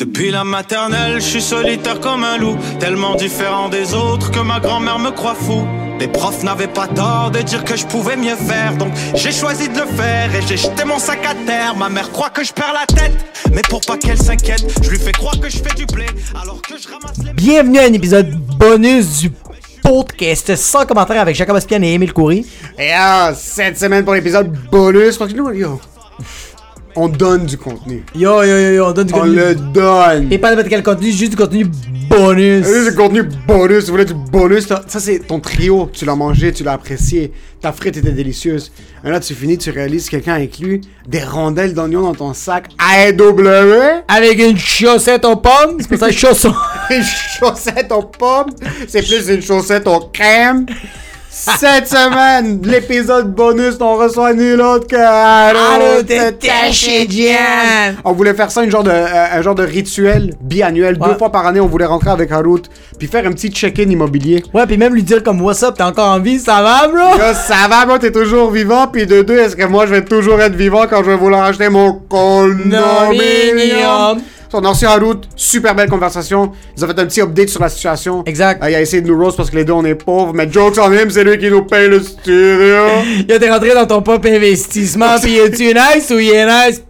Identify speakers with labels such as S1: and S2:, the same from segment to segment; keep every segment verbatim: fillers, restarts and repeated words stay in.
S1: Depuis la maternelle, je suis solitaire comme un loup, tellement différent des autres que ma grand-mère me croit fou. Les profs n'avaient pas tort de dire que je pouvais mieux faire, donc j'ai choisi de le faire et j'ai jeté mon sac à terre. Ma mère croit que je perds la tête, mais pour pas qu'elle s'inquiète, je lui fais croire que je fais du blé alors que je ramasse les...
S2: Bienvenue à un épisode bonus du podcast sans commentaire avec Jacob Ospian et Émile Coury.
S3: Et ah, cette semaine pour l'épisode bonus, parce que nous, yo, on donne du contenu.
S2: Yo, yo, yo, yo, on donne du
S3: on
S2: contenu.
S3: On le donne.
S2: Et pas n'importe quel contenu, juste du contenu bonus.
S3: C'est du contenu bonus, vous voulez du bonus. Ça, c'est ton trio. Tu l'as mangé, tu l'as apprécié. Ta frite était délicieuse. Et là, tu finis, tu réalises que quelqu'un a inclus des rondelles d'oignon dans ton sac A W.
S2: Avec une chaussette aux pommes. C'est pas ça, chausson.
S3: Une chaussette aux pommes. C'est plus une chaussette aux crèmes. Cette semaine, l'épisode bonus, on reçoit nul autre que
S2: Harout Tachidjian.
S3: On voulait faire ça, une genre de, euh, un genre de rituel biannuel. Ouais. Deux fois par année, on voulait rentrer avec Harout puis faire un petit check-in immobilier.
S2: Ouais, puis même lui dire comme « What's up, t'es encore en vie, ça va, bro? »
S3: Là, ça va, bro, t'es toujours vivant. Puis de deux, est-ce que moi, je vais toujours être vivant quand je vais vouloir acheter mon condominium? On a reçu Harout, super belle conversation. Ils ont fait un petit update sur la situation.
S2: Exact.
S3: Euh, il a essayé de nous roast parce que les deux on est pauvres. Mais jokes on him, c'est lui qui nous paye le studio.
S2: Il a été rentré dans ton pop investissement. Pis es-tu nice ou il est nice?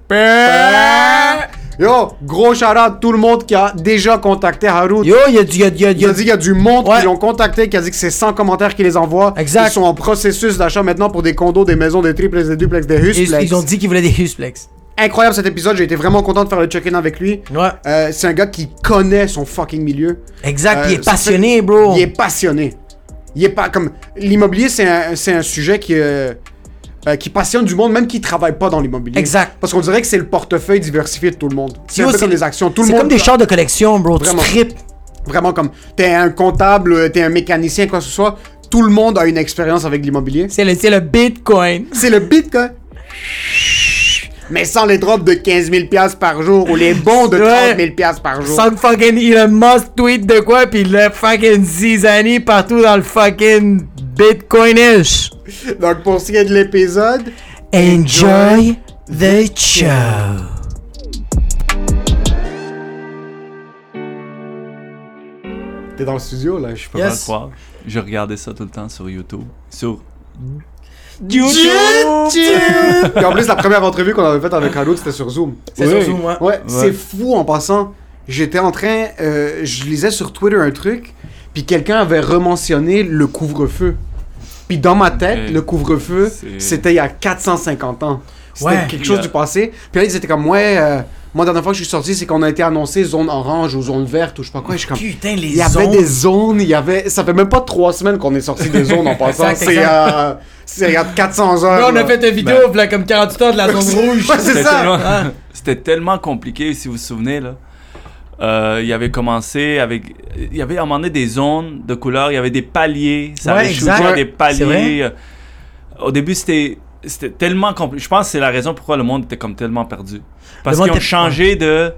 S3: Yo, gros shout out tout le monde qui a déjà contacté Harout.
S2: Yo, il y a du. Il, y a, il, y a,
S3: il a dit qu'il y a du monde ouais. qui l'ont contacté, qui a dit que c'est cent commentaires qui les envoient.
S2: Exact.
S3: Ils sont en processus d'achat maintenant pour des condos, des maisons, des triplex, des duplex, des husplex.
S2: Ils, ils ont dit qu'ils voulaient des husplex.
S3: Incroyable cet épisode, j'ai été vraiment content de faire le check-in avec lui.
S2: Ouais.
S3: Euh, c'est un gars qui connaît son fucking milieu.
S2: Exact, euh, il est passionné,
S3: fait...
S2: bro.
S3: Il est passionné. Il est pas comme l'immobilier, c'est un, c'est un sujet qui euh, euh, qui passionne du monde, même qui travaille pas dans l'immobilier.
S2: Exact.
S3: Parce qu'on dirait que c'est le portefeuille diversifié de tout le monde. C'est
S2: Yo,
S3: un peu
S2: c'est
S3: comme les actions. Tout le
S2: c'est
S3: monde
S2: comme des chars de collection, bro.
S3: Vraiment.
S2: Tu tripes.
S3: Vraiment comme t'es un comptable, t'es un mécanicien, quoi que ce soit. Tout le monde a une expérience avec l'immobilier.
S2: C'est le, c'est le Bitcoin.
S3: C'est le Bitcoin. Mais sans les drops de quinze mille dollars par jour ou les bons de trente mille dollars par jour.
S2: Sans que fucking Elon Musk tweet de quoi pis le fucking zizanie partout dans le fucking Bitcoinish.
S3: Donc pour ce qui est de l'épisode,
S2: enjoy the show.
S3: T'es dans le studio là, je
S4: peux
S2: yes.
S4: pas le croire. Je regardais ça tout le temps sur YouTube. Sur
S2: YouTube!
S3: Et en plus, la première entrevue qu'on avait faite avec Harout, c'était sur Zoom.
S2: C'est oui. sur Zoom, ouais.
S3: Ouais, ouais. C'est fou en passant. J'étais en train... Euh, je lisais sur Twitter un truc, puis quelqu'un avait rementionné le couvre-feu. Puis dans ma tête, okay. le couvre-feu, c'est... c'était il y a quatre cent cinquante ans. C'était ouais, quelque chose a... du passé. Puis là, ils étaient comme, ouais... Euh, moi, la dernière fois que je suis sorti, c'est qu'on a été annoncé zone orange ou zone verte ou je sais pas quoi. Je suis comme,
S2: putain, les
S3: il y avait
S2: zones.
S3: des zones, il y avait... Ça fait même pas trois semaines qu'on est sorti des zones en passant.
S2: Exact,
S3: c'est euh, c'est il y a quatre cents heures.
S2: Là, on a fait une vidéo ben, là, comme quarante-huit heures de la zone rouge.
S3: Ouais, c'est
S4: c'était
S3: ça.
S4: Tellement, ah. C'était tellement compliqué, si vous vous souvenez, là. Euh, il avait commencé avec... Il y avait à un moment donné des zones de couleurs, il y avait des paliers. Ça
S2: ouais,
S4: avait
S2: exact.
S4: shooté des paliers. Au début, c'était... C'était tellement compliqué. Je pense que c'est la raison pourquoi le monde était comme tellement perdu. Parce qu'ils ont changé de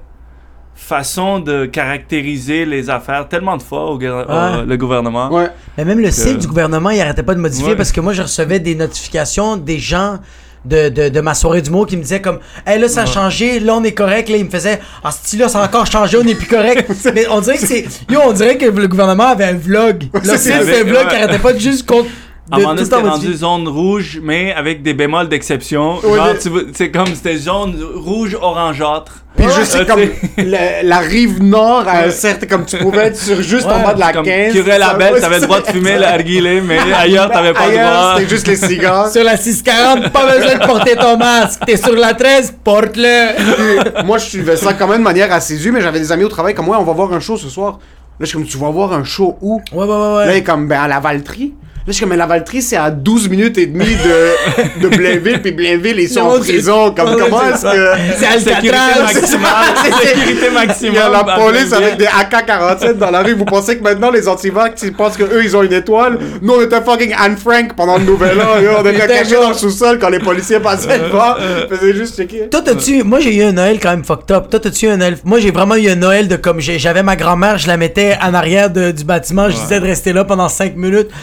S4: façon de caractériser les affaires tellement de fois au, ouais. au le gouvernement.
S3: Ouais.
S2: Mais même le
S4: que... site
S2: du gouvernement, il arrêtait pas de modifier ouais. parce que moi, je recevais des notifications des gens de, de, de ma soirée d'humour qui me disaient comme « Hey, là, ça a ouais. changé, là, on est correct. » Là, ils me faisaient « Ah, ce là ça a encore changé, on est plus correct. » Mais on dirait que c'est... Yo, on dirait que le gouvernement avait un vlog. Le site, c'est un vlog ouais. qui arrêtait pas de juste compte...
S4: À un moment donné, c'était rendu zone rouge, mais avec des bémols d'exception. Oui, genre, mais... tu veux, c'est comme, c'était zone rouge-orangeâtre.
S3: Puis ouais, juste, c'est comme, la, la rive nord, ouais. certes, comme tu pouvais être sur juste ouais, en bas de la
S4: comme
S3: quinze.
S4: Curé la belle, t'avais le droit de fumer l'arguilé, mais ailleurs, t'avais pas
S3: ailleurs,
S4: le droit.
S3: C'était juste les cigares.
S2: Sur la six quarante, pas besoin de porter ton masque. T'es sur la treize, porte-le.
S3: Puis, moi, je suivais ça quand même de manière assidue, mais j'avais des amis au travail comme, ouais, on va voir un show ce soir. Là, je suis comme, tu vas voir un show où?
S2: Ouais, ouais, ouais. ouais.
S3: Là, il est comme, ben, à la Valtrie. Là, je suis comme, mais la Valtrie, c'est à douze minutes et demie de, de Blainville, puis Blainville, ils sont non, en prison. Comme, comment est-ce que...
S2: C'est Alcatraz!
S4: C'est sécurité maximum.
S3: Il y a la police avec des A K quarante-sept dans la rue. Vous pensez que maintenant, les antivax, ils pensent qu'eux, ils ont une étoile? Nous, on était fucking Anne Frank pendant le nouvel an. Là. On était cachés dans le sous-sol quand les policiers passaient devant. Ils faisaient juste checker.
S2: Toi, t'as-tu... Moi, j'ai eu un Noël quand même fucked up. Toi, t'as-tu eu un Noël... Moi, j'ai vraiment eu un Noël de comme... J'avais ma grand-mère, je la mettais en arrière de, du bâtiment. Je disais de rester là pendant cinq minutes. Je rentrais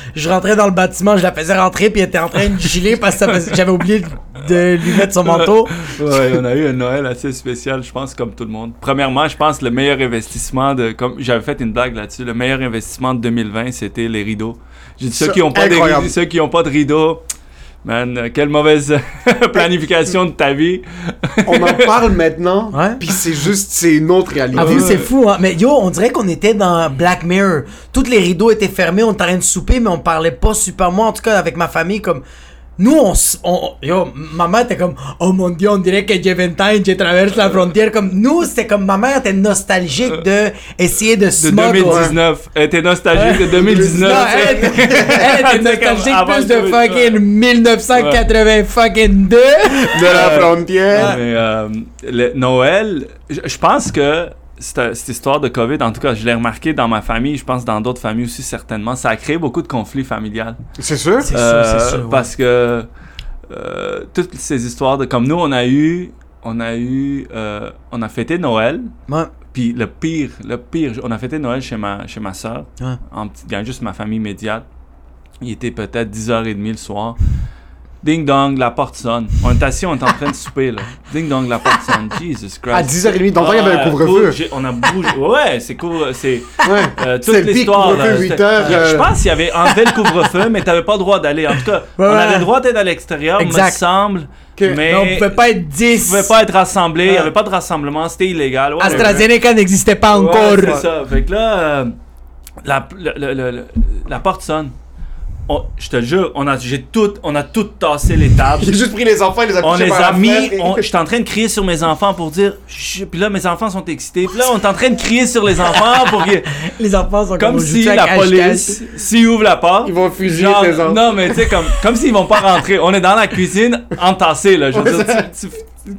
S2: rentrait dans le bâtiment, je la faisais rentrer, puis elle était en train de giler parce que faisait... j'avais oublié de lui mettre son manteau.
S4: Ouais, on a eu un Noël assez spécial, je pense, comme tout le monde. Premièrement, je pense le meilleur investissement de... Comme j'avais fait une blague là-dessus, le meilleur investissement de deux mille vingt, c'était les rideaux. J'ai dit, ceux qui n'ont pas, ceux qui ont pas de rideaux... Man, quelle mauvaise planification de ta vie.
S3: On en parle maintenant,
S2: ouais.
S3: Puis c'est juste, c'est une autre réalité.
S2: Ah oui, c'est fou, hein. Mais yo, on dirait qu'on était dans Black Mirror. Tous les rideaux étaient fermés, on était en train de souper, mais on parlait pas super. Moi, en tout cas, avec ma famille, comme... Nous, on, on... Yo, maman était comme... Oh mon Dieu, on dirait que j'ai vingt ans et je traverse la frontière. Comme nous, c'était comme... Ma mère était nostalgique de essayer de se
S4: De deux mille dix-neuf. Ouais. Elle était nostalgique de deux mille dix-neuf. Non,
S2: elle, elle était nostalgique plus de fucking dix-neuf cent quatre-vingt fucking deux.
S3: De la frontière.
S4: Mais euh, le Noël, je, je pense que... Cette, cette histoire de COVID, en tout cas, je l'ai remarqué dans ma famille, je pense dans d'autres familles aussi certainement, ça a créé beaucoup de conflits familiales.
S3: C'est sûr?
S4: C'est euh, sûr, c'est sûr. Ouais. Parce que euh, toutes ces histoires de... Comme nous, on a eu... On a eu... Euh, on a fêté Noël.
S2: Ouais.
S4: Puis le pire, le pire, on a fêté Noël chez ma, chez ma soeur.
S2: Ouais.
S4: En petit gang, juste ma famille immédiate. Il était peut-être dix heures trente le soir. Ding dong, la porte sonne. On est assis, on est en train de souper, là. Ding dong, la porte sonne. Jesus Christ.
S3: À dix heures trente, dans le temps, il y avait un couvre-feu.
S4: On a bougé. Ouais, c'est cool. C'est
S3: ouais.
S4: euh, toute c'est l'histoire.
S3: Là, huit heures, euh...
S4: Je pense qu'il y avait enlevé le couvre-feu, mais t'avais pas le droit d'aller. En tout cas, ouais, on avait le droit d'être à l'extérieur, exact. Me semble.
S2: Que... Mais... mais on pouvait pas être dix.
S4: On pouvait pas être rassemblés. Il ouais. y avait pas de rassemblement. C'était illégal. Ouais,
S2: AstraZeneca ouais. n'existait pas encore.
S4: Ouais, c'est ça. Fait que là, euh, la, le, le, le, le, la porte sonne. On, je te le jure, on a, j'ai tout, on a tout tassé les tables.
S3: J'ai juste pris les enfants et les a
S4: on
S3: couchés
S4: les
S3: par
S4: a
S3: la
S4: mis,
S3: fenêtre.
S4: On, j'étais en train de crier sur mes enfants pour dire... Puis là, mes enfants sont excités. Puis là, on est en train de crier sur les enfants pour que...
S2: Les enfants sont
S4: comme, comme si la police, s'ils ouvrent la porte...
S3: Ils vont fusiller
S4: genre,
S3: les enfants.
S4: Non, mais tu sais, comme, comme s'ils vont pas rentrer. On est dans la cuisine, entassés, là. Je veux
S3: ouais,
S4: dire, tu...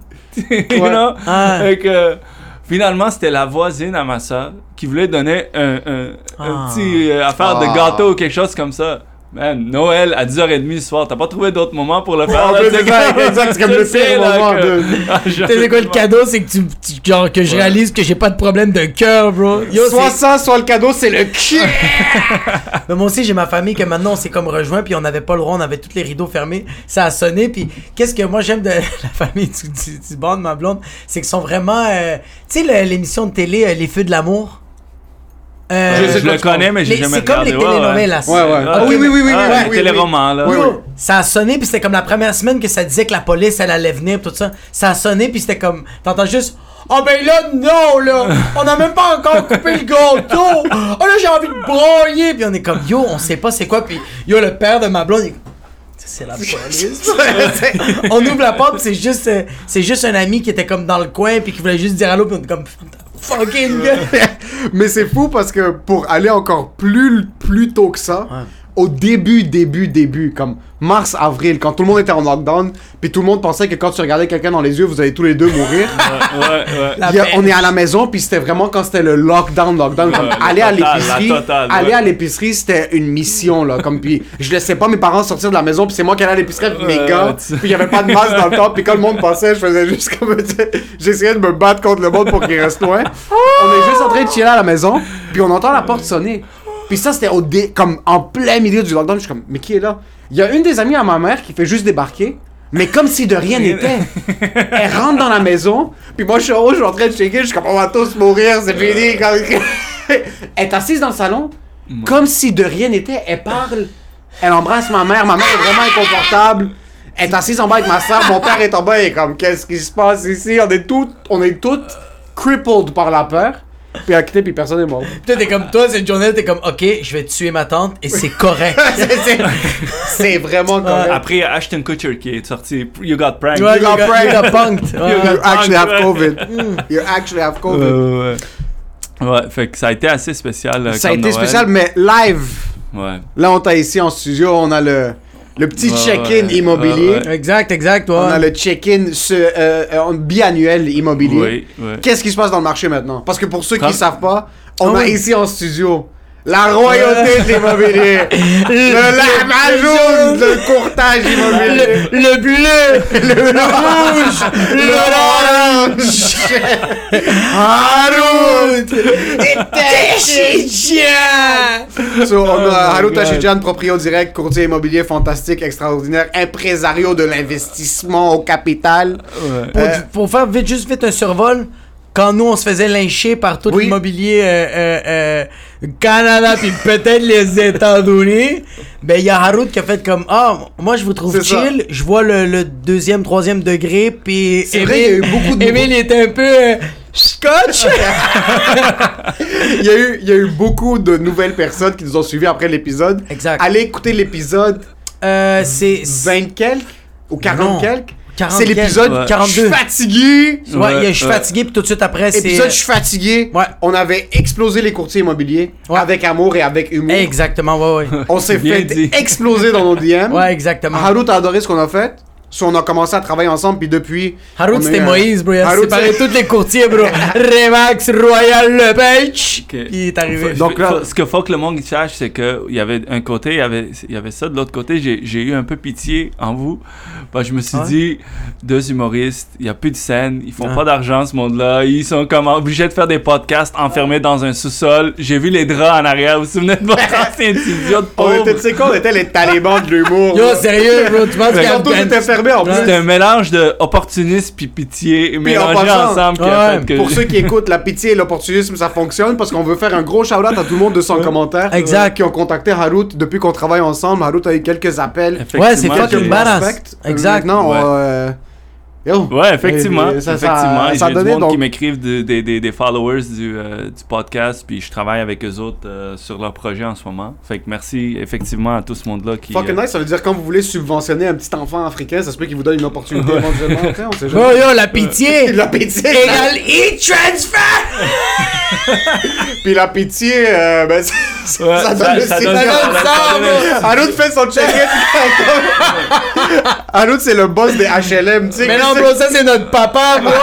S4: tu, tu ouais. know? Ah. Fait que... Finalement, c'était la voisine à ma soeur qui voulait donner un, un, ah. un petit euh, affaire ah. de gâteau ou quelque chose comme ça. Man, Noël à dix heures trente le soir, t'as pas trouvé d'autre moment pour le faire?
S3: Ouais, là, c'est exact, exact, c'est comme le pire moment de...
S2: Tu sais quoi, le cadeau, c'est que tu, tu genre, que je ouais. réalise que j'ai pas de problème de cœur, bro.
S3: Yo, soit c'est... ça, soit le cadeau, c'est le cul!
S2: Mais moi aussi, j'ai ma famille que maintenant, on s'est comme rejoint, puis on avait pas le droit, on avait tous les rideaux fermés, ça a sonné, puis qu'est-ce que moi j'aime de la famille du, du, du bord de ma blonde, c'est qu'ils sont vraiment... Euh, tu sais, l'émission de télé, euh, Les Feux de l'amour?
S4: Euh, je, je le connais, mais j'ai jamais regardé.
S2: C'est comme les télénovelas.
S3: Ouais, ouais.
S2: Ah,
S3: oui, oui, oui, oui.
S4: Ah,
S3: oui,
S4: oui,
S3: oui
S4: téléromans, là.
S2: Oui, oui. Ça a sonné, puis c'était comme la première semaine que ça disait que la police, elle allait venir, tout ça. Ça a sonné, puis c'était comme... T'entends juste... Oh ben là, non, là! On a même pas encore coupé le gâteau! Oh là, j'ai envie de broyer! Puis on est comme, yo, on sait pas c'est quoi, puis yo, le père de ma blonde, il... C'est la police. On ouvre la porte, puis c'est juste, euh, c'est juste un ami qui était comme dans le coin, puis qui voulait juste dire allô, puis on est comme... Fucking
S3: mais c'est fou parce que pour aller encore plus, plus tôt que ça, ouais. Au début, début, début, comme mars, avril, quand tout le monde était en lockdown, puis tout le monde pensait que quand tu regardais quelqu'un dans les yeux, vous allez tous les deux mourir.
S4: Ouais, ouais, ouais.
S3: A, on est à la maison, puis c'était vraiment quand c'était le lockdown, lockdown, ouais, comme aller total, à l'épicerie, totale, aller ouais. à l'épicerie, c'était une mission, là, comme puis je laissais pas mes parents sortir de la maison, puis c'est moi qui allais à l'épicerie avec mes gars, puis il y avait pas de masque dans le temps, puis quand le monde passait, je faisais juste comme, j'essayais de me battre contre le monde pour qu'il reste loin. On est juste en train de chiller à la maison, puis on entend la porte sonner. Puis ça, c'était au dé- comme en plein milieu du lockdown. Je suis comme, mais qui est là? Il y a une des amies à ma mère qui fait juste débarquer, mais comme si de rien n'était. Elle rentre dans la maison, puis moi, je suis en haut, je suis en train de checker, je suis comme, on va tous mourir, c'est fini. Elle est assise dans le salon, comme si de rien n'était. Elle parle, elle embrasse ma mère, ma mère est vraiment inconfortable. Elle est assise en bas avec ma soeur, mon père est en bas, il est comme, qu'est-ce qui se passe ici? On est toutes, on est toutes crippled par la peur. Puis à quitter, puis personne n'est mort.
S2: Puis t'es comme toi, cette journée, t'es comme, ok, je vais tuer ma tante et c'est correct.
S3: c'est, c'est, c'est vraiment correct.
S4: Après, Ashton Kutcher qui est sorti, You got pranked.
S2: Ouais,
S3: you, you got pranked.
S2: You got punked.
S3: You, you actually have COVID. You actually have COVID.
S4: Euh, ouais. ouais, fait que ça a été assez spécial. Euh,
S3: ça a été
S4: Noël.
S3: spécial, mais live.
S4: Ouais.
S3: Là, on t'a ici en studio, on a le. Le petit ouais, check-in ouais, immobilier.
S2: Ouais, ouais. Exact, exact. Ouais.
S3: On a le check-in ce, euh, euh, biannuel immobilier.
S4: Oui, oui.
S3: Qu'est-ce qui se passe dans le marché maintenant? Parce que pour ceux
S4: Comme...
S3: qui ne savent pas, on
S2: oh,
S3: a
S2: oui.
S3: ici en studio la royauté de l'immobilier. le la majoune de courtage immobilier.
S2: Le, le bleu.
S3: Le, le rouge. Le orange. Haroun.
S2: Harout! Tachidjian!
S3: So, on a Harout Tachidjian, proprio direct, courtier immobilier fantastique, extraordinaire, impresario de l'investissement au capital.
S2: Ouais. Pour, euh, pour faire vite, juste vite un survol, quand nous on se faisait lyncher par tout oui. l'immobilier euh, euh, euh, Canada puis peut-être les États-Unis, ben il y a Harout qui a fait comme ah moi je vous trouve c'est chill, ça. Je vois le, le deuxième, troisième degré puis
S3: c'est Émile, vrai, il y a eu beaucoup de
S2: Émile était un peu euh, scotch.
S3: il y a eu il y a eu beaucoup de nouvelles personnes qui nous ont suivis après l'épisode.
S2: Exact.
S3: Allez écouter l'épisode.
S2: Euh, c'est
S3: vingt quelques ou quarante quelques.
S2: C'est l'épisode
S3: ouais. quarante-deux. Je suis fatigué.
S2: Ouais, ouais, je suis ouais. fatigué, puis tout de suite après, c'est.
S3: Épisode, je suis fatigué.
S2: Ouais.
S3: On avait explosé les courtiers immobiliers ouais. avec amour et avec humour.
S2: Exactement, ouais, ouais.
S3: On s'est fait dit. exploser dans nos D M.
S2: Ouais, exactement.
S3: Harout a adoré ce qu'on a fait. So, on a commencé à travailler ensemble, puis depuis.
S2: Harout, c'était un... Moïse, bro. Il a séparé tous les courtiers, bro. Remax, Royal Lepage. Okay. Puis il est arrivé.
S4: Donc, là, ce qu'il faut que le monde sache, c'est qu'il y avait un côté, il y avait, il y avait ça. De l'autre côté, j'ai, j'ai eu un peu pitié en vous. Bah, je me suis ouais. dit, deux humoristes, il n'y a plus de scène, ils font ah. pas d'argent, ce monde-là. Ils sont comme obligés de faire des podcasts enfermés dans un sous-sol. J'ai vu les draps en arrière. Vous vous souvenez de votre ancien idiot de pauvre?
S3: On était, tu sais quoi, on était les talibans de l'humour.
S2: Yo, sérieux, bro. Tu penses
S3: qu'il y a
S4: En plus. C'était un mélange d'opportunisme puis pitié mélangés ensemble. Qui
S3: ouais,
S4: a fait que...
S3: Pour ceux qui écoutent, la pitié et l'opportunisme, ça fonctionne parce qu'on veut faire un gros shout-out à tout le monde de cent ouais. commentaires
S2: exact.
S3: Euh, qui ont contacté Harout depuis qu'on travaille ensemble. Harout a eu quelques appels.
S2: Ouais, c'est fucking badass. Exact.
S3: Maintenant, ouais. Euh,
S4: Yo, ouais, effectivement. Et, et ça, effectivement. Ça, ça J'ai du monde
S3: donc...
S4: qui m'écrivent des de, de, de followers du, euh, du podcast, puis je travaille avec eux autres euh, sur leur projet en ce moment. Fait que merci effectivement à tout ce monde-là qui...
S3: Fucking euh... nice, ça veut dire quand vous voulez subventionner un petit enfant africain, ça se peut qu'il vous donne une opportunité éventuellement. Après, on sait jamais.
S2: Oh yo, la pitié!
S3: La pitié!
S2: Égale e-transfer!
S3: Puis la pitié, euh, ben ça,
S4: ouais,
S3: ça, ça donne
S4: ça,
S3: le
S4: ça donne
S3: ça. Harout fait son check-in. Harout, c'est le boss des H L M, tu sais.
S2: Mais non, bro, ça c'est notre papa, bro.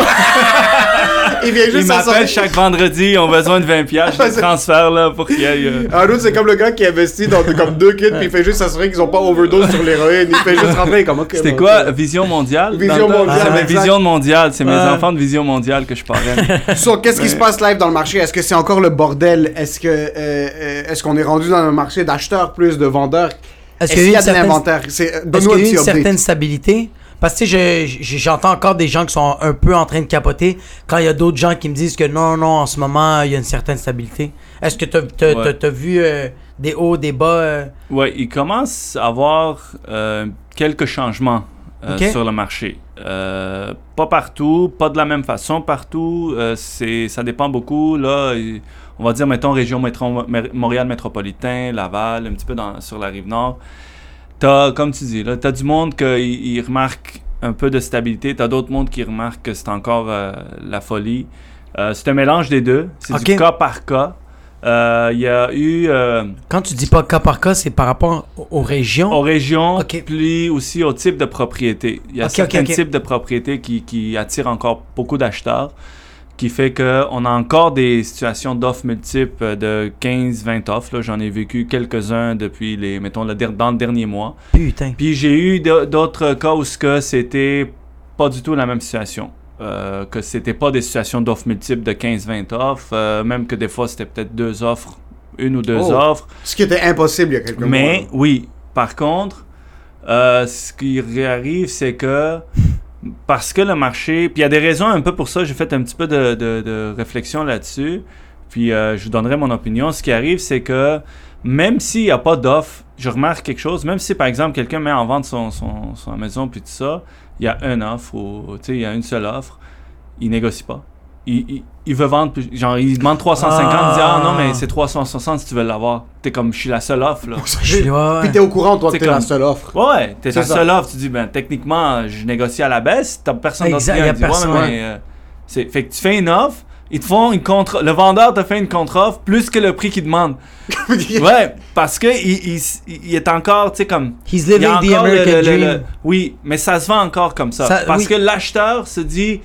S3: Il vient juste
S4: Il m'appelle chaque vendredi, ils ont besoin de vingt piastres de transfert là pour qu'il y ait. Euh...
S3: Harout, c'est comme le gars qui investit dans comme deux kits puis il fait juste s'assurer qu'ils ont pas overdose sur l'héroïne. Il fait juste rentrer comme ok.
S4: C'était quoi, ça. Vision mondiale?
S3: Vision mondiale.
S4: C'est mes Vision mondiale, c'est mes ah. enfants de Vision mondiale que je parraine.
S3: So, qu'est-ce qui se passe live dans le marché? Est-ce que c'est encore le bordel? Est-ce que euh, est-ce qu'on est rendu dans un marché d'acheteurs plus de vendeurs?
S2: Est-ce,
S3: est-ce qu'il y a de l'inventaire?
S2: C'est, est-ce qu'il y a une certaine stabilité? Parce que je, je, j'entends encore des gens qui sont un peu en train de capoter quand il y a d'autres gens qui me disent que non, non, en ce moment, il y a une certaine stabilité. Est-ce que tu as ouais. vu euh, des hauts, des bas? Euh...
S4: Oui, il commence à avoir euh, quelques changements euh, okay. sur le marché. Euh, pas partout, pas de la même façon partout. Euh, c'est, ça dépend beaucoup. Là, on va dire, mettons, région métro, Montréal métropolitain, Laval, un petit peu dans, sur la Rive-Nord. T'as, comme tu dis, là, t'as du monde qui remarque un peu de stabilité. T'as d'autres mondes qui remarquent que c'est encore euh, la folie. Euh, c'est un mélange des deux. C'est okay. du cas par cas. Il euh, y a eu... Euh,
S2: Quand tu dis pas cas par cas, c'est par rapport aux régions?
S4: Aux régions, okay. puis aussi au type de propriété. Il y a okay, certains okay, okay. types de propriétés qui, qui attirent encore beaucoup d'acheteurs, qui fait qu'on a encore des situations d'offres multiples de quinze vingt offres. Là. J'en ai vécu quelques-uns depuis, les, mettons, le, dans le dernier mois.
S2: Putain.
S4: Puis j'ai eu d'autres cas où que c'était pas du tout la même situation. Euh, que c'était pas des situations d'offres multiples de quinze vingt offres, euh, même que des fois c'était peut-être deux offres, une ou deux oh, offres.
S3: Ce qui était impossible il y a quelques
S4: Mais,
S3: mois.
S4: Mais oui, par contre, euh, ce qui arrive, c'est que parce que le marché, puis il y a des raisons un peu pour ça, j'ai fait un petit peu de, de, de réflexion là-dessus, puis euh, je vous donnerai mon opinion. Ce qui arrive, c'est que même s'il n'y a pas d'offre, je remarque quelque chose, même si par exemple quelqu'un met en vente son, son, son maison puis tout ça, il y a une offre, ou tu sais, il y a une seule offre, il négocie pas. Il, il, il veut vendre, plus, genre il demande trois cent cinquante, ah. il dit ah non mais c'est trois cent soixante si tu veux l'avoir. T'es comme je suis la seule offre là.
S3: Ouais, ouais. Puis t'es au courant toi que t'es comme, la seule offre.
S4: Ouais, t'es c'est la ça. seule offre. Tu dis ben techniquement je négocie à la baisse, t'as personne d'autre qui dit
S2: personne,
S4: ouais, mais euh, c'est fait que tu fais une offre. Ils te font une contre... Le vendeur te fait une contre-offre plus que le prix qu'il demande. Ouais, parce que il, il, il est encore, tu sais, comme...
S2: He's living the American le, le, dream.
S4: Le, oui, mais ça se vend encore comme ça. ça parce oui. que l'acheteur se dit,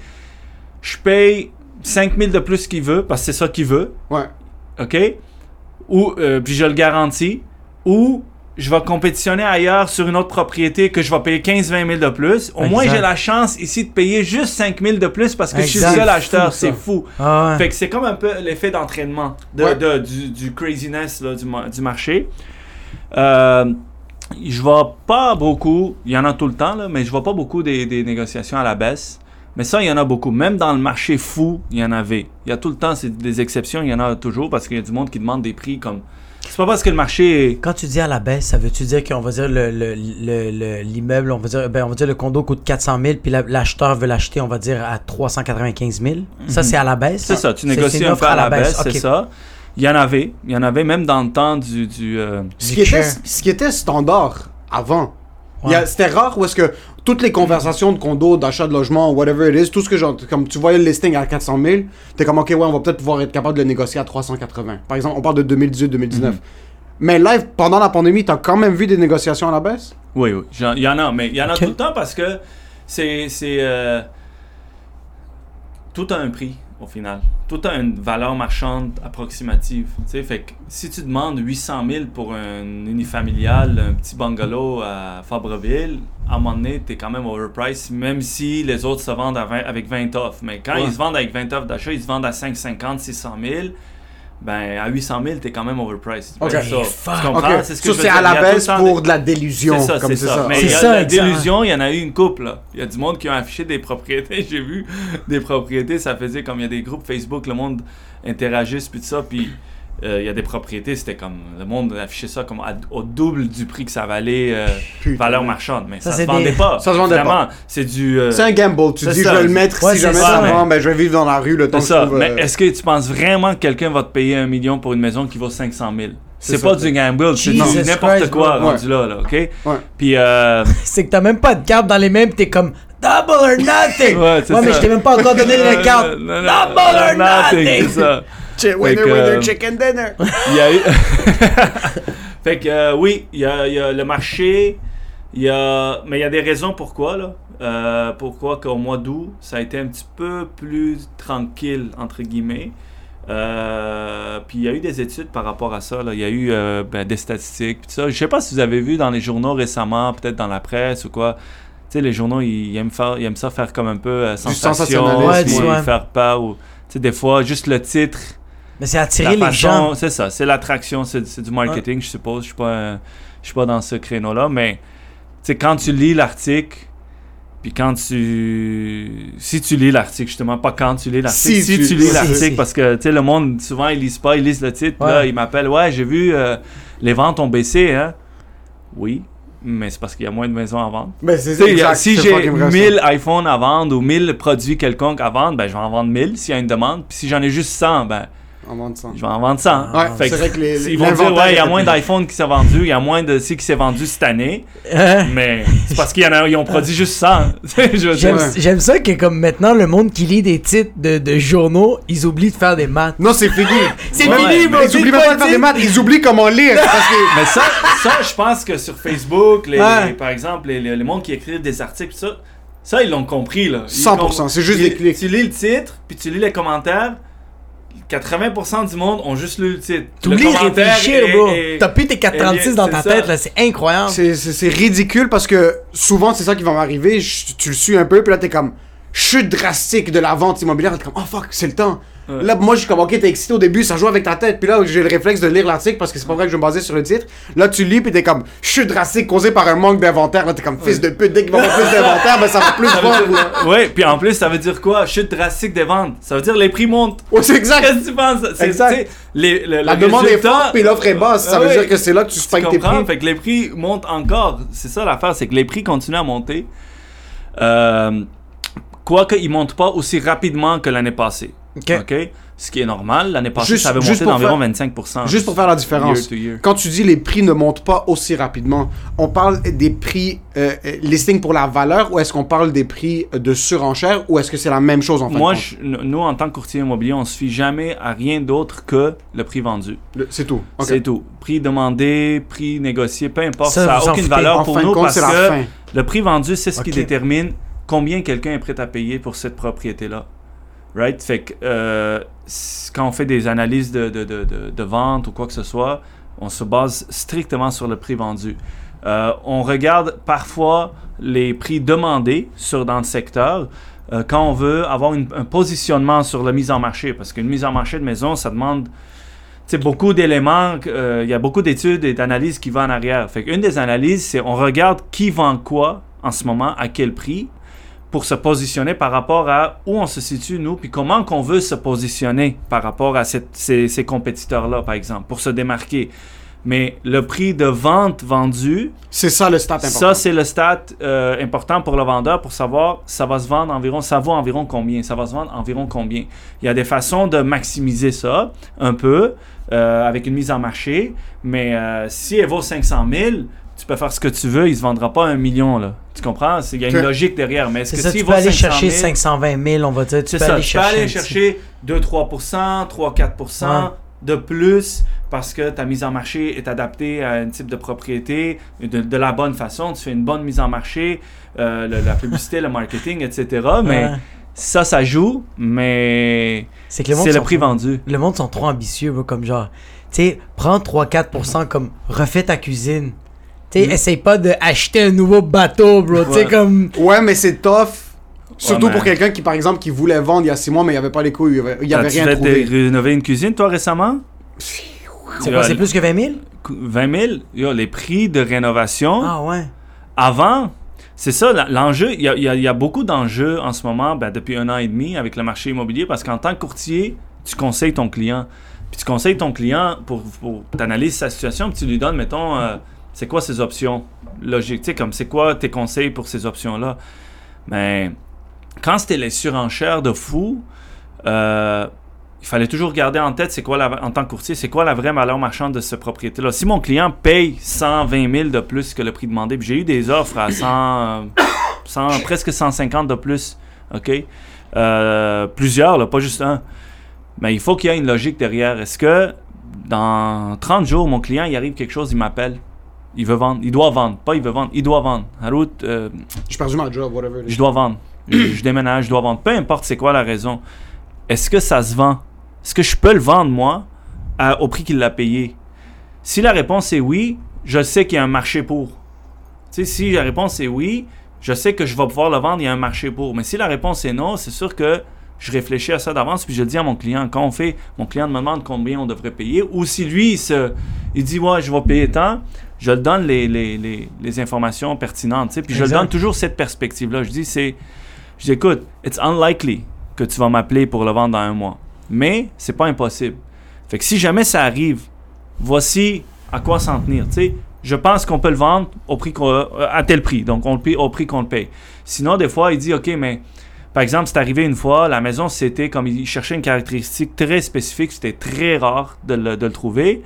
S4: je paye cinq mille de plus qu'il veut, parce que c'est ça qu'il veut.
S3: Ouais.
S4: OK? Ou, euh, puis je le garantis. Ou, je vais compétitionner ailleurs sur une autre propriété que je vais payer quinze à vingt mille de plus. Au exact. Moins, j'ai la chance ici de payer juste cinq mille de plus parce que exact. Je suis le seul acheteur. Fou, c'est fou. Ah ouais. Fait que c'est comme un peu l'effet d'entraînement de, ouais. de, du, du craziness là, du, du marché. Euh, je vois pas beaucoup, il y en a tout le temps, là, mais je vois pas beaucoup des, des négociations à la baisse. Mais ça, il y en a beaucoup. Même dans le marché fou, il y en avait. Il y a tout le temps c'est des exceptions, il y en a toujours parce qu'il y a du monde qui demande des prix comme... C'est pas parce que le marché est...
S2: Quand tu dis à la baisse, ça veut-tu dire qu'on va dire le, le, le, le, l'immeuble, on va dire ben on va dire le condo coûte quatre cent mille puis la, l'acheteur veut l'acheter, on va dire à trois cent quatre-vingt-quinze mille. Mm-hmm. Ça, c'est à la baisse?
S4: C'est ça, tu négocies c'est, c'est un peu à la baisse, okay. C'est ça. Il y en avait. Il y en avait même dans le temps du... du euh...
S3: ce, qui était, ce qui était standard avant. Ouais. Il y a, c'était rare où est-ce que toutes les conversations de condo, d'achat de logement, whatever it is, tout ce que genre, comme tu voyais le listing à quatre cent mille, t'es comme, ok, ouais, on va peut-être pouvoir être capable de le négocier à trois cent quatre-vingts. Par exemple, on parle de deux mille dix-huit deux mille dix-neuf. Mm-hmm. Mais là, pendant la pandémie, t'as quand même vu des négociations à la baisse?
S4: Oui, oui. Il y en a, mais il y en a okay. tout le temps parce que c'est... c'est euh... tout a un prix, au final. Tout a une valeur marchande approximative. T'sais, fait que si tu demandes huit cent mille pour un unifamilial, un petit bungalow à Fabreville, à un moment donné, t'es quand même overpriced, même si les autres se vendent à vingt, avec vingt offres. Mais quand ouais. ils se vendent avec vingt offres d'achat, ils se vendent à cinq cent cinquante, six cent mille. Ben, à huit cent mille, t'es quand même overpriced.
S3: Ok.
S4: Ça, tu comprends?
S3: Okay. C'est ce que ça, je veux c'est dire. À la baisse pour de la délusion.
S4: C'est ça,
S3: comme
S4: c'est,
S3: c'est
S4: ça.
S3: ça.
S4: Mais
S3: c'est
S4: il y a
S3: ça,
S4: de la délusion, il y en a eu une couple, là. Il y a du monde qui ont affiché des propriétés. J'ai vu des propriétés, ça faisait comme il y a des groupes Facebook, le monde interagisse, puis tout ça, puis euh, il y a des propriétés, c'était comme, le monde affichait ça comme à, au double du prix que ça valait euh, valeur marchande. Mais ça, ça se vendait des... pas.
S3: Ça se vendait
S4: Vraiment,
S3: pas.
S4: C'est du... Euh...
S3: C'est un gamble. Tu dis,
S4: ça.
S3: Je vais le mettre, ouais, si jamais ça, ça vend, ben je vais vivre dans la rue le temps
S4: c'est
S3: que
S4: ça.
S3: je trouve...
S4: Mais
S3: euh...
S4: est-ce que tu penses vraiment que quelqu'un va te payer un million pour une maison qui vaut cinq cent mille? C'est, c'est pas ça. Du gamble, c'est Jesus du n'importe Christ, quoi ouais. rendu là, là, ok? Ouais. Puis euh...
S2: c'est que t'as même pas de carte dans les mains pis t'es comme double or nothing!
S4: ouais, c'est
S2: ouais
S4: ça.
S2: Mais je t'ai même pas encore donné la carte! Double or nothing!
S4: C'est ça.
S3: Ch- winner, que, winner, chicken dinner!
S4: Il y a eu... fait que euh, oui, il y a, y a le marché, il y a... mais il y a des raisons pourquoi, là. Euh, pourquoi qu'au mois d'août, ça a été un petit peu plus tranquille, entre guillemets. Euh, puis il y a eu des études par rapport à ça. Là. Il y a eu euh, ben, des statistiques. Tout ça. Je sais pas si vous avez vu dans les journaux récemment, peut-être dans la presse ou quoi. Tu sais, les journaux, ils, ils, aiment faire, ils aiment ça faire comme un peu euh, sensation,
S2: ouais,
S4: puis
S2: ouais.
S4: faire peur. Ou, tu sais, des fois, juste le titre.
S2: Mais c'est attirer
S4: façon,
S2: les gens.
S4: C'est ça, c'est l'attraction, c'est, c'est du marketing, ouais. je suppose. Je suis pas, euh, je suis pas dans ce créneau-là, mais tu sais, quand tu lis l'article. Puis quand tu... Si tu lis l'article, justement, pas quand tu lis l'article. Si, si tu, tu lis si, l'article, si. Parce que, tu sais, le monde, souvent, ils lisent pas, ils lisent le titre. Ouais. Là, ils m'appellent, ouais, j'ai vu, euh, les ventes ont baissé, hein. Oui, mais c'est parce qu'il y a moins de maisons à vendre.
S3: Mais c'est ça, exact,
S4: si
S3: c'est
S4: j'ai mille iPhones à vendre ou mille produits quelconques à vendre, ben, je vais en vendre mille s'il y a une demande. Puis si j'en ai juste cent, ben...
S3: En vendre cent.
S4: Je vais en vendre cent.
S3: Ouais, fait c'est que vrai que les,
S4: ils vont dire, ouais, il y a moins d'iPhone qui s'est vendu, il y a moins de C qui s'est vendu cette année. Mais c'est parce qu'ils ont produit juste cent. Je veux
S2: j'aime,
S4: dire.
S2: j'aime ça que, comme maintenant, le monde qui lit des titres de, de journaux, ils oublient de faire des maths.
S3: Non, c'est fini.
S2: c'est
S3: ouais,
S2: fini, bro.
S3: Ils oublient même pas de faire des maths, ils oublient comment lire. Parce que...
S4: Mais ça, ça, je pense que sur Facebook, les, ouais. les, par exemple, les, les, les mondes qui écrivent des articles, ça, ça, ils l'ont compris. Là. Ils
S3: cent pour cent, comp- c'est juste
S4: ils,
S3: des clics.
S4: Tu lis le titre, puis tu lis les commentaires. quatre-vingts pour cent du monde ont juste lu le titre.
S2: Tu oublies réfléchir, bro. T'as plus tes quatre trente-six dans ta ça. Tête, là. C'est incroyable.
S3: C'est, c'est, c'est ridicule parce que souvent, c'est ça qui va m'arriver. Je, tu le suis un peu, puis là, t'es comme chute drastique de la vente immobilière. T'es comme, oh fuck, c'est le temps. Ouais. Là, moi, je suis comme, ok, t'es excité au début, ça joue avec ta tête. Puis là, j'ai le réflexe de lire l'article parce que c'est pas vrai que je me basais sur le titre. Là, tu lis, puis t'es comme, chute drastique causée par un manque d'inventaire. Là, t'es comme, fils ouais. de pute, dès qu'il va avoir plus d'inventaire, ben ça va plus vendre.
S4: Ouais, puis en plus, ça veut dire quoi? Chute drastique des ventes. Ça veut dire les prix montent.
S3: Ouais, c'est exact.
S4: Qu'est-ce que tu penses? C'est,
S3: exact.
S4: Les, le,
S3: la
S4: le
S3: demande
S4: résultat,
S3: est forte, puis l'offre est basse. Ça veut ouais, dire que c'est là que tu spikes tes prix.
S4: Fait que les prix montent encore. C'est ça l'affaire, c'est que les prix continuent à monter. Euh, Quoique, ils montent pas aussi rapidement que l'année passée. OK. okay? Ce qui est normal. L'année passée, juste, ça avait monté d'environ faire, vingt-cinq pour cent.
S3: Juste pour faire la différence. Year year. Quand tu dis les prix ne montent pas aussi rapidement, on parle des prix euh, listing pour la valeur ou est-ce qu'on parle des prix de surenchère ou est-ce que c'est la même chose en fait?
S4: Moi, je, nous, en tant que courtier immobilier, on se fie jamais à rien d'autre que le prix vendu.
S3: Le, c'est tout. Okay.
S4: C'est tout. Prix demandé, prix négocié, peu importe. Ça n'a aucune valeur pour nous parce que le prix vendu, c'est ce okay. qui détermine combien quelqu'un est prêt à payer pour cette propriété-là. Right? Fait que euh, quand on fait des analyses de, de, de, de, de vente ou quoi que ce soit, On se base strictement sur le prix vendu. Euh, on regarde parfois les prix demandés sur, dans le secteur euh, quand on veut avoir une, un positionnement sur la mise en marché. Parce qu'une mise en marché de maison, ça demande beaucoup d'éléments. Il euh, y a beaucoup d'études et d'analyses qui vont en arrière. Fait qu'une des analyses, c'est on regarde qui vend quoi en ce moment, à quel prix, pour se positionner par rapport à où on se situe, nous, puis comment qu'on veut se positionner par rapport à cette, ces, ces compétiteurs-là, par exemple, pour se démarquer. Mais le prix de vente vendu...
S3: C'est ça le stat important.
S4: Ça, c'est le stat euh, important pour le vendeur pour savoir ça va se vendre environ, ça vaut environ combien, ça va se vendre environ combien. Il y a des façons de maximiser ça, un peu, euh, avec une mise en marché, mais euh, si elle vaut cinq cent mille, tu peux faire ce que tu veux, il ne se vendra pas un million, là. Tu comprends? Il y a une logique derrière. Mais est-ce
S2: c'est
S4: que
S2: ça,
S4: si
S2: tu peux aller chercher cinq cent vingt mille, on va dire. Tu
S4: c'est
S2: peux
S4: ça,
S2: aller
S4: tu
S2: chercher
S4: peux aller chercher deux à trois pour cent, trois à quatre pour cent ouais. de plus parce que ta mise en marché est adaptée à un type de propriété de, de la bonne façon. Tu fais une bonne mise en marché, euh, le, la publicité, le marketing, et cetera. Mais ouais. ça, ça joue, mais c'est, que le, c'est le prix trop, vendu.
S2: Le monde sont trop ambitieux, bro, comme genre, tu sais, prends trois à quatre pour cent comme refais ta cuisine. T'sais, mm. essaye pas d'acheter un nouveau bateau, bro. Ouais. T'sais, comme...
S3: ouais, mais c'est tough. Surtout ouais, pour quelqu'un qui, par exemple, qui voulait vendre il y a six mois, mais il n'y avait pas les couilles. Il n'y avait, il y avait rien trouvé.
S4: Tu as rénové une cuisine, toi, récemment?
S2: C'est quoi, c'est plus que vingt mille?
S4: vingt mille? Yo, les prix de rénovation.
S2: Ah ouais.
S4: Avant, c'est ça, l'enjeu. Il y a, il y a, il y a beaucoup d'enjeux en ce moment, ben, depuis un an et demi, avec le marché immobilier, parce qu'en tant que courtier, tu conseilles ton client. Puis tu conseilles ton client pour, pour t'analyser sa situation, puis tu lui donnes, mettons... Euh, c'est quoi ces options logiques? Tu sais, comme c'est quoi tes conseils pour ces options-là? Mais quand c'était les surenchères de fou, euh, il fallait toujours garder en tête, c'est quoi la, en tant que courtier, c'est quoi la vraie valeur marchande de cette propriété-là. Si mon client paye cent vingt mille de plus que le prix demandé, puis j'ai eu des offres à cent, cent, presque cent cinquante de plus, OK? Euh, plusieurs, là, pas juste un. Mais il faut qu'il y ait une logique derrière. Est-ce que dans trente jours, mon client, il arrive quelque chose, il m'appelle? Il veut vendre. Il doit vendre. Pas il veut vendre. Il doit vendre. Harout, euh,
S3: j'ai perdu ma job, whatever.
S4: Je dois vendre. je, je déménage, je dois vendre. Peu importe c'est quoi la raison. Est-ce que ça se vend? Est-ce que je peux le vendre, moi, à, au prix qu'il l'a payé? Si la réponse est oui, je sais qu'il y a un marché pour. Tu sais, si la réponse est oui, je sais que je vais pouvoir le vendre, il y a un marché pour. Mais si la réponse est non, c'est sûr que je réfléchis à ça d'avance, puis je le dis à mon client. Quand on fait, mon client me demande combien on devrait payer, ou si lui, il, se, il dit, ouais, je vais payer tant, je le donne les, les, les, les informations pertinentes, tu sais, puis exact. Je le donne toujours cette perspective-là. Je dis, c'est, je dis, écoute, it's unlikely que tu vas m'appeler pour le vendre dans un mois, mais c'est pas impossible. Fait que si jamais ça arrive, voici à quoi s'en tenir, tu sais. Je pense qu'on peut le vendre au prix qu'on, à tel prix, donc on le paye au prix qu'on le paye. Sinon, des fois, il dit, OK, mais par exemple, c'est arrivé une fois, la maison, c'était comme il cherchait une caractéristique très spécifique, c'était très rare de le, de le trouver.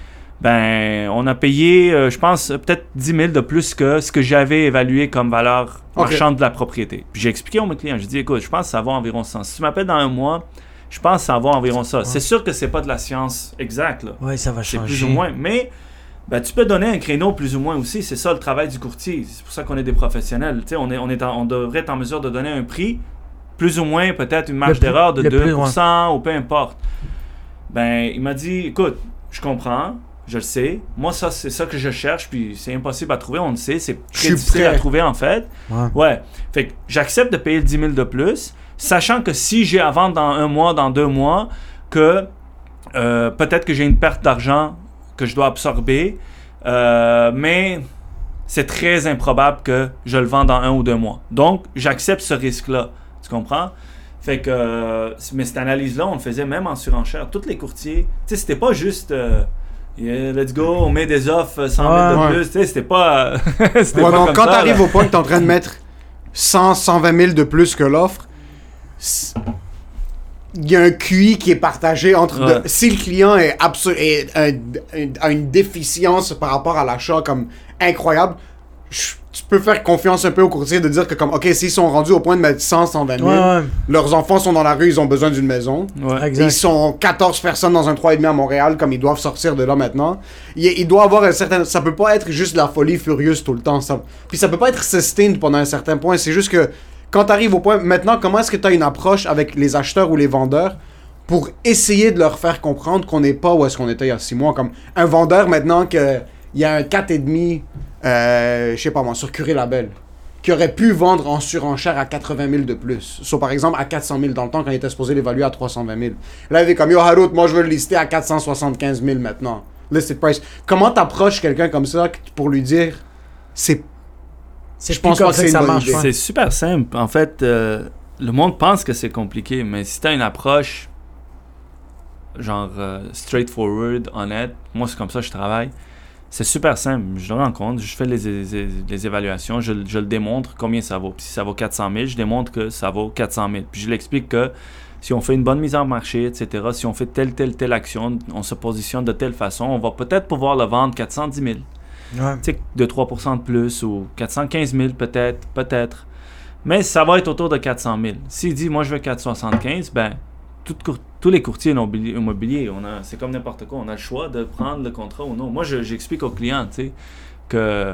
S4: Ben, on a payé, euh, je pense, peut-être dix mille de plus que ce que j'avais évalué comme valeur marchande okay. de la propriété. Puis j'ai expliqué à mon client, j'ai dit, écoute, je pense que ça va environ ça. Si tu m'appelles dans un mois, je pense que ça va environ ça. Ouais. C'est sûr que c'est pas de la science exacte, là.
S2: Oui, ça va
S4: c'est
S2: changer.
S4: Plus ou moins, mais ben, tu peux donner un créneau plus ou moins aussi. C'est ça le travail du courtier. C'est pour ça qu'on est des professionnels. Tu sais, on, est, on, est en, on devrait être en mesure de donner un prix, plus ou moins peut-être une marge d'erreur de deux pour cent ou peu importe. Ben, il m'a dit, écoute, je comprends. Je le sais. Moi, ça, c'est ça que je cherche, puis c'est impossible à trouver, on le sait. C'est très difficile prêt. à trouver, en fait. Ouais. ouais. Fait que j'accepte de payer le dix mille de plus, sachant que si j'ai à vendre dans un mois, dans deux mois, que euh, peut-être que j'ai une perte d'argent que je dois absorber, euh, mais c'est très improbable que je le vende dans un ou deux mois. Donc, j'accepte ce risque-là. Tu comprends? Fait que, euh, mais cette analyse-là, on le faisait même en surenchère. Tous les courtiers, tu sais, c'était pas juste... Euh, Yeah, let's go, on met des offres cent mille de plus, ouais. tu sais, c'était pas... c'était
S3: ouais,
S4: pas
S3: donc
S4: comme
S3: quand
S4: ça,
S3: t'arrives au point que t'es en train de mettre cent, cent vingt mille de plus que l'offre, il y a un Q I qui est partagé entre... Ouais. De, si le client est absolu, est, est, est, a une déficience par rapport à l'achat comme incroyable, je, tu peux faire confiance un peu au courtier de dire que comme, ok, s'ils sont rendus au point de mettre cent, cent vingt mille, ouais, ouais. leurs enfants sont dans la rue, ils ont besoin d'une maison. Ouais. Ils sont quatorze personnes dans un trois virgule cinq à Montréal, comme ils doivent sortir de là maintenant. Il, il doit avoir un certain... Ça peut pas être juste la folie furieuse tout le temps. Ça, puis ça peut pas être sustained pendant un certain point. C'est juste que quand t'arrives au point... Maintenant, comment est-ce que t'as une approche avec les acheteurs ou les vendeurs pour essayer de leur faire comprendre qu'on n'est pas où est-ce qu'on était il y a six mois. Comme un vendeur maintenant qu'il y a un quatre virgule cinq, euh, je sais pas moi, sur Curé Label, qui aurait pu vendre en surenchère à quatre-vingt mille de plus. Soit par exemple à quatre cent mille dans le temps quand il était supposé l'évaluer à trois cent vingt mille. Là, il est comme, yo, Harout, moi je veux le lister à quatre cent soixante-quinze mille maintenant. Listed price. Comment t'approches quelqu'un comme ça pour lui dire, c'est.
S2: C'est
S3: je pense pas que, que c'est ça marche.
S4: C'est super simple. En fait, euh, le monde pense que c'est compliqué, mais si t'as une approche genre euh, straightforward, honnête, moi c'est comme ça que je travaille. C'est super simple. Je le rencontre, je fais les, les, les évaluations, je, je le démontre combien ça vaut. Puis si ça vaut quatre cent mille, je démontre que ça vaut quatre cent mille. Puis je l'explique que si on fait une bonne mise en marché, et cetera, si on fait telle, telle, telle action, on se positionne de telle façon, on va peut-être pouvoir le vendre quatre cent dix mille. Ouais. Tu sais, de trois pour cent de plus ou quatre cent quinze mille peut-être, peut-être. Mais ça va être autour de quatre cent mille. S'il dit, moi je veux quatre cent soixante-quinze, ben, tout, tous les courtiers immobiliers, on a, c'est comme n'importe quoi, on a le choix de prendre le contrat ou non. Moi, je, j'explique aux clients, tu sais, que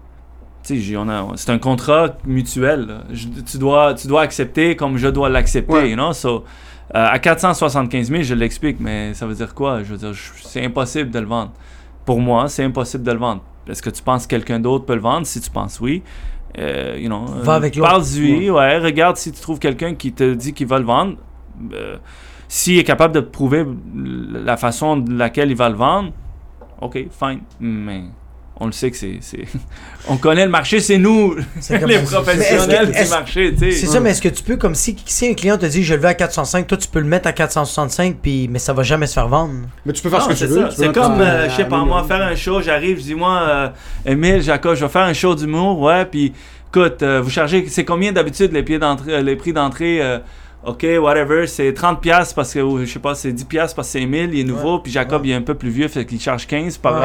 S4: tu sais, on a, c'est un contrat mutuel. Je, tu, dois, tu dois accepter comme je dois l'accepter, ouais. you know? So, euh, à quatre cent soixante-quinze mille, je l'explique, mais ça veut dire quoi? Je veux dire, je, c'est impossible de le vendre. Pour moi, c'est impossible de le vendre. Est-ce que tu penses que quelqu'un d'autre peut le vendre? Si tu penses oui, euh, you know,
S2: va avec l'autre.
S4: Parle-lui, ouais, regarde si tu trouves quelqu'un qui te dit qu'il va le vendre. Euh, s'il est capable de te prouver la façon de laquelle il va le vendre, ok, fine. Mais on le sait que c'est... c'est... on connaît le marché, c'est nous, c'est les professionnels que, du marché. Tu sais.
S2: C'est ça, mais est-ce que tu peux, comme si, si un client te dit je le veux à quatre cent cinq, toi tu peux le mettre à quatre cent soixante-cinq, puis, mais ça va jamais se faire vendre.
S3: Mais tu peux faire non,
S4: c'est
S3: ce que tu veux.
S4: Tu c'est comme, euh, je sais pas, moi, faire un show, j'arrive, je dis moi, euh, Émile, Jacob, je vais faire un show d'humour, ouais, puis écoute, euh, vous chargez, c'est combien d'habitude les, pieds d'entrée, les prix d'entrée euh, ok, whatever, c'est trente dollars parce que, je sais pas, c'est dix dollars parce que c'est Émile, il est nouveau, ouais. Puis Jacob, ouais. Il est un peu plus vieux, fait qu'il charge quinze par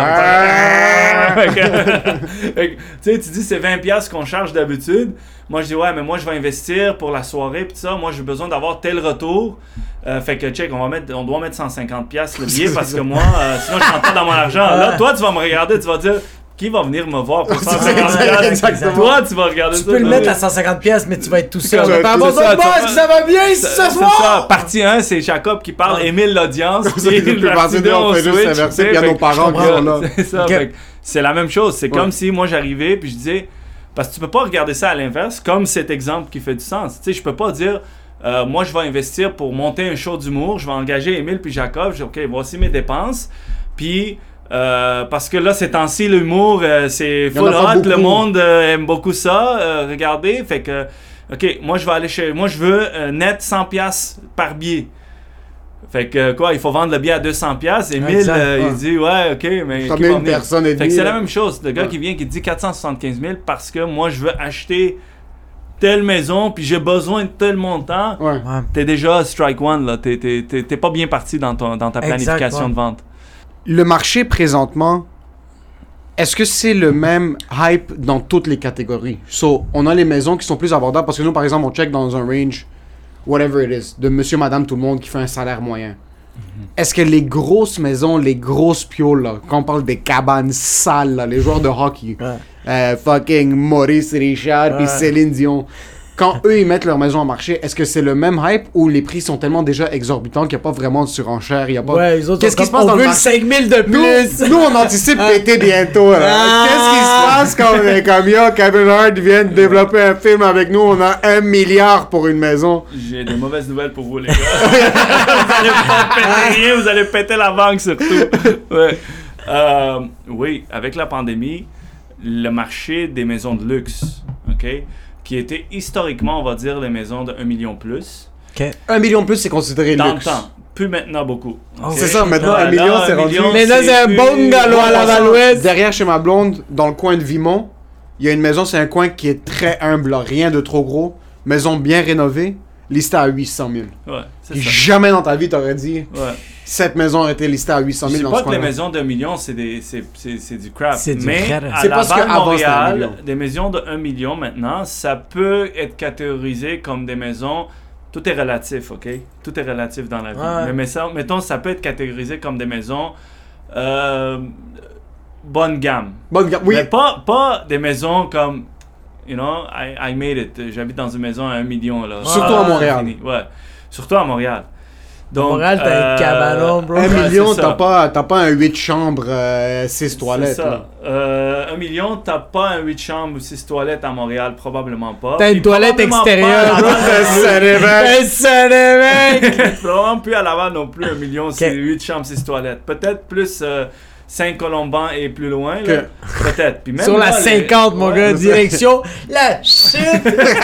S4: ouais. Tu sais, tu dis c'est vingt dollars qu'on charge d'habitude. Moi, je dis, ouais, mais moi, je vais investir pour la soirée, pis ça. Moi, j'ai besoin d'avoir tel retour. Euh, fait que, check, on, va mettre, on doit mettre cent cinquante dollars le billet parce que moi, euh, sinon, je rentre pas dans mon argent. Là, toi, tu vas me regarder, tu vas dire... Qui va venir me voir pour cent cinquante dollars? Toi, tu vas regarder
S2: tu
S4: ça.
S2: Tu peux le mettre à cent cinquante dollars, mais tu vas être tout seul. Tu vas faire bon ça, boss, ça va bien ici ce soir? C'est ça.
S4: Partie un, c'est Jacob qui parle, Émile l'audience.
S3: Puis partie deux, on fait juste s'inverser, puis il y a nos parents qui sont là.
S4: C'est ça. C'est la même chose. C'est comme si moi, j'arrivais, puis je disais... Parce que tu peux pas regarder ça à l'inverse, comme cet exemple qui fait du sens. Tu sais, je peux pas dire... Euh, moi, je vais investir pour monter un show d'humour. Je vais engager Émile puis Jacob. Je dis, OK, voici mes dépenses. Puis... Euh, parce que là, ces temps-ci, l'humour, euh, c'est full hot, le monde euh, aime beaucoup ça, euh, regardez, fait que, ok, moi je vais aller chez, moi je veux euh, net cent dollars par billet. Fait que quoi, il faut vendre le billet à deux cents dollars, et Émile, euh, ouais. Il dit, ouais, ok, mais qui va venir? Fait que c'est la même chose, le gars ouais. Qui vient, qui dit quatre cent soixante-quinze mille parce que moi je veux acheter telle maison, puis j'ai besoin de tel montant, ouais. T'es déjà strike one, là, t'es, t'es, t'es, t'es pas bien parti dans, ton, dans ta planification exact, ouais. De vente.
S3: Le marché présentement, est-ce que c'est le même hype dans toutes les catégories? So, on a les maisons qui sont plus abordables parce que nous, par exemple, on check dans un range, whatever it is, de monsieur, madame, tout le monde qui fait un salaire moyen. Mm-hmm. Est-ce que les grosses maisons, les grosses pioles, là, quand on parle des cabanes sales, là, les joueurs de hockey, ouais. euh, fucking Maurice Richard puis ouais. Céline Dion, quand eux, ils mettent leur maison en marché, est-ce que c'est le même hype ou les prix sont tellement déjà exorbitants qu'il n'y a pas vraiment de surenchère? Il y a pas...
S2: Ouais, les autres, qu'est-ce qui se passe dans le marché? cinq mille de plus!
S3: Nous, nous on anticipe péter bientôt. Là. Ah! Qu'est-ce qui se passe quand on est comme yo, Kevin Hart vient de développer un film avec nous, on a un milliard pour une maison?
S4: J'ai de mauvaises nouvelles pour vous, les gars. Vous allez pas péter rien, vous allez péter la banque surtout. Ouais. Euh, oui, avec la pandémie, le marché des maisons de luxe, OK? Qui étaient historiquement, on va dire, les maisons de un million plus.
S3: Okay. un million plus, c'est considéré
S4: dans
S3: luxe.
S4: Dans le temps. Plus maintenant, beaucoup.
S3: Okay. C'est ça, maintenant, un million, c'est rendu...
S2: Maintenant, c'est un bungalow à la Val-Ouest.
S3: Derrière chez ma blonde, dans le coin de Vimont, il y a une maison, c'est un coin qui est très humble, là, rien de trop gros. Maison bien rénovée, listée à huit cent mille.
S4: Ouais, c'est
S3: et
S4: ça.
S3: Jamais dans ta vie, t'aurais dit...
S4: Ouais.
S3: Cette maison a été listée à huit cent mille dans ce coin.
S4: Je sais pas que les maisons de un million, c'est, des, c'est, c'est, c'est du crap.
S2: C'est du
S4: mais
S2: crap.
S4: à
S3: c'est parce
S4: Laval, Montréal, des maisons de un million maintenant, ça peut être catégorisé comme des maisons... Tout est relatif, OK? Tout est relatif dans la vie. Ouais. Mais mettons, ça peut être catégorisé comme des maisons euh, bonne gamme.
S3: Bonne gamme, oui.
S4: Mais pas, pas des maisons comme... You know, I, I made it. J'habite dans une maison à un million. Là.
S3: Surtout ah, à Montréal.
S4: Fini. Ouais. Surtout à Montréal. Donc,
S2: Montréal, t'as
S4: euh,
S2: un cabanon, bro.
S3: Un
S4: Ouais,
S3: million,
S4: c'est
S3: t'as
S4: ça.
S3: pas, t'as pas un huit chambres, euh, six toilettes.
S4: C'est
S3: là.
S4: ça. Euh, un million, t'as pas un huit chambres ou six toilettes à Montréal, probablement pas.
S2: T'as une
S4: Puis
S2: toilette
S4: probablement
S2: extérieure,
S4: pas à
S2: bro.
S4: Laval non plus.
S3: Ça réveille.
S2: Un seul mec!
S4: Probablement plus à Laval non plus, un million, c'est
S2: Ok.
S4: huit chambres, six toilettes. Peut-être plus euh, Saint-Colomban et plus loin, là. Peut-être. Puis même
S2: Sur la
S4: là, les-
S2: cinquante, mon
S4: Ouais,
S2: gars,
S4: c'est ça.
S2: direction la chute!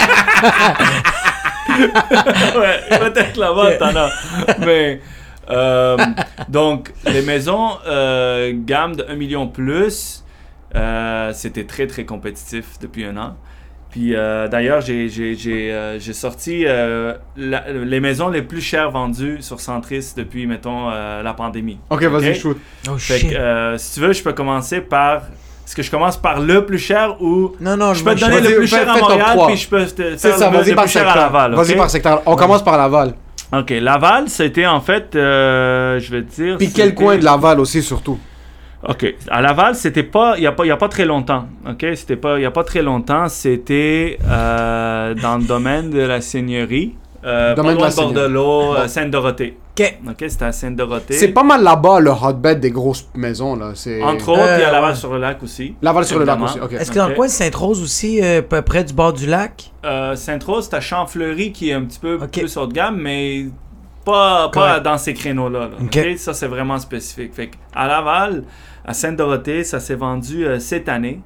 S4: Ouais, peut-être là-bas, t'en as. Mais, euh, donc, les maisons euh, gamme de un million plus, euh, c'était très, très compétitif depuis un an. Puis, euh, d'ailleurs, j'ai, j'ai, j'ai, euh, j'ai sorti euh, la- les maisons les plus chères vendues sur Centris depuis, mettons, euh, la pandémie.
S3: Ok, vas-y,
S4: Ok?
S3: shoot.
S2: Oh
S4: Fait
S2: shit.
S4: que, euh, si tu veux, je peux commencer par... Est-ce que je commence par le plus cher ou...
S2: Non, non,
S4: Je peux te
S2: je
S4: donner
S3: Vas-y,
S4: le plus
S3: fais-
S4: cher à
S3: fais top
S4: Montréal,
S3: trois.
S4: puis je peux te
S3: C'est
S4: faire
S3: ça,
S4: le,
S3: vas-y
S4: le
S3: par
S4: plus cher à
S3: secteur.
S4: Laval.
S3: Vas-y
S4: ok?
S3: par secteur. On commence par Laval.
S4: Ok, Laval, c'était en fait, euh, je vais te dire...
S3: Puis quel
S4: c'était-
S3: coin de Laval aussi, surtout.
S4: Ok, à Laval, c'était pas, il y a pas, il y a pas très longtemps. Ok, c'était pas, il y a pas très longtemps, c'était euh, dans le domaine de la seigneurie, euh,
S3: Domaine
S4: pas
S3: de
S4: loin
S3: la
S4: de Bordelot,
S3: Bon.
S4: euh, Sainte-Dorothée.
S2: Ok.
S4: Ok, c'était à Sainte-Dorothée.
S3: C'est pas mal là-bas le hotbed des grosses maisons, là. C'est...
S4: Entre autres,
S2: Euh,
S4: il y a Laval
S2: ouais.
S4: sur le lac aussi.
S3: Laval sur le lac
S4: évidemment.
S3: aussi, ok.
S2: Est-ce que dans le
S4: Ok.
S2: coin de Sainte-Rose aussi, euh, peu près du bord du lac?
S4: Euh, Sainte-Rose, t'as Champfleury qui est un petit peu
S2: Ok.
S4: plus haut de gamme, mais pas, pas
S2: Correct.
S4: dans ces créneaux-là. là,
S2: Ok.
S4: ok? Ça, c'est vraiment spécifique. Fait à Laval, à Sainte-Dorothée, ça s'est vendu euh, cette année.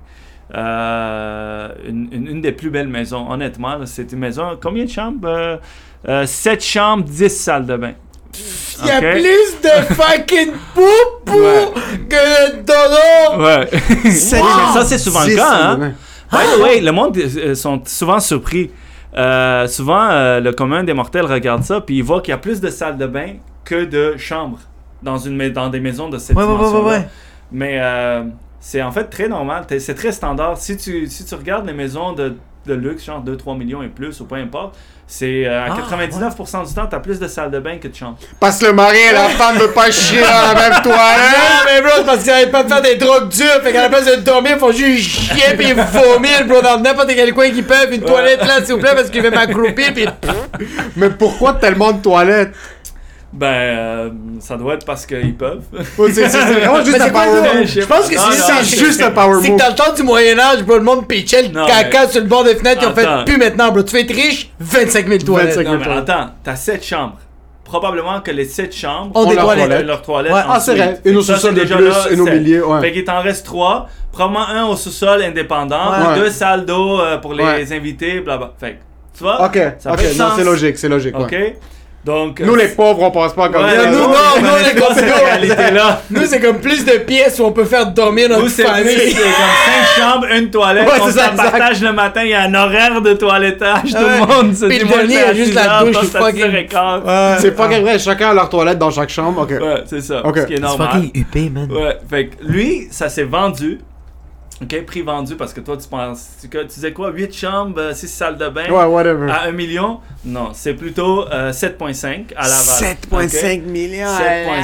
S4: Euh, une, une, une des plus belles maisons, honnêtement. là. C'est une maison, combien de chambres? Euh, euh, sept chambres, dix salles de bain.
S2: Il y a
S4: Ok?
S2: plus de fucking poupou
S4: Ouais.
S2: que de dodo!
S4: Ouais. Oui, mais ça, c'est souvent le
S3: Dix
S4: cas.
S3: salles de
S4: Hein?
S3: bain.
S4: By the way, le monde euh, sont souvent surpris. Euh, souvent, euh, le commun des mortels regarde ça, puis il voit qu'il y a plus de salles de bain que de chambres dans, une, mais- dans des maisons de cette
S2: Ouais, ouais, ouais,
S4: dimension-là.
S2: ouais, ouais.
S4: Mais euh, c'est en fait très normal, T'es- c'est très standard. Si tu, si tu regardes les maisons de, de luxe, genre deux trois millions et plus, ou peu importe, c'est euh, à
S2: Ah,
S4: quatre-vingt-dix-neuf pour cent du temps, tu as plus de salles de bain que de chambres.
S3: Parce que le mari et la femme ne veulent pas chier dans la même toilette.
S2: Ah, mais bro, c'est parce qu'ils arrêtent pas de faire des drogues dures, fait qu'à la place de dormir, ils font juste chier pis vomir, bro, dans n'importe quel coin qu'ils peuvent. Une toilette là, s'il vous plaît, parce qu'ils veulent m'accroupir pis.
S3: Mais pourquoi tellement de toilettes?
S4: Ben, euh, ça doit être parce qu'ils peuvent.
S3: Ouais, C'est c'est- c'est vraiment juste
S2: Mais
S3: un
S2: c'est quoi,
S3: power
S2: ça?
S3: move.
S2: Je pense que
S4: Non,
S2: c'est
S4: non,
S2: ça.
S3: C'est juste un power
S2: C'est que
S3: move.
S2: dans le temps du Moyen-Âge, bro, le monde pitchait le
S4: Non,
S2: caca
S4: mais-
S2: sur le bord des fenêtres, ils ont
S4: Attends.
S2: fait plus maintenant, bro. Tu fais être riche, vingt-cinq mille toilettes.
S3: vingt-cinq
S4: Non,
S3: mille
S4: mais attends, t'as sept chambres. Probablement que les sept chambres
S2: Ont des
S3: leur
S2: toilettes.
S3: toilette.
S4: leurs toilettes.
S2: Ouais.
S4: en
S3: Ah, c'est
S4: suite.
S3: vrai. Une au
S4: Ça,
S3: sous-sol
S4: c'est
S3: de
S4: déjà
S3: plus,
S4: là,
S3: une au
S4: sept.
S3: milieu, ouais.
S4: Fait qu'il t'en reste trois. Probablement un au sous-sol indépendant.
S3: Ouais.
S4: Deux salles d'eau euh, pour les
S3: Ouais.
S4: invités, blablabla. Fait que, tu vois?
S3: Ok,
S4: Ça
S3: ok,
S4: fait
S3: non,
S4: sens.
S3: c'est logique, c'est logique.
S4: Ok?
S3: ouais.
S4: Donc.
S3: Nous,
S4: euh,
S3: les pauvres, on pense pas comme
S4: Ouais,
S3: ça.
S2: nous,
S4: nous,
S2: non,
S4: on
S2: nous,
S4: connaît
S2: les
S4: pas
S2: gars,
S4: cette
S2: nous.
S4: réalité-là.
S2: Nous, c'est comme plus de pièces où on peut faire dormir
S4: Nous,
S2: notre
S4: c'est plus,
S2: famille.
S4: c'est comme cinq chambres, une toilette.
S3: Ouais,
S4: on
S3: c'est
S4: se
S3: ça,
S4: la
S3: exact.
S4: partage le matin. Il y a un horaire de toilettage. Tout
S2: Ouais.
S4: le monde se
S2: Puis
S4: dit,
S2: le
S4: moi,
S2: dernier,
S4: je
S2: il y a
S4: fais à
S2: juste
S4: six
S2: la
S4: heures,
S2: douche,
S4: toi,
S2: je
S4: c'est à six heures
S2: fucking-
S4: et quart.
S3: C'est pas vrai, chacun a leur toilette dans chaque chambre. Ok.
S4: Ouais, c'est ça.
S3: Ok.
S4: Ce qui est
S2: C'est
S4: normal.
S2: fucking huppé, man.
S4: Ouais, fait que lui, ça s'est vendu. Ok, prix vendu parce que toi, tu penses. Tu, tu disais quoi? huit chambres, six salles de bain
S3: Ouais, whatever.
S4: à un million? Non, c'est plutôt euh, sept virgule cinq à Laval.
S3: sept virgule cinq millions.
S4: sept virgule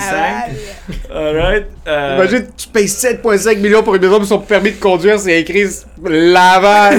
S4: cinq. Alright. Euh,
S3: Imagine, tu payes sept virgule cinq millions pour une maison, mais son permis de conduire, c'est écrit Laval.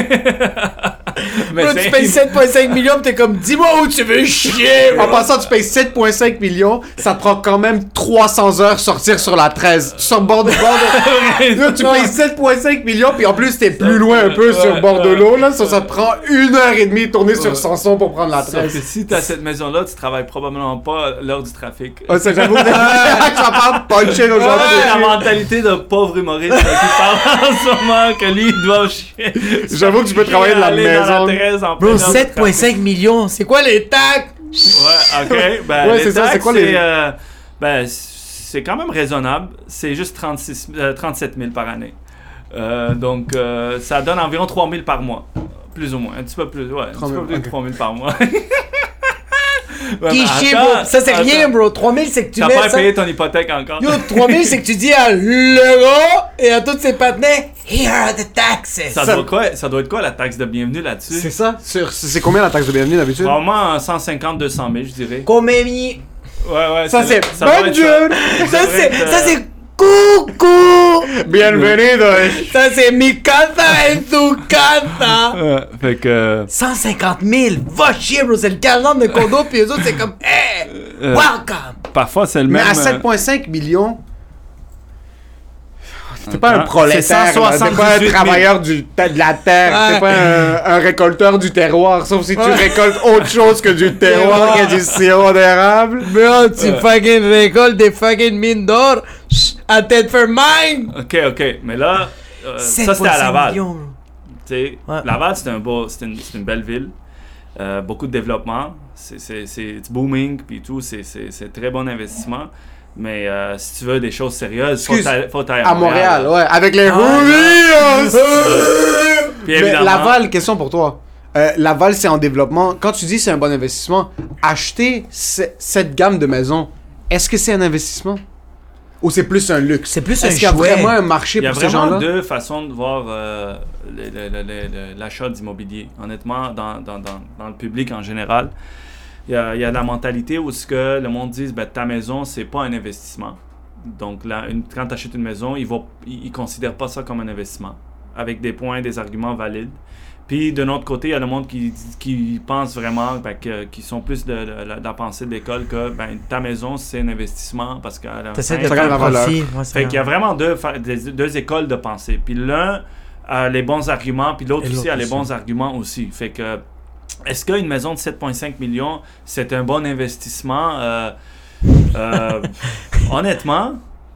S4: mais
S2: Bro,
S4: c'est-
S2: tu payes sept virgule cinq millions pis t'es comme, dis-moi où tu veux chier, bro.
S3: En passant, tu payes sept virgule cinq millions, ça te prend quand même trois cents heures sortir sur la treize. Tu sors bord de bord de... Là, tu payes sept virgule cinq millions, puis en plus, t'es plus loin un peu
S4: Ouais,
S3: sur bord de
S4: ouais.
S3: l'eau, là. Ça, ça te prend une heure et demie de tourner sur
S4: Ouais.
S3: Sanson pour prendre la
S4: Sauf que
S3: treize.
S4: si t'as cette maison-là, tu travailles probablement pas l'heure du trafic.
S3: Ah, ça, j'avoue, que tu vas pas puncher nos gens.
S4: Ouais, la mentalité de pauvre humoriste là, qui parle en ce moment que lui il doit chier.
S3: J'avoue que tu peux travailler de la
S4: Aller dans
S3: maison.
S4: la Thérèse en
S2: Bro,
S4: pleine heure du
S2: sept virgule cinq millions, c'est quoi les taxes?
S4: Ouais, ok. Ben,
S3: Ouais,
S4: les
S3: c'est ça,
S4: taxes,
S3: c'est quoi les-
S4: euh, ben, c'est quand même raisonnable. C'est juste trente-six, euh, trente-sept mille par année. Euh, donc, euh, ça donne environ trois mille par mois. Plus ou moins. Un petit peu plus. Ouais, un petit peu plus
S3: ok.
S4: de trois mille par mois. Ouais,
S2: Qui
S4: mais
S2: chie,
S4: attends,
S2: bro? Ça, c'est
S4: attends.
S2: rien, bro. trois mille, c'est que tu
S4: T'as
S2: mets
S4: pas
S2: ça.
S4: payé ton hypothèque encore.
S2: Yo, trois mille, c'est que tu dis à l'euro et à tous ses partenaires, here are the taxes.
S4: Ça,
S3: Ça-
S4: doit quoi, ça doit être quoi la taxe de bienvenue là-dessus?
S3: C'est ça? Sur- C'est combien la taxe de bienvenue d'habitude?
S4: Probablement cent cinquante à deux cent mille, je dirais.
S2: Combien mi-
S4: Ouais, ouais.
S3: Ça, c'est
S4: ça doit être
S3: Bonjour!
S4: ça.
S2: Ça,
S4: devrait
S2: c'est,
S4: être,
S2: ça,
S4: euh,
S2: c'est Coucou!
S3: Bienvenido!
S2: Ça, c'est mi casa en tu casa!
S4: Euh, fait que.
S2: cent cinquante mille! Va chier, bro! C'est le quinze de condo, puis eux autres, c'est comme, hey!
S4: Euh,
S2: Welcome!
S4: Parfois, c'est le
S3: Mais
S4: même.
S3: à sept virgule cinq millions, t'es pas un prolétaire,
S4: C'est
S3: là. T'es pas un
S4: cent soixante-dix-huit
S3: travailleur du, de la terre,
S2: Ouais.
S3: t'es pas un, un récolteur du terroir, sauf si tu
S2: Ouais.
S3: récoltes autre chose que du terroir, que du sirop d'érable.
S2: Bro, tu fucking récoltes des fucking mines d'or à tête for mine!
S4: Ok, ok. Mais là, euh, ça, c'était à Laval. Tu sais,
S2: Ouais.
S4: Laval, c'est un beau, c'est une, c'est une belle ville. Euh, beaucoup de développement. C'est, c'est, c'est it's booming, puis tout. C'est, c'est, c'est très bon investissement. Mais euh, si tu veux des choses sérieuses, faut
S3: Excuse,
S4: t'aller, faut t'aller
S3: À Montréal,
S4: là.
S3: ouais, avec les
S2: Ah,
S3: Hooligans!
S4: Puis
S3: Mais
S4: évidemment,
S3: Laval, question pour toi. Euh, Laval, c'est en développement. Quand tu dis c'est un bon investissement, acheter ce- cette gamme de maisons, est-ce que c'est un investissement? Ou c'est plus un luxe?
S2: C'est plus
S3: Est-ce
S2: un
S3: qu'il y a
S2: jouet.
S3: vraiment un marché
S4: il y a
S3: pour ces
S4: vraiment
S3: gens-là?
S4: deux façons de voir euh, le- le- le- le- le- l'achat d'immobilier. Honnêtement, dans, dans, dans, dans le public en général, il y a, il y a la mentalité où ce que le monde dit, ben, ta maison, c'est pas un investissement. Donc, là, une- quand tu achètes une maison, ils ne ils, ils considèrent pas ça comme un investissement, avec des points, des arguments valides. Puis, de notre côté, il y a le monde qui, qui pense vraiment, ben, que, qui sont plus de, de, de la pensée de l'école que ben, ta maison, c'est un investissement parce qu'elle a un
S2: T'essaies de
S4: certain-
S3: regarde
S2: faire
S3: la valeur.
S2: profit. Ouais, c'est
S4: fait qu'il y a
S2: vrai.
S4: vraiment deux, fa- des- deux écoles de pensée. Puis l'un a les bons arguments, puis l'autre
S2: Et
S4: aussi
S2: l'autre
S4: a les
S2: aussi.
S4: bons arguments aussi. Fait que, est-ce qu'une maison de sept virgule cinq millions, c'est un bon investissement? Euh, euh, honnêtement,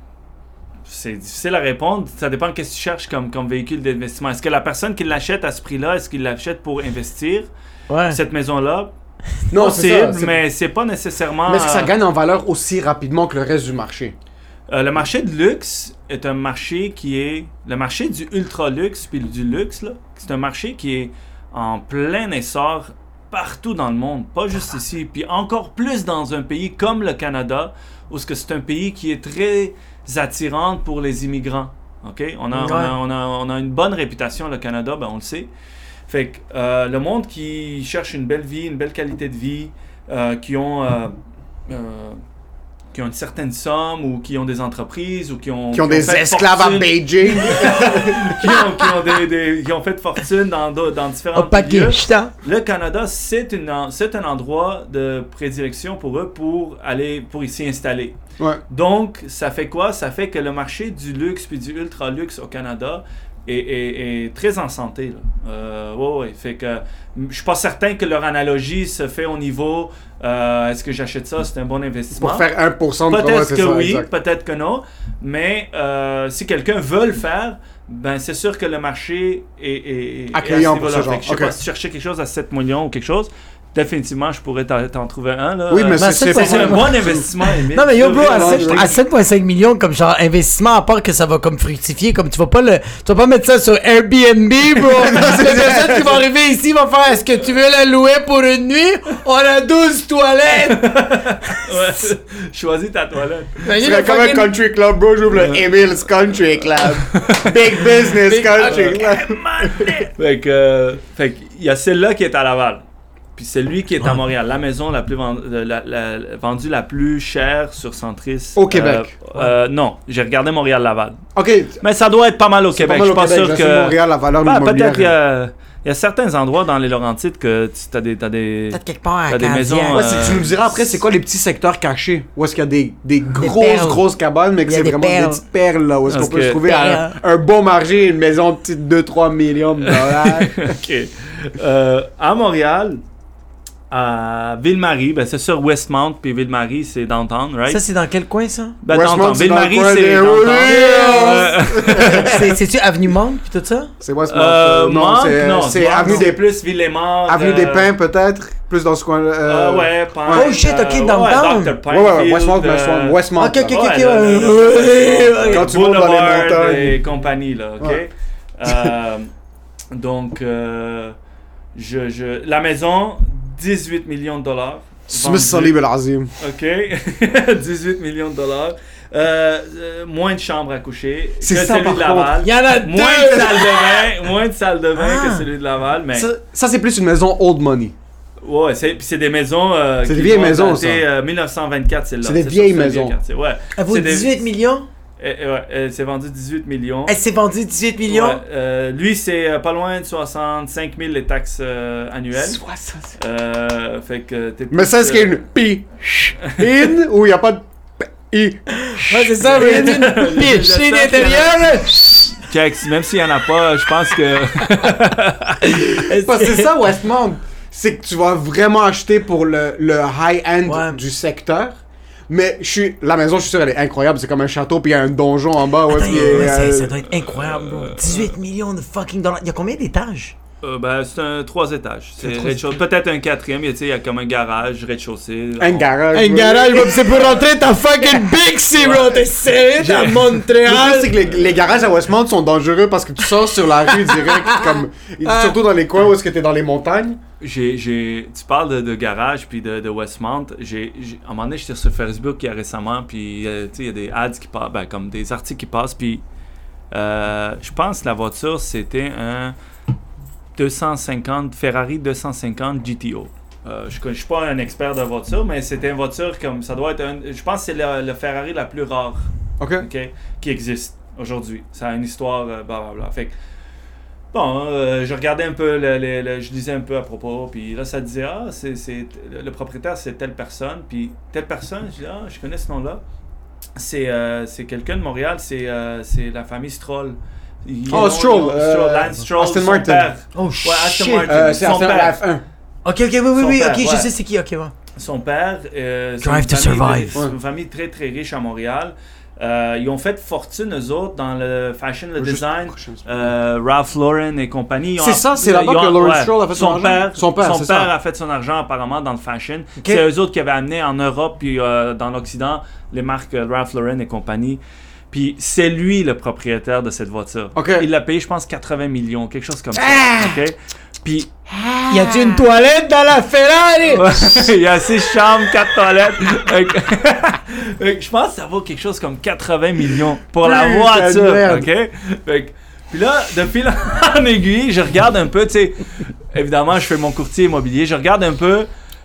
S4: c'est difficile à répondre. Ça dépend de ce que tu cherches comme, comme véhicule d'investissement. Est-ce que la personne qui l'achète à ce prix-là, est-ce qu'il l'achète pour investir
S2: Ouais.
S4: cette maison-là?
S3: Non, c'est ça.
S4: Possible,
S3: c'est-
S4: mais c'est pas nécessairement...
S3: Mais est-ce que ça
S4: euh,
S3: gagne en valeur aussi rapidement que le reste du marché?
S4: Euh, le marché de luxe est un marché qui est... Le marché du ultra-luxe puis du luxe, là, c'est un marché qui est en plein essor partout dans le monde, pas juste ici. Puis encore plus dans un pays comme le Canada, où ce que c'est un pays qui est très attirant pour les immigrants. OK? On a,
S2: Ouais.
S4: on a, on a, on a une bonne réputation, le Canada, ben on le sait. Fait que euh, le monde qui cherche une belle vie, une belle qualité de vie, euh, qui ont... euh, euh, qui ont une certaine somme ou qui ont des entreprises ou qui ont,
S3: Qui ont des
S4: fait
S3: esclaves à
S4: fortune,
S3: Beijing?
S4: qui, ont, qui, ont des, des- qui ont fait fortune dans, dans, dans différents
S2: Au Pakistan.
S4: Le Canada, c'est, une, en- c'est un endroit de prédilection pour eux pour aller pour s'y installer.
S3: Ouais.
S4: Donc, ça fait quoi? Ça fait que le marché du luxe puis du ultra-luxe au Canada est, est- est très en santé. Là. Euh, ouais, ouais. Fait que je suis pas certain que leur analogie se fait au niveau euh, est-ce que j'achète ça? C'est un bon investissement.
S3: Pour faire un pour cent de
S4: Peut-être
S3: progrès, c'est
S4: que
S3: ça,
S4: oui,
S3: exact.
S4: peut-être que non. Mais euh, si quelqu'un veut le faire, ben c'est sûr que le marché est, est, est
S3: Accueillant
S4: à
S3: pour
S4: ce
S3: ce
S4: niveau-là.
S3: genre.
S4: Fait que Je sais
S3: Ok.
S4: pas si tu cherchais quelque chose à sept millions ou quelque chose. Définitivement, je pourrais t'en, t'en trouver un. Là.
S3: Oui, mais
S4: Euh,
S3: c'est
S2: ça,
S3: c'est
S2: ça,
S4: c'est un
S3: pas-
S4: bon investissement, Émile.
S2: Non mais yo
S4: C'est
S2: bro, à
S4: vraiment-
S2: sept- à sept virgule cinq millions comme genre investissement, à part que ça va comme fructifier, comme tu vas pas le, tu vas pas mettre ça sur Airbnb, bro. La personne qui va arriver ici va faire, est-ce que tu veux la louer pour une nuit? On a douze toilettes.
S4: Ouais. Choisis ta toilette.
S3: C'est comme un country club, bro. J'ouvre le Emil's Country Club. Big business
S2: Big-
S3: country club.
S4: Fait que, euh, fait que, il y a celle-là qui est à Laval. Puis c'est lui qui est à Montréal. La maison la plus vend- euh, la, la- la- vendue la plus chère sur Centris.
S3: Au Québec.
S4: Euh, euh, non, j'ai regardé Montréal-Laval.
S3: Ok.
S4: Mais ça doit être pas mal au
S3: C'est pas
S4: Québec.
S3: mal
S4: Je
S3: au
S4: suis pas
S3: Québec,
S4: sûr
S3: je sais,
S4: que.
S3: Montréal, la valeur
S4: Ben,
S3: immobilière.
S4: peut-être qu'il y a, il y a certains endroits dans les Laurentides que tu as des, t'as des.
S2: Peut-être quelque part à
S4: T'as des
S2: Canadien.
S4: maisons,
S3: Ouais,
S4: euh,
S3: si tu nous diras après, c'est quoi les petits secteurs cachés? Où est-ce qu'il y a des, des grosses,
S2: perles.
S3: grosses cabanes, mais que
S2: Il y a
S3: c'est
S2: des
S3: vraiment
S2: perles.
S3: des petites perles, là. Où est-ce
S4: Parce
S3: qu'on peut
S4: que-
S3: se trouver à un, un bon marché, une maison petite deux trois millions de dollars?
S4: Ok. Euh, à Montréal, à Ville-Marie, ben c'est sur Westmount, puis Ville-Marie, c'est downtown, right?
S2: Ça c'est dans quel coin ça?
S4: Ben,
S3: Westmount,
S4: downtown.
S3: c'est dans le
S4: Ville-Marie,
S3: coin
S4: c'est
S3: des
S4: downtown.
S3: Hooligans.
S2: C'est- C'est-tu Avenue Mont pis tout ça?
S3: C'est Westmount.
S4: Euh,
S3: euh, non,
S4: Manque,
S3: c'est
S4: non,
S3: c'est
S4: Manque,
S3: Avenue
S4: c'est
S3: des
S4: plus Villemort.
S3: Avenue
S4: euh,
S3: des Pins, peut-être? Plus dans ce coin-là.
S4: Ah
S3: euh,
S4: ouais, Pins,
S2: Oh shit, ok,
S4: euh,
S2: downtown.
S4: ouais, docteur
S3: Ouais, ouais, ouais,
S4: Pinefield,
S3: Westmount,
S4: euh,
S3: Westmount, Westmount.
S2: Ok, ok,
S3: là.
S2: ok,
S4: Ouais,
S2: ok.
S4: le-
S2: ouais,
S4: le-
S2: ouais, ouais,
S3: Quand tu montes dans les
S4: Boulevard
S3: montagnes.
S4: et compagnie, là, ok?
S3: Ouais.
S4: Euh, donc, euh, je, je, la maison, dix-huit millions de dollars.
S3: Smith Salib El Azim.
S4: Ok, dix-huit millions de dollars. Euh, euh, moins de chambres à coucher que
S3: C'est ça,
S4: celui
S3: par
S4: de Laval.
S2: Il y en a
S4: Moins de
S2: deux!
S4: salles de bain, moins de salles de bain
S2: Ah.
S4: que celui de Laval, mais
S3: Ça, ça, c'est plus une maison old money.
S4: ouais, c'est, puis c'est des maisons. euh,
S3: C'est
S4: qui
S3: des vieilles
S4: vont
S3: maisons,
S4: dater,
S3: ça.
S4: euh, mille neuf cent vingt-quatre, c'est là.
S3: C'est des
S4: sur
S3: vieilles
S4: ce vieux
S3: maisons.
S4: quartier. Ouais.
S2: Elle vaut
S4: C'est des-
S2: dix-huit millions?
S4: Elle, ouais, elle s'est vendue dix-huit millions.
S2: Elle s'est vendue dix-huit millions?
S4: Ouais, euh, lui, c'est euh, pas loin de soixante-cinq mille les taxes euh, annuelles.
S3: soixante
S4: Euh, fait que t'es
S3: Mais ça, est-ce qu'il y a une P in ou il n'y a pas de I?
S2: Ouais, c'est ça, mais il y a une piscine intérieure.
S4: Chex, même s'il y en a pas, je pense que.
S3: Parce que c'est ça, Westmount. C'est que tu vas vraiment acheter pour le, le high-end
S2: Ouais.
S3: du secteur. Mais je suis, la maison, je suis sûr, elle est incroyable. C'est comme un château, puis il y a un donjon en bas. Ouais,
S2: Attends,
S3: puis,
S2: ouais, ça,
S3: euh,
S2: ça doit être incroyable, bro. dix-huit millions de fucking dollars. Il y a combien d'étages?
S4: Euh, ben, c'est un trois étages. C'est
S2: C'est trois
S4: rez-de-chaussée. Peut-être un quatrième. Il y a, il y a comme un garage, rez-de-chaussée.
S3: un
S4: On-
S3: garage.
S2: Un
S3: bro.
S2: garage, bro, c'est pour rentrer ta fucking Bixi, bro. T'es sérieux? T'es à
S3: Le pire,
S2: Montréal.
S3: c'est que les, les garages à Westmount sont dangereux parce que tu sors sur la rue direct, comme, surtout dans les coins où est-ce que t'es dans les montagnes.
S4: J'ai, j'ai, tu parles de, de garage puis de, de Westmount. J'ai, j'ai, à un moment donné, j'étais sur Facebook il y a récemment, puis euh, tu sais, il y a des ads qui passent, ben, comme des articles qui passent, puis euh, je pense que la voiture, c'était un deux cent cinquante, Ferrari deux cent cinquante G T O. Euh, je ne suis pas un expert de voiture, mais c'était une voiture comme, ça doit être un, je pense que c'est le, le Ferrari la plus rare,
S3: Ok.
S4: ok, qui existe aujourd'hui. Ça a une histoire, euh, blablabla. Fait que, bon, euh, je regardais un peu, le, le- le- je lisais un peu à propos, puis là, ça disait, ah, c'est, c'est, le, le propriétaire, c'est telle personne, puis telle personne, je dis, ah, je connais ce nom-là. C'est, euh, c'est quelqu'un de Montréal, c'est, euh, c'est la famille Stroll. Ils
S3: Oh,
S4: ont-
S3: Stroll,
S4: ils ont-
S3: euh,
S4: Stroll, Lance Stroll,
S3: Aston
S4: son
S3: Martin.
S4: père.
S2: Oh,
S4: Ouais, Aston
S2: shit.
S4: Martin.
S3: Euh, c'est
S4: son
S3: Aston
S4: père.
S3: F un.
S2: Ok, ok, oui, oui,
S4: Son
S2: oui,
S4: père,
S2: ok, je
S4: ouais.
S2: sais c'est qui, ok, ouais.
S4: Son père, euh, c'est
S2: Drive
S4: une
S2: to
S4: famille de-
S2: Survive.
S4: c'est une famille très très riche à Montréal. Euh, ils ont fait fortune eux autres dans le fashion, le
S3: Juste
S4: design.
S3: prochaine semaine.
S4: Euh, Ralph Lauren et compagnie. Ils ont-
S3: C'est ça, c'est
S4: ils
S3: là-bas
S4: ont-
S3: que Lawrence Stroll a fait son argent?
S4: père,
S3: Son père, c'est ça.
S4: a fait son argent apparemment dans le fashion.
S2: Ok.
S4: C'est eux autres qui avaient amené en Europe puis euh, dans l'Occident les marques euh, Ralph Lauren et compagnie. Puis c'est lui le propriétaire de cette voiture.
S3: Ok.
S4: Il l'a payé, je pense, quatre-vingts millions, quelque chose comme ça.
S3: Ah!
S4: Ok? Puis
S2: Y a-tu une toilette dans la Ferrari?
S4: ouais, il y a six chambres, quatre toilettes. Fait que- fait que je pense que ça vaut quelque chose comme quatre-vingts millions pour la
S3: Putain de
S4: voiture.
S3: merde.
S4: OK? Fait que- puis là, de fil en aiguille, je regarde un peu, tu sais, évidemment, je fais mon courtier immobilier, je regarde un peu,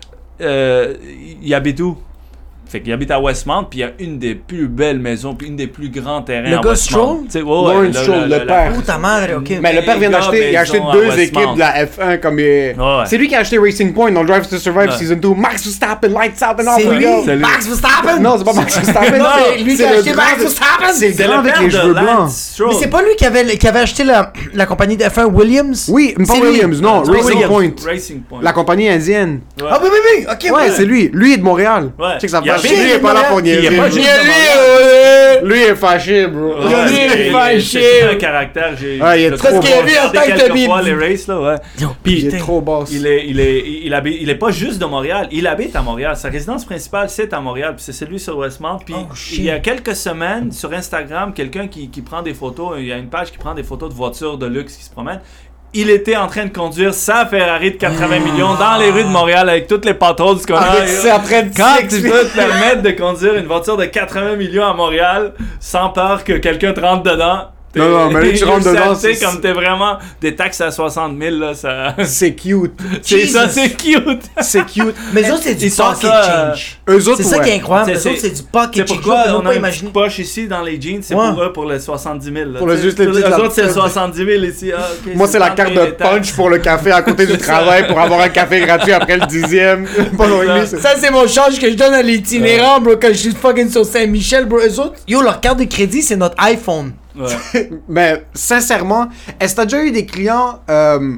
S4: euh, il habite où? Fait qu'il habite à Westmount, puis il y a une des plus belles maisons, puis une des plus grands terrains
S2: Le
S4: à
S2: gars
S4: Westmount.
S2: Stroll?
S4: Tu sais, ouais,
S3: Lawrence
S4: ouais,
S3: Stroll, le
S4: la-
S3: père.
S2: Oh, ta madre, ok.
S3: Mais le père vient
S4: Méga
S3: d'acheter, il a acheté
S4: maison à
S3: deux
S4: Westmount.
S3: équipes de la F un comme il est-
S4: Ouais.
S3: C'est lui qui a acheté Racing Point dans Drive to Survive
S4: Ouais.
S3: Season deux. Max Verstappen, lights out and off
S2: C'est
S3: we
S2: lui?
S3: go.
S4: C'est lui.
S2: Max Verstappen?
S3: Non, c'est pas Max Verstappen.
S2: Non, c'est lui qui a
S3: le
S2: acheté
S3: grand
S2: Max
S3: de-
S2: Verstappen.
S3: C'est
S4: C'est
S3: le grand
S4: le
S3: avec
S4: père
S3: les
S4: de
S3: cheveux
S4: Lance
S3: blancs.
S4: Stroll.
S2: Mais c'est pas lui qui avait, qui avait acheté la, la compagnie de F un, Williams?
S3: Oui, pas
S2: C'est lui.
S3: Williams, non,
S2: C'est pas
S3: Racing
S2: Williams.
S3: Point.
S4: Racing Point.
S3: La compagnie indienne.
S4: Ouais.
S2: Ah, oui, oui, oui, ok,
S3: Ouais, c'est lui. Lui est de Montréal.
S4: Ouais.
S3: Tu sais que ça
S4: Il y a
S3: fâche.
S4: bien
S3: Lui est pas là pour
S4: Il y a
S3: niaiser.
S4: pas juste
S3: Lui,
S4: de Montréal.
S3: lui est fâché, bro.
S4: Ouais,
S2: Il est
S4: c'est-
S2: fâché.
S4: C'est un caractère. J'ai,
S3: Ah, il est
S4: j'ai
S3: trop
S4: regardé
S3: bon.
S2: qu'il a vu en tant que
S4: quelques
S2: Tommy.
S4: fois les races là, ouais.
S2: Yo,
S4: Puis
S3: Il est trop boss.
S4: il est, il est, il habite, il est pas juste de Montréal. Il habite à Montréal. Sa résidence principale c'est à Montréal. Puis c'est celui sur Westmount. Puis
S2: Oh, shit.
S4: il y a quelques semaines sur Instagram, quelqu'un qui, qui prend des photos. Il y a une page qui prend des photos de voitures de luxe qui se promènent. Il était en train de conduire sa Ferrari de quatre-vingts millions dans les rues de Montréal avec toutes les patrouilles qu'on a.
S3: Avec c'est après de
S4: Quand
S3: six-
S4: tu peux te permettre de conduire une voiture de quatre-vingts millions à Montréal sans peur que quelqu'un te rentre dedans. t'es-
S3: Non, non, mais là, tu
S4: you're
S3: rentres
S4: set,
S3: dedans,
S4: tu sais,
S3: c'est-
S4: comme t'es vraiment des taxes à soixante mille, là, ça.
S3: C'est cute.
S4: C'est ça,
S2: Jesus.
S4: c'est cute.
S3: C'est cute.
S2: Mais eux autres, c'est du
S4: Ils sont
S2: pocket
S4: ça,
S2: change.
S3: Eux autres,
S2: C'est ça
S3: ouais.
S2: qui est incroyable.
S4: C'est-
S2: Eux autres,
S4: c'est-
S2: c'est du pocket
S4: C'est
S2: change.
S4: pourquoi
S2: Je peux
S4: on
S2: même
S4: a
S2: pas
S4: une
S2: imaginer.
S4: petite poche ici dans les jeans, c'est
S2: Ouais.
S4: pour eux pour les soixante-dix mille. là,
S3: Pour le
S4: tu sais.
S3: juste les
S4: Eux
S3: petites
S4: autres, c'est le
S3: laptops.
S4: soixante-dix mille ici. Ah, ok,
S3: Moi, c'est la carte de punch pour le café à côté du
S4: C'est ça.
S3: travail pour avoir un café gratuit après le dixième. Pas loin de lui, c'est-
S2: Ça, c'est mon change que je donne à l'itinérant, bro, quand je suis fucking sur Saint-Michel, bro. Eux autres, yo, leur carte de crédit, c'est notre iPhone.
S4: Ouais.
S3: Mais sincèrement, est-ce que t'as déjà eu des clients euh,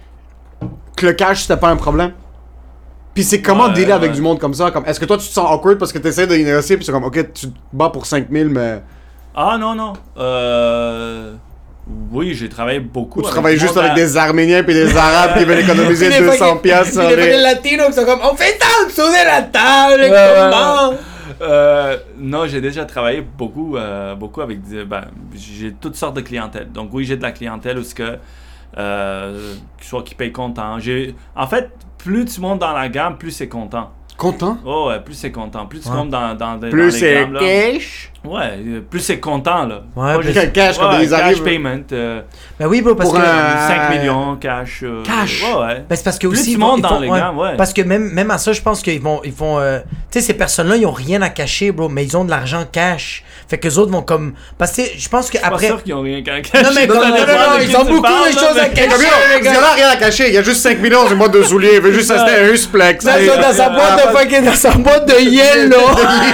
S3: que le cash c'était pas un problème? Puis c'est comment
S4: Ouais,
S3: dealer avec
S4: ouais.
S3: du monde comme ça? Comme, est-ce que toi tu te sens awkward parce que t'essaies de négocier puis c'est comme ok tu te bats pour cinq mille mais.
S4: Ah non, non. Euh... Oui, j'ai travaillé beaucoup.
S3: Ou tu
S4: avec
S3: travailles
S4: du
S3: juste
S4: monde
S3: avec
S4: à-
S3: des Arméniens puis des Arabes qui veulent économiser
S2: Puis les
S3: deux cents
S2: fucking-
S3: piastres sur
S2: puis les fucking
S3: les.
S2: latinos qui sont comme, on fait ça en dessous de la table,
S4: Ouais, ouais,
S2: comment?
S4: Euh, non, j'ai déjà travaillé beaucoup, euh, beaucoup avec. des- Ben, j'ai toutes sortes de clientèle. Donc oui, j'ai de la clientèle où ce que euh, soit qui paye content. J'ai, en fait, plus tu montes dans la gamme, plus c'est content.
S3: Content?
S4: Oh ouais, plus c'est content. Plus tu
S2: Ouais.
S4: montes dans, dans, dans
S3: Plus
S4: les
S3: c'est
S4: gammes là.
S3: cash.
S4: Ouais, plus c'est content, là.
S2: Ouais,
S3: pas juste cash, comme ils
S4: cash
S3: arrivent.
S4: payment. Euh,
S2: ben oui, bro, parce
S3: pour
S2: que...
S3: un-
S4: cinq millions, cash. Euh,
S2: Cash.
S4: Ouais, ouais.
S2: Ben, c'est parce que
S4: Plus
S2: aussi
S4: tu
S2: ils vont-
S4: montes
S2: ils
S4: dans
S2: font-
S4: les
S2: ouais.
S4: gammes, ouais.
S2: Parce que même, même à ça, je pense qu'ils vont, ils vont, euh, tu sais, ces personnes-là, ils ont rien à cacher, bro, mais ils ont de l'argent cash. Fait que les autres vont comme, parce que je pense que
S4: Je suis
S2: après.
S4: pas sûr qu'ils ont rien qu'à cacher.
S2: Non, mais comme-
S4: Ça
S2: non,
S4: dépend
S2: non, non,
S4: de
S2: ils
S4: qui
S2: ont
S4: tu
S2: beaucoup
S4: parles,
S2: de
S4: là,
S2: choses à
S4: mais-
S2: cacher.
S3: Comme yo, il y en a rien à cacher. Il y a juste cinq millions, j'ai pas de souliers. Il veut juste acheter un Husplex.
S2: Dans, sa- dans sa boîte de fucking, dans sa boîte de Yale, là.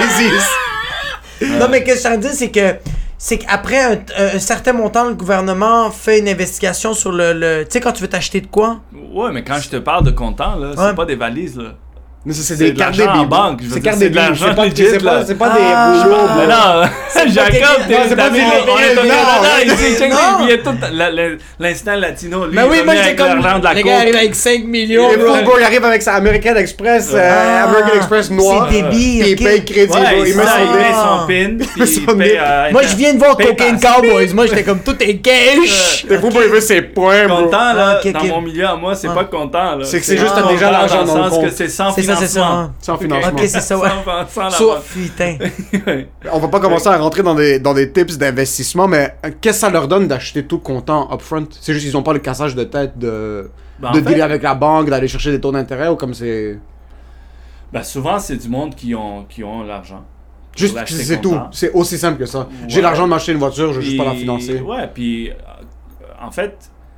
S2: Non, mais qu'est-ce que je t'en dis, c'est que c'est qu'après un, un certain montant, le gouvernement fait une investigation sur le... le tu sais, quand tu veux t'acheter de quoi?
S4: Ouais, mais quand je te parle de comptant, là,
S2: Ouais.
S4: c'est pas des valises, là.
S3: Mais ça, c'est
S4: C'est
S3: des
S4: de
S3: cartes
S4: l'argent en
S3: débiles.
S4: banque, je veux
S3: C'est
S4: dire,
S3: cartes
S4: c'est de
S3: débiles.
S4: l'argent
S3: C'est pas,
S4: legit,
S3: c'est pas,
S4: là.
S3: c'est pas
S2: Ah.
S3: des rouleaux.
S4: Mais non, Jacob,
S2: quelqu'un-
S4: t'es
S3: c'est pas
S4: t'as
S3: des-
S4: mis- on est
S3: des-
S4: au
S3: non,
S4: Canada, il
S2: non.
S4: dit check les billets, tout la- la- l'instant latino, lui,
S2: Mais oui,
S4: il
S2: moi
S4: revient
S2: j'étais
S4: avec
S2: comme.
S4: l'argent de la
S2: Le gars arrive
S4: coke.
S2: avec cinq millions,
S3: Les
S2: bro.
S3: faux, bro, il arrive avec sa American Express, euh,
S2: Ah,
S3: American Express noir.
S2: C'est débile,
S3: Puis il
S2: ok.
S3: paye crédit, bro.
S4: Ouais,
S3: Il met
S4: ça,
S3: son
S4: il
S3: nez.
S4: met
S2: Ah.
S4: son pin, puis il
S3: son
S4: paye
S3: nez.
S4: à...
S2: Moi je viens de voir
S4: Paye
S2: Cocaine
S4: par-
S2: Cowboys. Moi j'étais comme tout est cash.
S3: T'es fou, bro, il veut ses points, bro.
S4: Content, là,
S2: Ah, ok,
S4: dans
S2: ok.
S4: mon milieu, à moi, c'est
S2: Ah.
S4: pas content, là.
S3: C'est que c'est juste, t'as
S4: content
S3: déjà l'argent dans le
S4: le sens
S3: compte.
S4: que c'est sans
S2: C'est ça, c'est ça.
S4: financement.
S2: hein.
S3: Sans financement.
S2: Ok, c'est ça, ouais.
S4: Sans- sans la
S2: So,
S4: banque.
S2: putain.
S3: On va pas commencer à rentrer dans des, dans des tips d'investissement, mais euh, qu'est-ce que ça leur donne d'acheter tout comptant upfront? C'est juste qu'ils ont pas le cassage de tête de,
S4: Ben,
S3: de
S4: en fait-
S3: dealer avec la banque, d'aller chercher des taux d'intérêt ou comme c'est.
S4: Ben, souvent, c'est du monde qui ont, qui ont l'argent. pour
S3: Juste,
S4: l'acheter
S3: c'est tout.
S4: comptant.
S3: C'est aussi simple que ça. J'ai
S4: Ouais.
S3: l'argent de m'acheter une voiture, je veux juste pas la
S4: Puis-
S3: financer.
S4: Ouais, puis euh, en fait,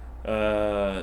S4: euh,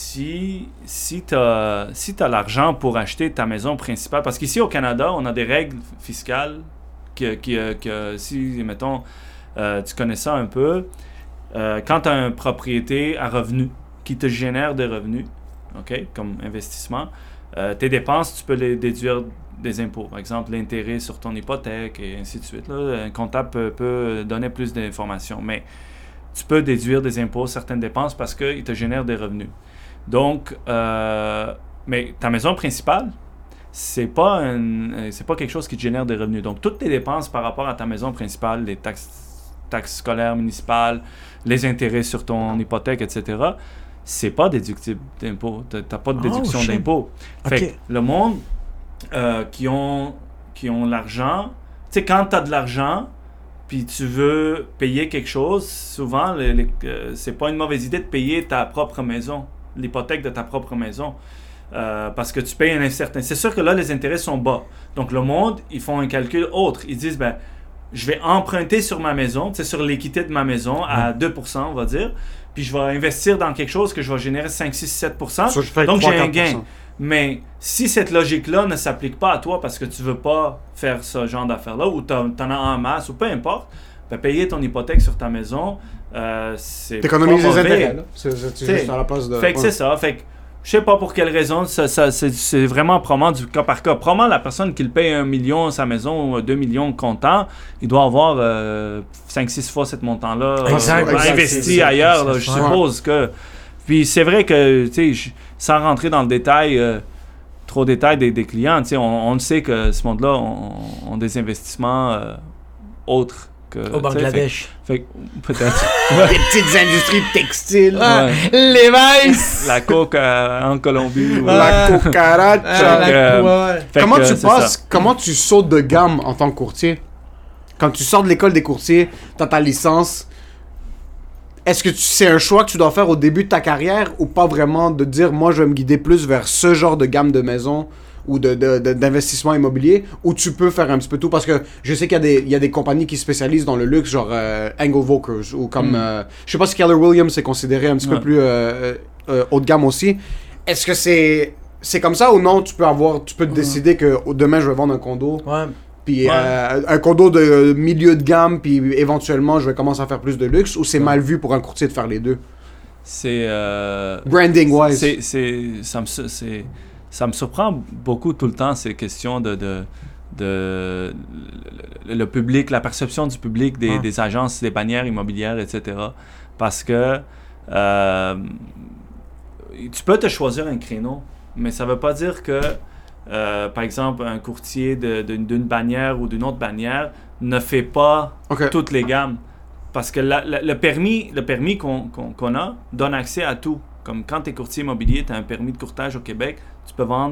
S4: si, si tu as si t'as l'argent pour acheter ta maison principale, parce qu'ici au Canada, on a des règles fiscales que, que, que si, mettons, euh, tu connais ça un peu, euh, quand tu as une propriété à revenu qui te génère des revenus, ok, comme investissement, euh, tes dépenses, tu peux les déduire des impôts. Par exemple, l'intérêt sur ton hypothèque et ainsi de suite. Là. Un comptable peut, peut donner plus d'informations, mais tu peux déduire des impôts, certaines dépenses, parce qu'ils te génèrent des revenus. Donc, euh, mais ta maison principale, c'est pas, un, c'est pas quelque chose qui te génère des revenus. Donc, toutes tes dépenses par rapport à ta maison principale, les taxes, taxes scolaires municipales, les intérêts sur ton hypothèque, et cetera, c'est pas déductible d'impôts. Tu n'as pas de
S2: Oh,
S4: déduction
S2: shit.
S4: d'impôts. Fait
S2: Ok.
S4: que le monde euh, qui ont, qui ont l'argent, tu sais, quand tu as de l'argent, puis tu veux payer quelque chose, souvent, les, les, euh, c'est pas une mauvaise idée de payer ta propre maison, l'hypothèque de ta propre maison. Euh, parce que tu payes un incertain. C'est sûr que là, les intérêts sont bas. Donc, le monde, ils font un calcul autre. Ils disent, ben, je vais emprunter sur ma maison, tu sais, sur l'équité de ma maison, à deux pour cent, on va dire. Puis, je vais investir dans quelque chose que je vais générer cinq, six, sept pour cent.
S3: Ça, je fais
S4: Donc,
S3: trois,
S4: j'ai un
S3: quatre pour cent.
S4: gain. Mais si cette logique-là ne s'applique pas à toi parce que tu veux pas faire ce genre d'affaires-là, ou tu en as en masse, ou peu importe, ben, payer ton hypothèque sur ta maison, euh, c'est
S3: T'économises
S4: pas
S3: les
S4: mauvais.
S3: intérêts, là. C'est c'est
S4: T'sais,
S3: juste à la place de.
S4: Fait que
S3: ouais.
S4: c'est ça. Fait que je sais pas pour quelle raison, ça, ça, c'est, c'est vraiment probablement du cas par cas. Probablement la personne qui le paye un million sa maison, deux millions comptant, il doit avoir euh, cinq six fois ce montant-là
S2: Exact,
S4: euh,
S3: exact,
S4: investi
S3: c'est ça,
S4: ailleurs.
S2: c'est
S4: là, je
S2: ça.
S4: suppose que. Puis c'est vrai que, tu sais, je- sans rentrer dans le détail, euh, trop détail des, des clients, tu sais, on, on le sait que ce monde-là ont, ont des investissements euh, autres que.
S2: Au
S4: tu sais,
S2: Bangladesh.
S4: Fait, fait que- peut-être.
S3: Des petites industries textiles.
S2: Ah,
S4: Ouais.
S2: les Vice!
S4: La coke euh, en Colombie. ou-
S3: La
S2: Ah,
S3: cucaracha.
S4: Fait que,
S2: la-
S4: euh,
S2: ouais, ouais.
S4: Fait
S3: Comment
S4: que,
S3: tu
S4: c'est
S3: passes,
S4: ça.
S3: comment tu sautes de gamme en tant que courtier? Quand tu sors de l'école des courtiers, t'as ta licence. Est-ce que tu- c'est un choix que tu dois faire au début de ta carrière ou pas vraiment de dire moi je vais me guider plus vers ce genre de gamme de maison ou de, de- de- d'investissement immobilier ou tu peux faire un petit peu tout parce que je sais qu'il y a des, il y a des compagnies qui se spécialisent dans le luxe genre euh, Angle Vokers ou comme
S4: Mm.
S3: euh, je sais pas si Keller Williams est considéré un petit
S4: Ouais.
S3: peu plus euh, euh, haut de gamme aussi. Est-ce que c'est c'est comme ça ou non tu peux avoir tu peux te décider que oh, demain je vais vendre un condo
S2: Ouais.
S3: puis
S4: Ouais.
S3: euh, un condo de milieu de gamme, puis éventuellement je vais commencer à faire plus de luxe, ou c'est mal vu pour un courtier de faire les deux?
S4: C'est. euh,
S3: Branding wise.
S4: c'est, c'est, ça, me, su- c'est, ça me surprend beaucoup tout le temps, ces questions de. de, de le, le public, la perception du public des,
S2: Ah.
S4: des agences, des bannières immobilières, et cetera. Parce que. euh, tu peux te choisir un créneau, mais ça ne veut pas dire que. Euh, par exemple, un courtier de- d'une, d'une bannière ou d'une autre bannière ne fait pas
S3: Ok.
S4: toutes les gammes. Parce que la- la- le permis, le permis qu'on, qu'on, qu'on a donne accès à tout. Comme quand tu es courtier immobilier, tu as un permis de courtage au Québec, tu peux vendre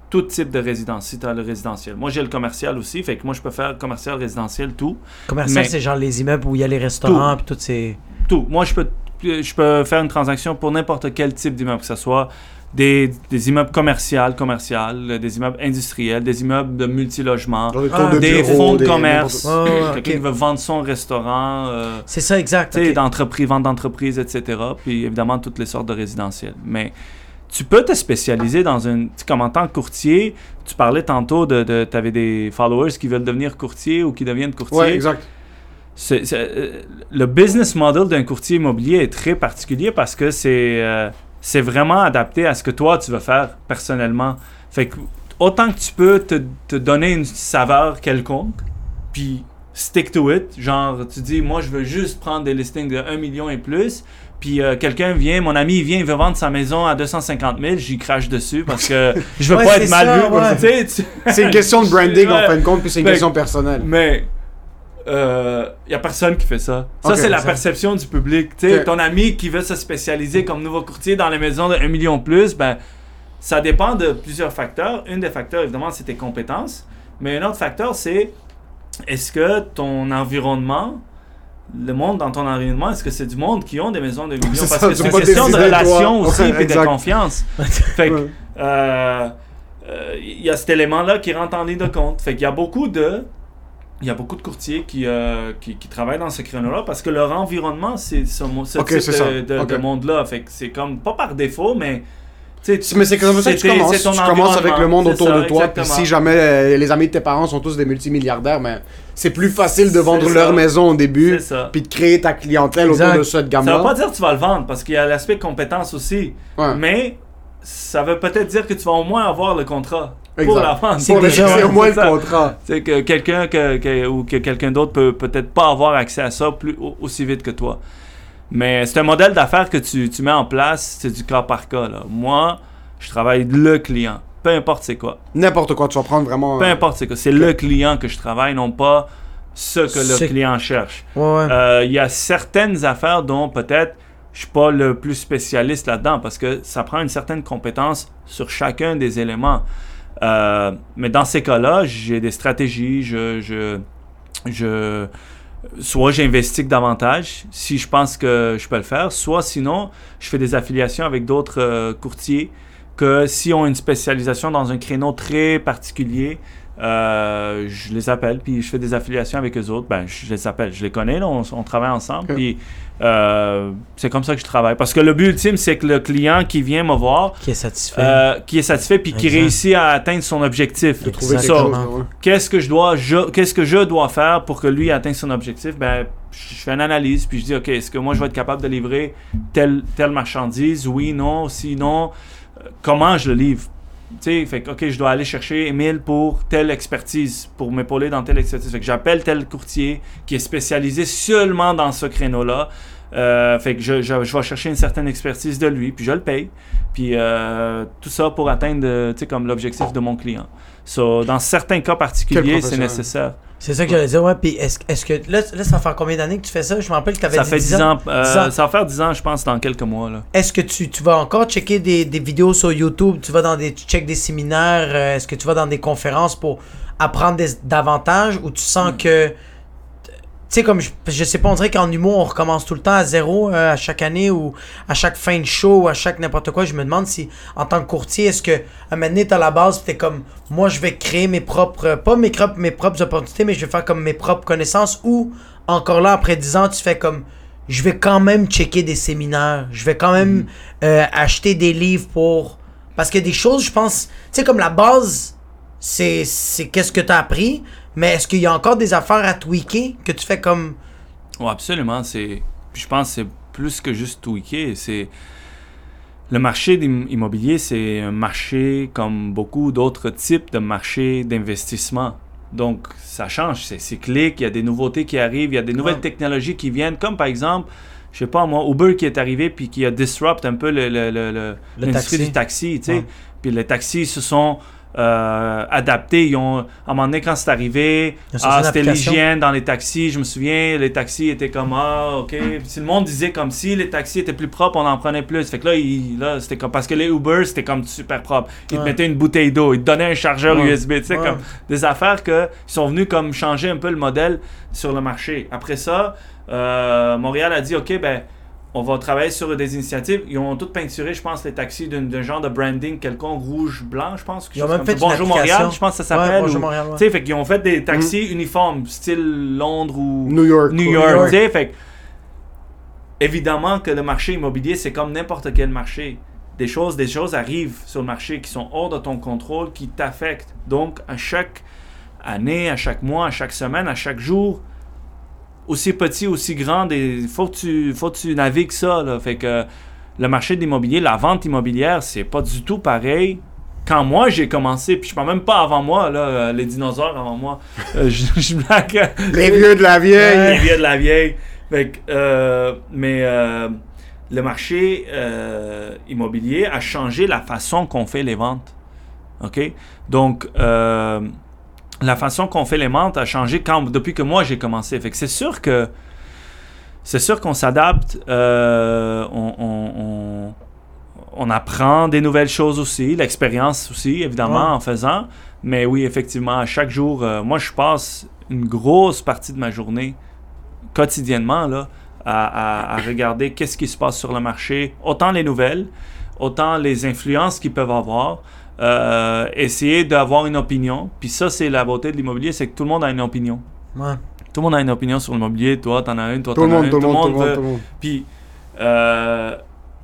S4: tout type de résidence, si tu as le résidentiel. Moi, j'ai le commercial aussi, fait que moi, je peux faire commercial, résidentiel, tout.
S2: Commercial, mais c'est genre les immeubles où il y a les restaurants, puis tout, c'est...
S4: Tout. Moi, je peux, je peux faire une transaction pour n'importe quel type d'immeuble, que ce soit des, des immeubles commerciaux, commercial, des immeubles industriels, des immeubles de multilogement,
S3: ah, de
S4: des
S3: bureaux,
S4: fonds de
S3: des
S4: commerce,
S2: oh,
S4: quelqu'un
S2: okay.
S4: qui veut vendre son restaurant, euh,
S2: c'est ça, exact.
S4: Tu sais,
S2: okay.
S4: d'entreprise, vente d'entreprise, et cetera. Puis évidemment, toutes les sortes de résidentiels. Mais tu peux te spécialiser dans une... Comme en tant que courtier, tu parlais tantôt de... de tu avais des followers qui veulent devenir courtier ou qui deviennent courtier.
S3: Ouais, exact.
S4: C'est, c'est, euh, le business model d'un courtier immobilier est très particulier parce que c'est, euh, c'est vraiment adapté à ce que toi, tu veux faire personnellement. Fait que autant que tu peux te, te donner une saveur quelconque, puis stick to it. Genre, tu dis, moi, je veux juste prendre des listings de un million et plus. Puis euh, quelqu'un vient, mon ami vient, il veut vendre sa maison à deux cent cinquante mille, j'y crache dessus parce que je veux
S2: ouais,
S4: pas être mal
S2: ça,
S4: vu.
S2: Ouais.
S4: Tu sais, tu...
S3: C'est une question de branding
S4: ouais.
S3: en fin de compte, puis c'est une
S4: Mais,
S3: question personnelle.
S4: Mais il euh, y a personne qui fait ça. Ça,
S3: okay,
S4: c'est la
S3: ça.
S4: perception du public. Tu sais,
S3: okay.
S4: Ton ami qui veut se spécialiser comme nouveau courtier dans les maisons de un million plus, ben, ça dépend de plusieurs facteurs. Un des facteurs, évidemment, c'est tes compétences. Mais un autre facteur, c'est est-ce que ton environnement... Le monde dans ton environnement, est-ce que c'est du monde qui ont des maisons de millions? Parce
S3: ça,
S4: que c'est une question de relation toi. aussi et ouais, de confiance. Fait que, il ouais. euh, euh, y a cet élément-là qui rentre en ligne de compte. Fait qu'il y a beaucoup de, il y a beaucoup de courtiers qui, euh, qui, qui travaillent dans ce créneau-là parce que leur environnement, c'est ce, ce
S3: okay,
S4: type
S3: c'est
S4: de, de,
S3: okay.
S4: de monde-là. Fait que c'est comme, pas par défaut, mais...
S3: Mais c'est comme ça que tu commences. Tu commences avec le monde autour ça, de toi. Puis si jamais euh, les amis de tes parents sont tous des multimilliardaires, ben, c'est plus facile de vendre leur maison au début. Puis de créer ta clientèle exact. Autour de cette gamme-là.
S4: Ça veut pas dire que tu vas le vendre parce qu'il y a l'aspect compétence aussi.
S3: Ouais.
S4: Mais ça veut peut-être dire que tu vas au moins avoir le contrat. Exact. Pour la vente.
S3: C'est, déjà, c'est au moins le contrat.
S4: C'est que quelqu'un que, que, ou que quelqu'un d'autre peut peut-être pas avoir accès à ça plus, aussi vite que toi. Mais c'est un modèle d'affaires que tu, tu mets en place, c'est du cas par cas. Là. Moi, je travaille le client, peu importe c'est quoi.
S3: N'importe quoi, tu vas prendre vraiment...
S4: Peu importe c'est quoi, c'est okay. le client que je travaille, non pas ce que c'est... le client cherche. Il
S2: ouais, ouais.
S4: euh, y a certaines affaires dont peut-être je suis pas le plus spécialiste là-dedans parce que ça prend une certaine compétence sur chacun des éléments. Euh, mais dans ces cas-là, j'ai des stratégies, je... je, je soit j'investis davantage si je pense que je peux le faire, soit sinon je fais des affiliations avec d'autres euh, courtiers que si on a une spécialisation dans un créneau très particulier, euh, je les appelle puis je fais des affiliations avec eux autres. Ben, je les appelle, je les connais, là, on, on travaille ensemble. Okay. Puis euh, c'est comme ça que je travaille. Parce que le but ultime, c'est que le client qui vient me voir,
S2: qui est satisfait,
S4: euh, qui est satisfait puis qui réussit à atteindre son objectif.
S3: De trouver quelque
S4: so,
S3: chose, ouais.
S4: Qu'est-ce que je dois, je, qu'est-ce que je dois faire pour que lui atteigne son objectif? Ben, je fais une analyse puis je dis, ok, est-ce que moi je vais être capable de livrer telle telle marchandise? Oui, non, sinon, euh, comment je le livre? Tu sais, fait que, ok, je dois aller chercher Émile pour telle expertise, pour m'épauler dans telle expertise. Fait que j'appelle tel courtier qui est spécialisé seulement dans ce créneau-là. Euh, fait que je, je, je vais chercher une certaine expertise de lui, puis je le paye. Puis euh, tout ça pour atteindre, tu sais, comme l'objectif de mon client. So, dans certains cas particuliers, c'est nécessaire.
S2: C'est ça que j'allais dire, ouais. Puis est-ce, est-ce que là, là, ça fait combien d'années que tu fais ça? Je me rappelle que tu avais
S4: ça
S2: dit
S4: fait
S2: dix ans.
S4: Euh, dix ans. Ça va faire dix ans, je pense, dans quelques mois. Là.
S2: Est-ce que tu, tu vas encore checker des, des vidéos sur YouTube? Tu vas dans des, tu checkes des séminaires? Euh, est-ce que tu vas dans des conférences pour apprendre des, davantage? Ou tu sens mm. que... Tu sais, comme, je, je sais pas, on dirait qu'en humour, on recommence tout le temps à zéro euh, à chaque année ou à chaque fin de show ou à chaque n'importe quoi. Je me demande si, en tant que courtier, est-ce que à un moment donné, t'as la base pis t'es comme, moi, je vais créer mes propres, pas mes, mes propres opportunités, mais je vais faire comme mes propres connaissances ou, encore là, après dix ans, tu fais comme, je vais quand même checker des séminaires, je vais quand même mm. euh, acheter des livres pour... Parce qu'il y a des choses, je pense, tu sais, comme la base, c'est, c'est qu'est-ce que t'as appris. Mais est-ce qu'il y a encore des affaires à tweaker que tu fais comme...
S4: Oui, absolument. C'est... Puis je pense que c'est plus que juste tweaker. C'est... Le marché immobilier, c'est un marché comme beaucoup d'autres types de marchés d'investissement. Donc, ça change, c'est cyclique, il y a des nouveautés qui arrivent, il y a des nouvelles ouais. technologies qui viennent, comme par exemple, je sais pas moi, Uber qui est arrivé puis qui a disrupt un peu le, le, le, le, l'industrie taxi. du taxi, tu sais. Ouais. Puis les taxis se sont... euh, adapté. Ils ont, à un moment donné, quand c'est arrivé, ah, c'était l'hygiène dans les taxis. Je me souviens, les taxis étaient comme, ah, OK. Si le monde disait comme si les taxis étaient plus propres, on en prenait plus. Fait que là, il, là c'était comme, parce que les Uber, c'était comme super propre. Ils ouais. te mettaient une bouteille d'eau, ils te donnaient un chargeur ouais. U S B, tu sais, ouais. comme des affaires que ils sont venus comme changer un peu le modèle sur le marché. Après ça, euh, Montréal a dit, OK, ben, on va travailler sur des initiatives. Ils ont toutes peinturé, je pense, les taxis d'un, d'un genre de branding quelconque, rouge-blanc, je pense.
S2: Ils ont même fait
S4: Bonjour Montréal, je pense que ça s'appelle. Ouais,
S2: Bonjour
S4: ou,
S2: Montréal, ouais.
S4: Tu sais, fait qu'ils ont fait des taxis mm. uniformes, style Londres ou
S3: New York.
S4: New York, New York. Tu sais, fait évidemment que le marché immobilier, c'est comme n'importe quel marché. Des choses, des choses arrivent sur le marché qui sont hors de ton contrôle, qui t'affectent. Donc, à chaque année, à chaque mois, à chaque semaine, à chaque jour, aussi petit, aussi grand, il faut que tu, faut que tu navigues ça. Là. Fait que le marché de l'immobilier, la vente immobilière, c'est pas du tout pareil. Quand moi, j'ai commencé, puis je parle même pas avant moi, là, les dinosaures avant moi, euh, je, je blague.
S3: Les vieux de la vieille.
S4: Les vieux de la vieille. Fait que, euh, mais euh, le marché euh, immobilier a changé la façon qu'on fait les ventes. OK? Donc, euh, la façon qu'on fait les ventes a changé quand, depuis que moi j'ai commencé. Fait que c'est sûr que c'est sûr qu'on s'adapte, euh, on, on, on, on apprend des nouvelles choses aussi, l'expérience aussi, évidemment, ouais. en faisant. Mais oui, effectivement, à chaque jour, euh, moi je passe une grosse partie de ma journée, quotidiennement, là, à, à, à regarder qu'est-ce qui se passe sur le marché, autant les nouvelles, autant les influences qu'ils peuvent avoir. Euh, essayer d'avoir une opinion. Puis ça, c'est la beauté de l'immobilier, c'est que tout le monde a une opinion.
S2: Ouais.
S4: Tout le monde a une opinion sur l'immobilier. Toi, t'en as une, toi, t'en as une. Tout le monde veut. Puis, euh,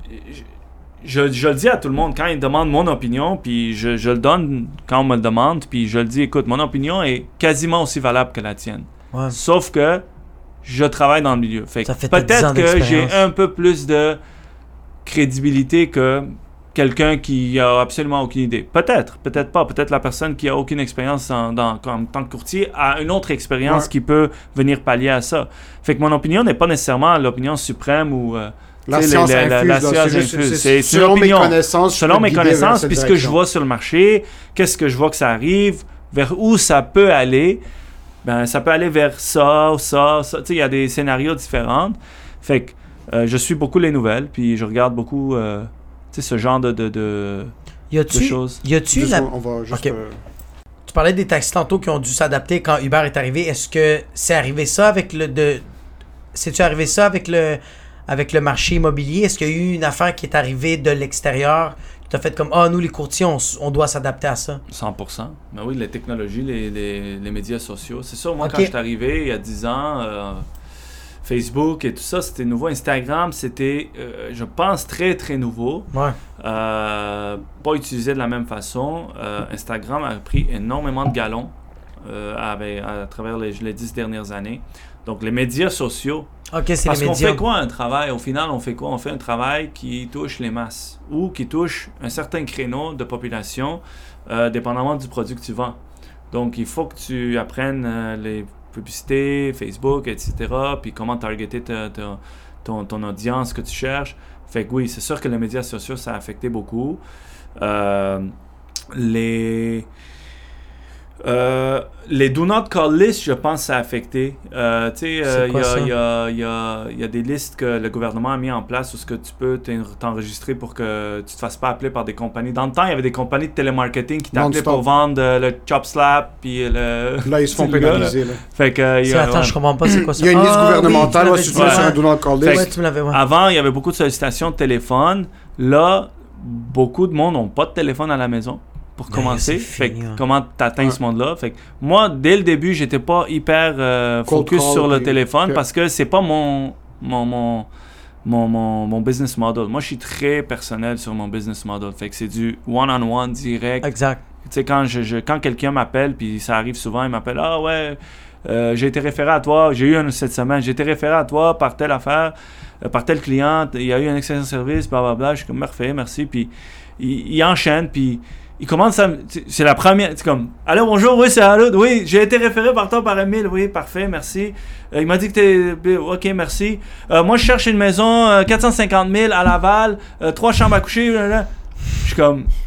S4: je, je le dis à tout le monde, quand ils demandent mon opinion, puis je, je le donne quand on me le demande, puis je le dis, écoute, mon opinion est quasiment aussi valable que la tienne.
S2: Ouais.
S4: Sauf que je travaille dans le milieu. Fait,
S2: ça fait
S4: peut-être que j'ai un peu plus de crédibilité que quelqu'un qui a absolument aucune idée. Peut-être, peut-être pas. Peut-être la personne qui a aucune expérience en, dans, en tant que courtier a une autre expérience ouais. qui peut venir pallier à ça. Fait que mon opinion n'est pas nécessairement l'opinion suprême ou... Euh,
S3: la science les, la, infuse. La, la science
S4: c'est juste,
S3: infuse.
S4: C'est, c'est
S3: selon
S4: une
S3: mes connaissances,
S4: selon mes connaissances, puis ce que je vois sur le marché, qu'est-ce que je vois que ça arrive, vers où ça peut aller, ben ça peut aller vers ça, ça, ça. Tu sais, il y a des scénarios différents. Fait que euh, je suis beaucoup les nouvelles, puis je regarde beaucoup... Euh, tu sais, ce genre de, de, de,
S2: y a-tu,
S4: de choses.
S2: Y a-tu
S3: juste,
S2: la...
S3: on va juste... Okay. Euh...
S2: Tu parlais des taxis tantôt qui ont dû s'adapter quand Uber est arrivé. Est-ce que c'est arrivé ça avec le... De... C'est-tu arrivé ça avec le, avec le marché immobilier? Est-ce qu'il y a eu une affaire qui est arrivée de l'extérieur qui t'a fait comme, ah, oh, nous, les courtiers, on, on doit s'adapter à ça?
S4: cent pour cent. Ben oui, les technologies, les, les, les médias sociaux. C'est ça, moi,
S2: okay.
S4: quand je suis arrivé il y a dix ans... Euh... Facebook et tout ça, c'était nouveau. Instagram, c'était, euh, je pense, très, très nouveau.
S2: Ouais.
S4: Euh, pas utilisé de la même façon. Euh, Instagram a pris énormément de galons euh, à, à, à travers les, les dix dernières années. Donc, les médias sociaux.
S2: OK, c'est
S4: parce
S2: les
S4: qu'on
S2: médias.
S4: fait quoi, un travail? Au final, on fait quoi? On fait un travail qui touche les masses ou qui touche un certain créneau de population, euh, dépendamment du produit que tu vends. Donc, il faut que tu apprennes euh, les publicité, Facebook, et cetera, puis comment targeter ta, ta, ton, ton audience que tu cherches. Fait que oui, c'est sûr que les médias sociaux, ça a affecté beaucoup. Euh, les... Euh, les Do Not Call List, je pense, ça a affecté. Euh, tu sais, il euh, y, y, a, y, a, y a des listes que le gouvernement a mis en place où ce que tu peux t'enregistrer pour que tu te fasses pas appeler par des compagnies. Dans le temps, il y avait des compagnies de télémarketing qui t'appelaient pour vendre euh, le chop slap puis le...
S3: Là, ils se font pénaliser. Là.
S4: Fait que, y
S2: a, attends, ouais. je comprends pas c'est quoi ça.
S3: Il y a une liste ah, gouvernementale, oui, si tu vas sur un Do Not Call List.
S2: Ouais, tu me l'avais, ouais.
S4: Avant, il y avait beaucoup de sollicitations de téléphone. Là, beaucoup de monde n'ont pas de téléphone à la maison. Pour ben, commencer, fait fini, hein. Comment t'atteins ouais. ce monde-là. Fait que moi, dès le début, j'étais pas hyper euh, focus call, sur le et... téléphone okay. parce que c'est pas mon mon, mon, mon, mon, mon business model. Moi, je suis très personnel sur mon business model. Fait que c'est du one-on-one direct.
S2: Exact.
S4: Tu sais, quand, je, je, quand quelqu'un m'appelle, puis ça arrive souvent, il m'appelle « Ah ouais, euh, j'ai été référé à toi, j'ai eu un cette semaine, j'ai été référé à toi par telle affaire, euh, par tel client, il y a eu un excellent service, blablabla. » Je suis comme « Parfait, merci. » Puis il, il enchaîne, puis... Il commence à... C'est la première... C'est comme... Allô, bonjour, oui, c'est Allô. Oui, j'ai été référé par toi, par Emile. Oui, parfait, merci. Euh, il m'a dit que t'es... OK, merci. Euh, moi, je cherche une maison, euh, quatre cent cinquante mille à Laval, euh, trois chambres à coucher. Là, là. Je suis comme...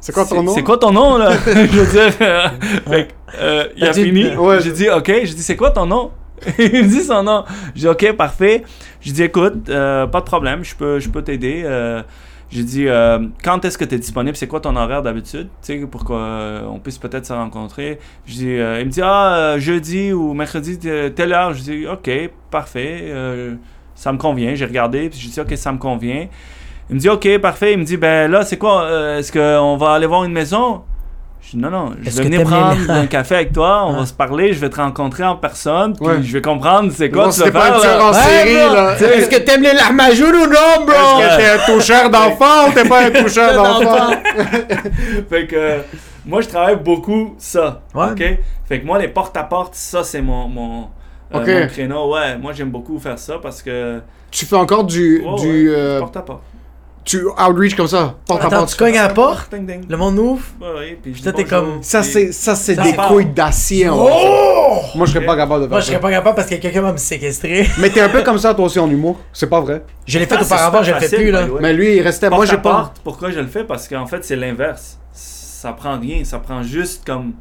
S3: C'est quoi ton nom?
S4: C'est quoi ton nom, là? Je veux dire, euh, fait que, euh, il a
S2: dit-
S4: fini.
S3: Ouais.
S4: J'ai dit, OK. J'ai dit, c'est quoi ton nom? Il me dit son nom. J'ai dit, OK, parfait. J'ai dit, écoute, euh, pas de problème, je peux, je peux t'aider. Euh, j'ai dit, euh, quand est-ce que tu es disponible? C'est quoi ton horaire d'habitude? Tu sais, pour qu'on puisse peut-être se rencontrer. J'ai dit, euh, il me dit, ah, euh, jeudi ou mercredi, telle heure. J'ai dit, OK, parfait. Euh, ça me convient. J'ai regardé, puis j'ai dit, OK, ça me convient. Il me dit, OK, parfait. Il me dit, ben là, c'est quoi? Euh, est-ce qu'on va aller voir une maison? Je dis, non, non, je
S2: Est-ce
S4: vais
S2: que
S4: venir
S2: t'aimes
S4: prendre
S2: les-
S4: un café avec toi, on
S2: Ouais.
S4: va se parler, je vais te rencontrer en personne, puis
S3: Ouais.
S4: je vais comprendre c'est quoi
S3: Non,
S4: tu vas
S3: c'était pas
S4: faire,
S3: un tueur
S4: là.
S3: en série,
S2: bro.
S3: là.
S2: Est-ce que t'aimes les larmajoutes ou non, bro?
S3: Est-ce que t'es un toucheur d'enfant ou t'es pas un toucheur d'enfant?
S4: Fait que euh, moi, je travaille beaucoup ça,
S2: Ouais.
S4: OK? Fait que moi, les porte-à-porte, ça, c'est mon, mon, euh,
S3: Ok.
S4: mon créneau. Ouais, moi, j'aime beaucoup faire ça parce que...
S3: Tu fais encore du,
S4: Ouais,
S3: du
S4: ouais,
S3: euh,
S4: porte-à-porte.
S3: tu outreach comme ça, porte à
S2: Attends,
S3: porte.
S2: tu cognes à la porte,
S4: Ding, ding.
S2: le monde ouvre.
S4: Ouais, ouais, puis je
S2: Puis toi,
S4: dis
S2: t'es comme-
S4: bonjour,
S3: Ça
S4: puis-
S3: c'est ça c'est
S2: Ça
S3: des
S2: part.
S3: couilles d'acier. en
S2: Oh!
S3: fait. Moi je serais pas capable de
S2: Moi,
S3: faire
S2: je serais
S3: ça.
S2: pas capable parce que quelqu'un va me séquestrer.
S3: Mais t'es un peu comme ça toi aussi en humour, c'est pas vrai.
S2: Je l'ai fait
S4: Ah, c'est
S2: auparavant,
S4: super
S2: je le fais
S4: facile,
S2: plus, là.
S4: by the way.
S3: Mais lui il restait moi j'ai pas.
S4: Porte-à-porte, pourquoi je le fais? Parce qu'en fait, c'est l'inverse. Ça prend rien. Ça prend juste comme...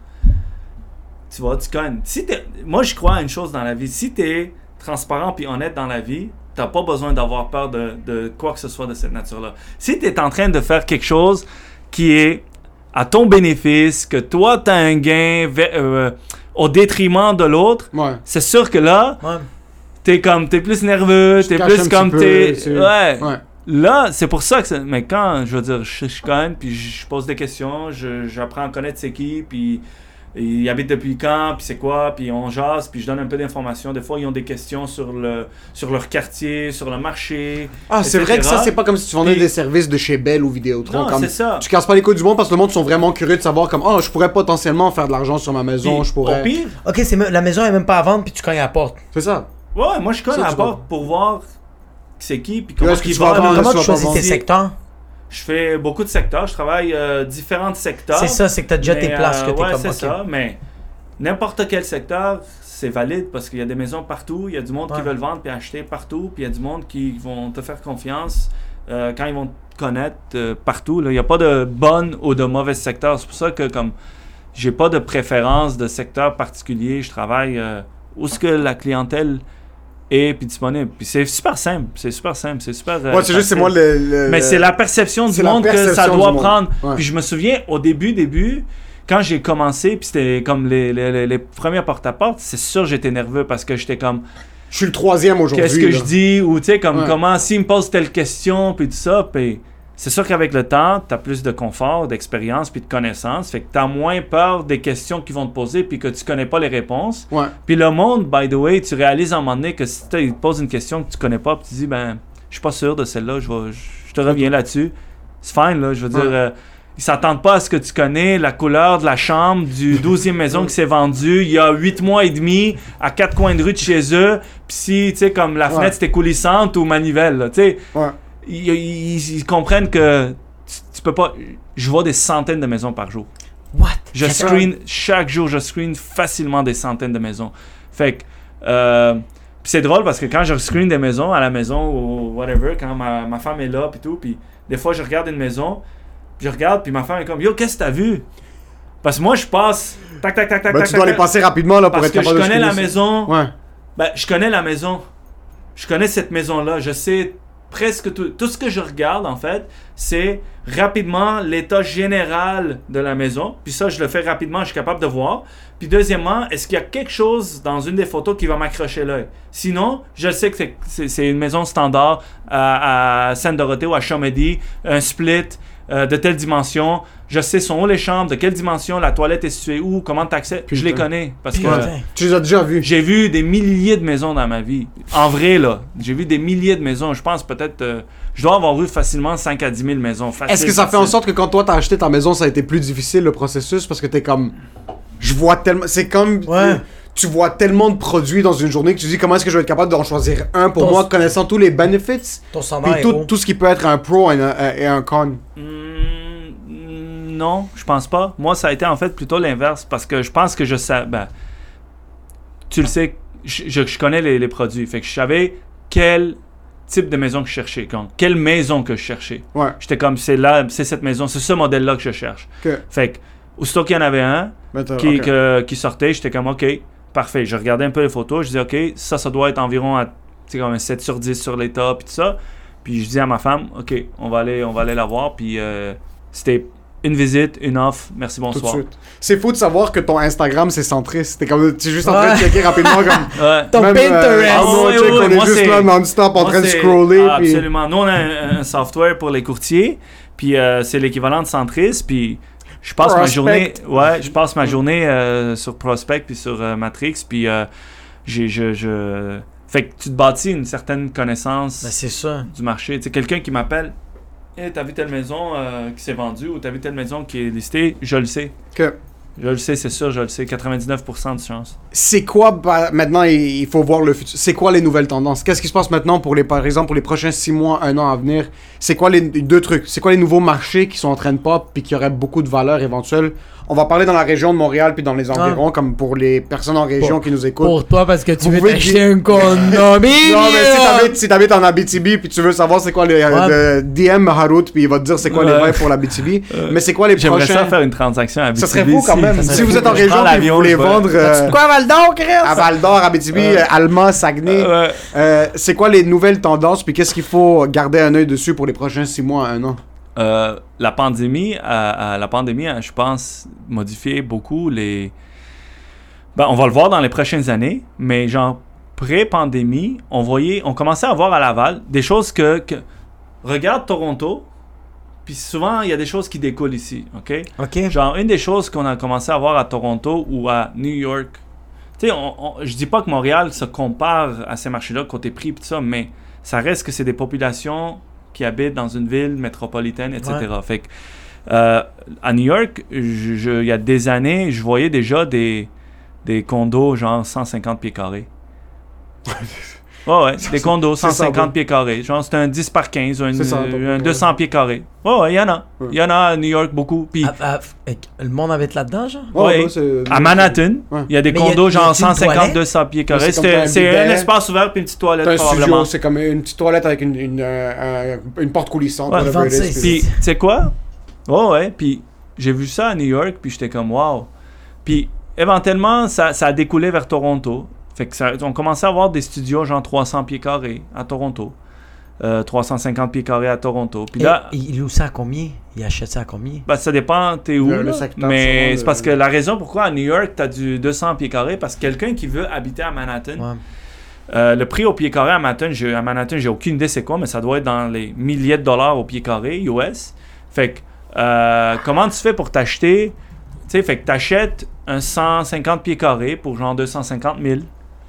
S4: Tu vois, tu cognes. Si t'es... Moi, je crois à une chose dans la vie. Si tu es transparent puis honnête dans la vie, t'as pas besoin d'avoir peur de, de quoi que ce soit de cette nature-là. Si tu es en train de faire quelque chose qui est à ton bénéfice, que toi, tu as un gain ve- euh, au détriment de l'autre,
S3: Ouais.
S4: c'est sûr que là,
S2: Ouais.
S4: t'es comme... T'es plus nerveux,
S3: Je
S4: t'es
S3: cache un
S4: plus
S3: petit
S4: comme...
S3: peu,
S4: t'es...
S3: c'est-
S4: Ouais.
S3: Ouais.
S4: Là, c'est pour ça que... c'est- Mais quand, je veux dire, je, je cogne, puis je pose des questions, je- j'apprends à connaître c'est qui, puis ils habitent depuis quand, puis c'est quoi, puis on jase, puis je donne un peu d'informations. Des fois, ils ont des questions sur, le, sur leur quartier, sur le marché.
S3: Ah, c'est
S4: et cetera.
S3: vrai que ça c'est pas comme si tu vendais
S4: Puis-
S3: des services de chez Bell ou Vidéotron
S4: Non,
S3: comme
S4: c'est ça.
S3: tu casses pas les couilles du monde parce que le monde sont vraiment curieux de savoir comme oh, je pourrais potentiellement faire de l'argent sur ma maison,
S4: Puis,
S3: je pourrais.
S4: Au pire,
S2: Ok, c'est me- la maison est même pas à vendre, puis tu cognes à la porte.
S3: C'est ça.
S4: ouais, moi, je cogne
S3: Ça,
S4: à la
S3: tu
S4: porte
S3: vas-
S4: pour voir c'est qui, puis comment
S3: est-ce que
S4: ils
S3: tu vas
S4: vendent.
S3: vendre-
S2: Comment
S3: tu
S2: tu
S3: vas
S2: choisis
S3: pas
S2: tes
S3: vendre.
S2: secteurs?
S4: Je fais beaucoup de secteurs, je travaille euh, différents secteurs.
S2: C'est ça, c'est que t'as déjà
S4: Mais,
S2: tes places
S4: euh,
S2: que t'es
S4: ouais,
S2: comme.
S4: c'est
S2: ok.
S4: ça, mais n'importe quel secteur, c'est valide parce qu'il y a des maisons partout, il y a du monde qui
S2: Ouais.
S4: veulent vendre puis acheter partout, puis il y a du monde qui vont te faire confiance euh, quand ils vont te connaître euh, partout. là. Il n'y a pas de bon ou de mauvais secteur. C'est pour ça que comme j'ai pas de préférence de secteur particulier, je travaille euh, où ce que la clientèle est puis disponible. Puis c'est super simple, c'est super simple, c'est super. euh,
S3: Ouais, c'est juste c'est
S4: facile.
S3: moi le, le-
S4: Mais
S3: le-
S4: c'est la perception
S3: c'est
S4: du
S3: la
S4: monde que ça
S3: perception
S4: doit
S3: du monde.
S4: prendre.
S3: Ouais.
S4: Puis je me souviens, au début, début, quand j'ai commencé, puis c'était comme les, les, les, les premiers porte-à-porte, c'est sûr j'étais nerveux parce que j'étais comme,
S3: Je suis le troisième aujourd'hui.
S4: qu'est-ce que
S3: là.
S4: je dis? Ou tu sais, comme
S3: Ouais.
S4: comment, s'il me pose telle question, puis tout ça, puis c'est sûr qu'avec le temps, tu as plus de confort, d'expérience, puis de connaissances, fait que tu as moins peur des questions qu'ils vont te poser, puis que tu connais pas les réponses.
S3: Ouais.
S4: Puis le monde, by the way, tu réalises à un moment donné que si tu te poses une question que tu connais pas, puis tu dis, ben, je suis pas sûr de celle-là, je vais- je te reviens là-dessus. C'est fine, là, je veux
S3: Ouais.
S4: dire, euh, ils s'attendent pas à ce que tu connais la couleur de la chambre du douzième maison qui s'est vendue il y a huit mois et demi à quatre coins de rue de chez eux, puis si, tu sais, comme la
S3: Ouais.
S4: fenêtre c'était coulissante ou manivelle, là, tu sais,
S3: Ouais.
S4: ils, ils- ils comprennent que tu, tu peux pas... Je vois des centaines de maisons par jour.
S2: What?
S4: Je
S2: Chacun-
S4: screen, chaque jour, je screen facilement des centaines de maisons. Fait que, euh, pis c'est drôle parce que quand je screen des maisons à la maison ou whatever, quand ma, ma femme est là pis tout, puis des fois je regarde une maison, puis je regarde, puis ma femme est comme, yo, qu'est-ce que t'as vu? Parce que moi, je passe, tac, tac, tac, tac,
S3: Ben,
S4: tac,
S3: tu dois
S4: tac,
S3: les passer rapidement là pour
S4: parce
S3: être
S4: que je
S3: capable de
S4: connais la
S3: screener ça.
S4: maison.
S3: Ouais.
S4: Ben, je connais la maison. Je connais cette maison-là. Je sais presque tout. Tout ce que je regarde, en fait, c'est rapidement l'état général de la maison. Puis ça, je le fais rapidement, je suis capable de voir. Puis deuxièmement, est-ce qu'il y a quelque chose dans une des photos qui va m'accrocher l'œil? Sinon, je sais que c'est- c'est c'est une maison standard à, à Sainte-Dorothée ou à Chomedey, un split euh, de telle dimension. Je sais sont où les chambres, de quelle dimension, la toilette est située où, comment t'accèdes. Je les
S3: Putain.
S4: connais. Parce que...
S2: Putain.
S3: Tu les as déjà vus.
S4: J'ai vu des milliers de maisons dans ma vie. En vrai, là. J'ai vu des milliers de maisons. Je pense peut-être... euh, je dois avoir vu facilement cinq à dix mille maisons. Facile,
S3: Est-ce que ça fait en
S4: facile.
S3: sorte que quand toi t'as acheté ta maison, ça a été plus difficile le processus parce que t'es comme, je vois tellement, c'est comme,
S2: Ouais.
S3: tu vois tellement de produits dans une journée que tu dis comment est-ce que je vais être capable d'en choisir un pour
S2: Ton-
S3: moi, connaissant tous les benefits,
S2: Ton standard
S3: puis
S2: est
S3: tout,
S2: haut.
S3: tout ce qui peut être un pro et un, et un con.
S4: Hmm, non, je pense pas. Moi, ça a été en fait plutôt l'inverse parce que je pense que je sais. Ben, tu le sais, je, je- je connais les, les produits. Fait que je savais quel type de maison que je cherchais. Comme, quelle maison que je cherchais.
S3: Ouais.
S4: J'étais comme, c'est là, c'est cette maison, c'est ce modèle-là que je cherche.
S3: Okay.
S4: Fait que, aussitôt qu'il y en avait un qui, okay. que, qui sortait, j'étais comme, OK, parfait. Je regardais un peu les photos, je disais, OK, ça, ça doit être environ à, comme un sept sur dix sur l'état, puis tout ça. Puis je dis à ma femme, OK, on va aller, on va aller la voir. Puis euh, c'était une visite, une offre, merci, bonsoir.
S3: Tout de suite. C'est fou de savoir que ton Instagram, c'est centriste. T'es comme, tu es juste en train ouais. de checker rapidement comme...
S2: ouais. Ton même, Pinterest. Euh,
S3: ah,
S4: oh,
S3: ouais,
S4: oui,
S3: check,
S4: oui,
S3: on
S4: moi,
S3: est juste là non-stop en train de scroller.
S4: Ah,
S3: puis...
S4: Absolument. Nous, on a un, un software pour les courtiers. Puis euh, c'est l'équivalent de centriste. Puis je passe
S3: Prospect.
S4: ma journée... Ouais, je passe ma journée euh, sur Prospect puis sur euh, Matrix. Puis euh, j'ai... Je, je... Fait que tu te bâtis une certaine connaissance
S2: ben, c'est ça.
S4: du marché. Tu sais, quelqu'un qui m'appelle, hey, t'as vu telle maison euh, qui s'est vendue ou t'as vu telle maison qui est listée, je le sais.
S3: Que...
S4: Je le sais, c'est sûr, je le sais. quatre-vingt-dix-neuf pour cent de chance.
S3: C'est quoi, bah, maintenant, il faut voir le futur. C'est quoi les nouvelles tendances? Qu'est-ce qui se passe maintenant, pour les, par exemple, pour les prochains six mois, un an à venir? C'est quoi les deux trucs? C'est quoi les nouveaux marchés qui sont en train de pop et qui auraient beaucoup de valeur éventuelle? On va parler dans la région de Montréal puis dans les environs, ah. comme pour les personnes en région
S2: pour,
S3: qui nous écoutent.
S2: Pour toi, parce que tu
S3: Vous
S2: veux t'acheter un condominium!
S3: Non, mais si t'habites, si t'habites en Abitibi puis tu veux savoir c'est quoi les... Ouais. Euh, D M Harout puis il va te dire c'est quoi ouais. les vrais pour l'Abitibi. Euh, mais c'est quoi les
S4: J'aimerais
S3: prochains...
S4: J'aimerais ça faire une transaction à Abitibi.
S3: Ça serait fou quand même. Si vous êtes en région et vous voulez vendre...
S2: Euh, quoi, à Val-d'Or, Chris?
S3: À Val-d'Or, Abitibi, euh, Alma, Saguenay. Euh, ouais. euh, c'est quoi les nouvelles tendances puis qu'est-ce qu'il faut garder un œil dessus pour les prochains six mois à un an?
S4: Euh, la pandémie, a, a, la pandémie a, je pense, modifié beaucoup les... Ben, on va le voir dans les prochaines années, mais genre, pré-pandémie, on voyait, on commençait à voir à Laval des choses que... que... Regarde Toronto, puis souvent, il y a des choses qui découlent ici, OK?
S2: OK.
S4: Genre, une des choses qu'on a commencé à voir à Toronto ou à New York, tu sais, on, on, je dis pas que Montréal se compare à ces marchés-là côté prix et tout ça, mais ça reste que c'est des populations... qui habitent dans une ville métropolitaine, et cetera. Ouais. Fait que, euh, à New York, il y a des années, je voyais déjà des, des condos genre cent cinquante pieds carrés. Oh ouais, des condos cent cinquante pieds carrés. Genre, c'est un dix par quinze, un, ça, un deux cents pieds carrés. Oh ouais, il y en a. Il ouais. y en a à New York beaucoup. Puis,
S2: à, à, le monde habite là-dedans, genre?
S4: Oui, ouais, à Manhattan, il ouais. y a des Mais condos a, genre cent cinquante, deux cents pieds carrés. C'est, c'est un espace ouvert puis une petite toilette,
S3: un
S4: probablement.
S3: Studio, c'est comme une petite toilette avec une, une, euh, une porte coulissante.
S4: Ouais, puis, tu sais quoi? Oh ouais, puis j'ai vu ça à New York, puis j'étais comme, wow. Puis, éventuellement, ça, ça a découlé vers Toronto. Fait que ça, on commençait à avoir des studios genre trois cents pieds carrés à Toronto. Euh, trois cent cinquante pieds carrés à Toronto. Puis là,
S2: il loue ça à combien? Il achète ça à combien?
S4: Ben, ça dépend, t'es où. Le, le mais c'est le... parce que la raison pourquoi à New York, t'as du deux cents pieds carrés, parce que quelqu'un qui veut habiter à Manhattan, ouais. euh, le prix au pied carré à Manhattan, j'ai, à Manhattan, j'ai aucune idée c'est quoi, mais ça doit être dans les milliers de dollars au pied carré U S. Fait que, euh, comment tu fais pour t'acheter? Tu sais, fait que t'achètes un cent cinquante pieds carrés pour genre deux cent cinquante mille.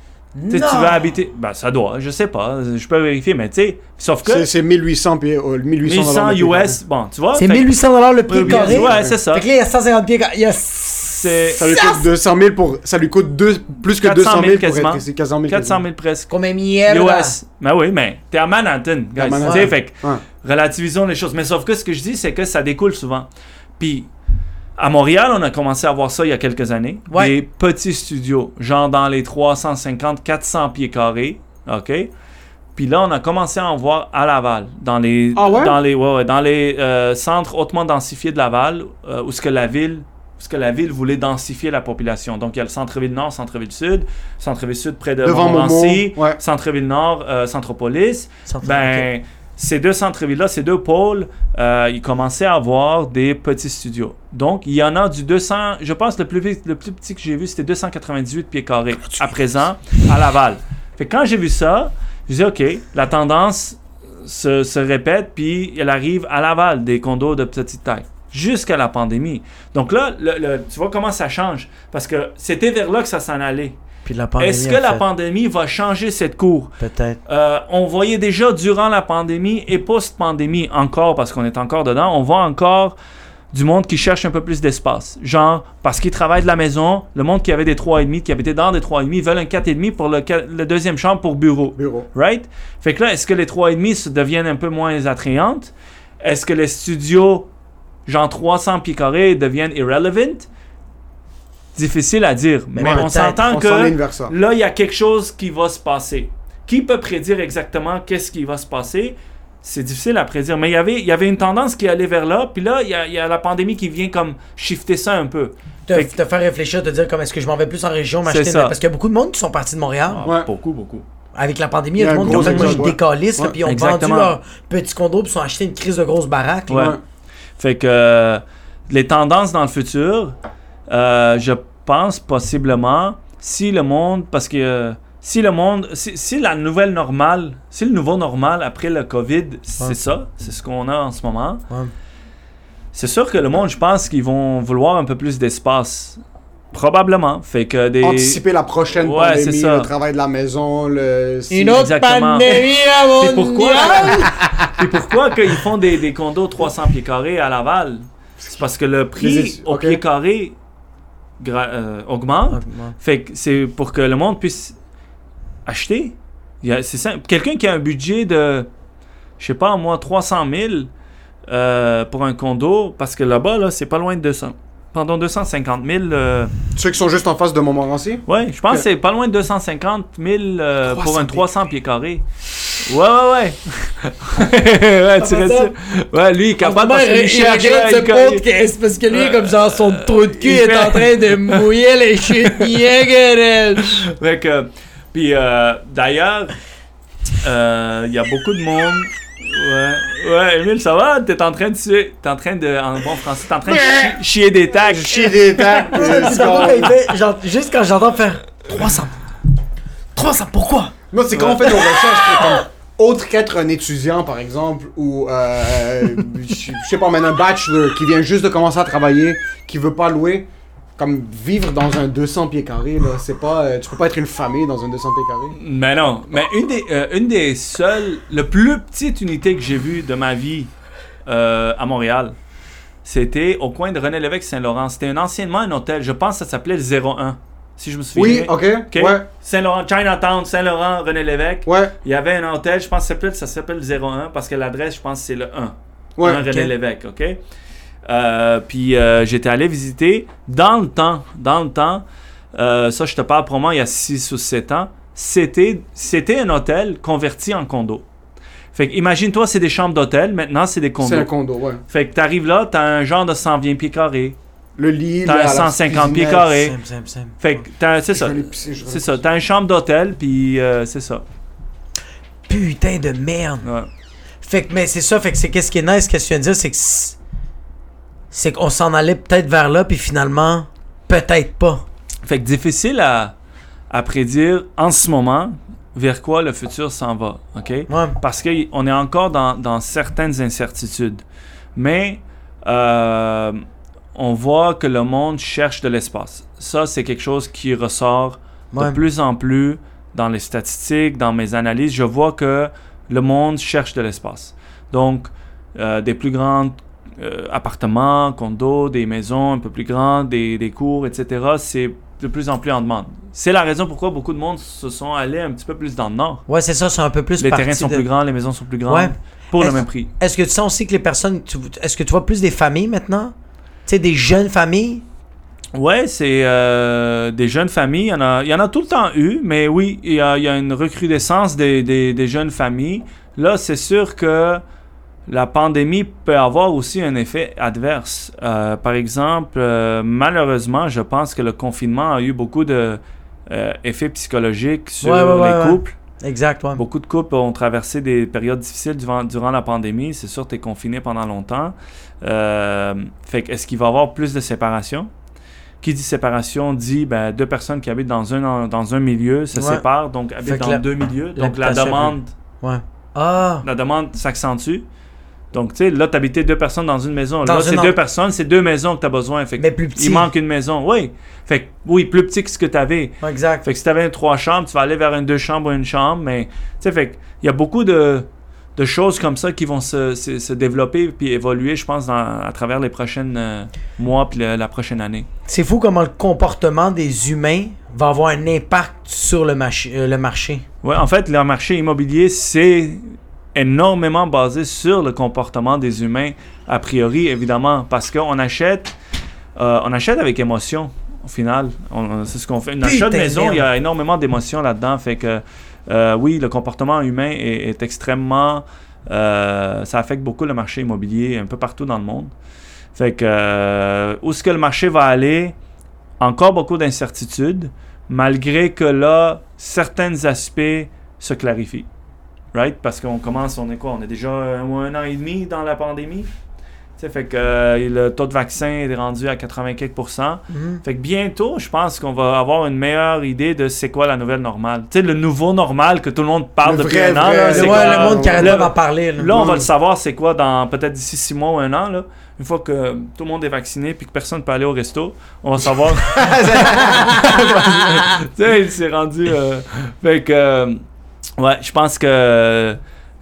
S4: Tu veux habiter... Ben, ça doit, je sais pas, je peux vérifier, mais tu sais, sauf que...
S3: C'est, c'est mille huit cents pieds, euh, mille huit cents
S4: U S, bon, tu vois...
S2: C'est mille huit cents dollars le pied carré?
S4: Ouais, c'est ça.
S2: Fait que là, il y a cent cinquante pieds carrés, il y a...
S3: C'est... Ça lui coûte deux cent mille pour... Ça lui coûte deux... plus que deux cent mille pour être ici, quatre cent mille.
S4: quatre cent mille presque.
S2: Combien mille
S4: U S. Ben oui, mais t'es à Manhattan, guys. Tu sais, fait que, ouais. relativisons les choses. Mais sauf que ce que je dis, c'est que ça découle souvent. Puis... À Montréal, on a commencé à voir ça il y a quelques années. Ouais. Des petits studios, genre dans les trois cent cinquante, quatre cents pieds carrés. OK? Puis là, on a commencé à en voir à Laval, dans les,
S3: ah ouais?
S4: dans les, ouais, ouais, dans les euh, centres hautement densifiés de Laval, euh, où ce que la ville, où ce que la ville voulait densifier la population. Donc, il y a le centre-ville nord, centre-ville sud, centre-ville sud près de Montmorency, ouais. centre-ville nord, euh, Centropolis. Centre-ville, ben... Okay. Ces deux centres-villes-là, ces deux pôles, euh, ils commençaient à avoir des petits studios. Donc, il y en a du deux cents... Je pense que le plus, le plus petit que j'ai vu, c'était deux cent quatre-vingt-dix-huit pieds carrés à présent à Laval. Fait que quand j'ai vu ça, je disais, OK, la tendance se, se répète, puis elle arrive à Laval, des condos de petite taille, jusqu'à la pandémie. Donc là, le, le, tu vois comment ça change. Parce que c'était vers là que ça s'en allait.
S2: Puis la pandémie,
S4: est-ce que la fait... pandémie va changer cette cour?
S2: Peut-être.
S4: Euh, on voyait déjà durant la pandémie et post-pandémie encore, parce qu'on est encore dedans, on voit encore du monde qui cherche un peu plus d'espace. Genre, parce qu'ils travaillent de la maison, le monde qui avait des trois virgule cinq, qui habitait dans des trois virgule cinq, veulent un quatre virgule cinq pour le, le deuxième chambre pour bureau.
S3: Bureau.
S4: Right? Fait que là, est-ce que les trois virgule cinq deviennent un peu moins attrayantes? Est-ce que les studios, genre trois cents pieds carrés, deviennent irrelevant? Difficile à dire, mais, mais on s'entend
S3: on
S4: que là, il y a quelque chose qui va se passer. qui peut prédire exactement qu'est-ce qui va se passer? C'est difficile à prédire. Mais il y avait, il y avait une tendance qui allait vers là, puis là, il y a, il y a la pandémie qui vient comme shifter ça un peu.
S2: Te, fait que, te faire réfléchir, te dire comme est-ce que je m'en vais plus en région, m'acheter une... Parce qu'il y a beaucoup de monde qui sont partis de Montréal.
S4: Ah, ouais. Beaucoup, beaucoup.
S2: Avec la pandémie, il y a, il y a du monde qui ont fait moi, je décalisse, ouais. Puis ils ont
S4: Exactement.
S2: vendu leur petit condo, puis ils ont acheté une crise de grosse baraque.
S4: Ouais. Ouais. Fait que euh, les tendances dans le futur, euh, je pense possiblement, si le monde, parce que euh, si le monde, si, si la nouvelle normale, si le nouveau normal après le COVID, ouais. c'est ça, c'est ce qu'on a en ce moment, ouais. c'est sûr que le monde, je pense qu'ils vont vouloir un peu plus d'espace. Probablement. Fait que des...
S3: Anticiper la prochaine
S4: ouais,
S3: pandémie, le travail de la maison, le...
S2: Une autre Exactement. pandémie à mondiale!
S4: C'est pourquoi, c'est pourquoi qu'ils font des, des condos trois cents pieds carrés à Laval. C'est parce que le prix au okay. pied carré gra- euh, augmente. Okay. Fait que c'est pour que le monde puisse acheter. Il y a, c'est simple. Quelqu'un qui a un budget de, je sais pas, moi, trois cent mille euh, pour un condo, parce que là-bas, là, c'est pas loin de deux cents. Pendant deux cent cinquante mille... Euh...
S3: Ceux qui sont juste en face de Montmorency?
S4: Oui, je pense que c'est pas loin de deux cent cinquante mille euh, pour un trois cents pieds carrés. Ouais, ouais, ouais. ouais, tu restes... Ouais, lui, il est capable de
S2: se chercher ce podcast parce que lui, comme genre, son trou de cul est fait... en train de mouiller les chutes Niagara.
S4: Fait que... Puis, euh, d'ailleurs, il euh, y a beaucoup de monde... Ouais, ouais, Émile, ça va? T'es en train de tuer, t'es en train de, en bon français, t'es en train de chi- chier des tags.
S3: Chier des tags.
S2: genre, juste quand j'entends faire trois cents. trois cents, pourquoi?
S3: Non, c'est quand ouais. on fait nos recherches, comme, autre qu'être un étudiant, par exemple, ou, euh, je sais pas, même un bachelor qui vient juste de commencer à travailler, qui veut pas louer. Comme vivre dans un deux cents pieds carrés, là, c'est pas... Euh, tu peux pas être une famille dans un deux cents pieds carrés.
S4: Mais non. Mais une des, euh, une des seules... Le plus petite unité que j'ai vue de ma vie euh, à Montréal, c'était au coin de René-Lévesque-Saint-Laurent. C'était un, anciennement un hôtel. Je pense que ça s'appelait le zéro un. Si je me souviens.
S3: Oui, OK. okay. Ouais.
S4: Saint-Laurent, Chinatown, Saint-Laurent, René-Lévesque.
S3: Ouais.
S4: Il y avait un hôtel, je pense que ça s'appelle, ça s'appelle le zéro un parce que l'adresse, je pense que c'est le un.
S3: Ouais.
S4: un René-Lévesque, OK? Euh, puis euh, j'étais allé visiter dans le temps, dans le temps, euh, ça je te parle probablement il y a six ou sept ans, c'était, c'était un hôtel converti en condo. Fait que imagine-toi, c'est des chambres d'hôtel, maintenant c'est des condos.
S3: C'est un condo, ouais.
S4: Fait que t'arrives là, t'as un genre de cent vingt pieds carrés.
S3: Le lit,
S4: t'as un cent cinquante pieds carrés.
S2: Sim, sim, sim.
S4: Fait que t'as, c'est ça, pisser, c'est ça, t'as une chambre d'hôtel, puis euh, c'est ça.
S2: Putain de merde.
S4: Ouais.
S2: Fait que, mais c'est ça, fait que c'est qu'est-ce qui est nice, qu'est-ce que tu viens de dire, c'est que c'est qu'on s'en allait peut-être vers là, puis finalement, peut-être pas.
S4: Fait que difficile à, à prédire en ce moment vers quoi le futur s'en va, OK?
S2: Ouais.
S4: Parce qu'on est encore dans, dans certaines incertitudes. Mais euh, on voit que le monde cherche de l'espace. Ça, c'est quelque chose qui ressort ouais. de plus en plus dans les statistiques, dans mes analyses. Je vois que le monde cherche de l'espace. Donc, euh, des plus grandes Euh, appartements, condos, des maisons un peu plus grandes, des, des cours, et cetera. C'est de plus en plus en demande. C'est la raison pourquoi beaucoup de monde se sont allés un petit peu plus dans le nord.
S2: Ouais, c'est ça, c'est un peu plus
S4: Les terrains sont de... plus grands, les maisons sont plus grandes, ouais. pour est-ce, le même prix.
S2: Est-ce que tu sens aussi que les personnes... Tu, est-ce que tu vois plus des familles maintenant? Tu sais, des jeunes familles?
S4: Ouais, c'est euh, des jeunes familles. Il y en a, il y en a tout le temps eu, mais oui, il y a, il y a une recrudescence des, des, des jeunes familles. Là, c'est sûr que la pandémie peut avoir aussi un effet adverse. Euh, par exemple, euh, malheureusement, je pense que le confinement a eu beaucoup d'effets euh, psychologiques sur
S2: ouais, ouais,
S4: les
S2: ouais,
S4: couples.
S2: Ouais. Exact, ouais.
S4: Beaucoup de couples ont traversé des périodes difficiles durant, durant la pandémie. C'est sûr que tu es confiné pendant longtemps. Euh, fait que est-ce qu'il va y avoir plus de séparation? Qui dit séparation dit ben, deux personnes qui habitent dans un, dans un milieu se ouais. séparent, donc habitent dans la, deux milieux. Donc la demande,
S2: ouais. ah.
S4: la demande s'accentue. Donc, tu sais, là, t'habitais deux personnes dans une maison. Dans là, c'est
S2: an...
S4: deux personnes, c'est deux maisons que t'as besoin. Fait que
S2: mais plus petit.
S4: Il manque une maison. Oui. Fait que, oui, plus petit que ce que t'avais.
S2: Exact.
S4: Fait que si t'avais une trois chambres, tu vas aller vers une deux chambres ou une chambre. Mais, tu sais, fait il y a beaucoup de, de choses comme ça qui vont se, se, se développer puis évoluer, je pense, dans, à travers les prochains euh, mois puis le, la prochaine année.
S2: C'est fou comment le comportement des humains va avoir un impact sur le, mach- euh, le marché.
S4: Oui, en fait, le marché immobilier, c'est énormément basé sur le comportement des humains, a priori, évidemment, parce qu'on achète, euh, on achète avec émotion, au final. On, c'est ce qu'on fait. Une achat de maison, il y a énormément d'émotions là-dedans, fait que euh, oui, le comportement humain est, est extrêmement... Euh, ça affecte beaucoup le marché immobilier un peu partout dans le monde. Fait que euh, où est-ce que le marché va aller? Encore beaucoup d'incertitudes, malgré que là, certains aspects se clarifient. Right? Parce qu'on commence, on est quoi? On est déjà un, un an et demi dans la pandémie. T'sais, fait que euh, le taux de vaccin est rendu à quatre-vingt-quelques pour cent. Mm-hmm. Fait que bientôt, je pense qu'on va avoir une meilleure idée de c'est quoi la nouvelle normale. Tu sais, le nouveau normal que tout le monde parle le depuis vrai, un an. Là,
S2: c'est ouais, quoi, le monde qui arrête pas d'en parler.
S4: Là, là on va le savoir c'est quoi dans peut-être d'ici six mois ou un an. Là, une fois que tout le monde est vacciné puis que personne ne peut aller au resto, on va savoir. Tu sais, il s'est rendu... Euh... Fait que... Euh... Ouais, je pense que euh,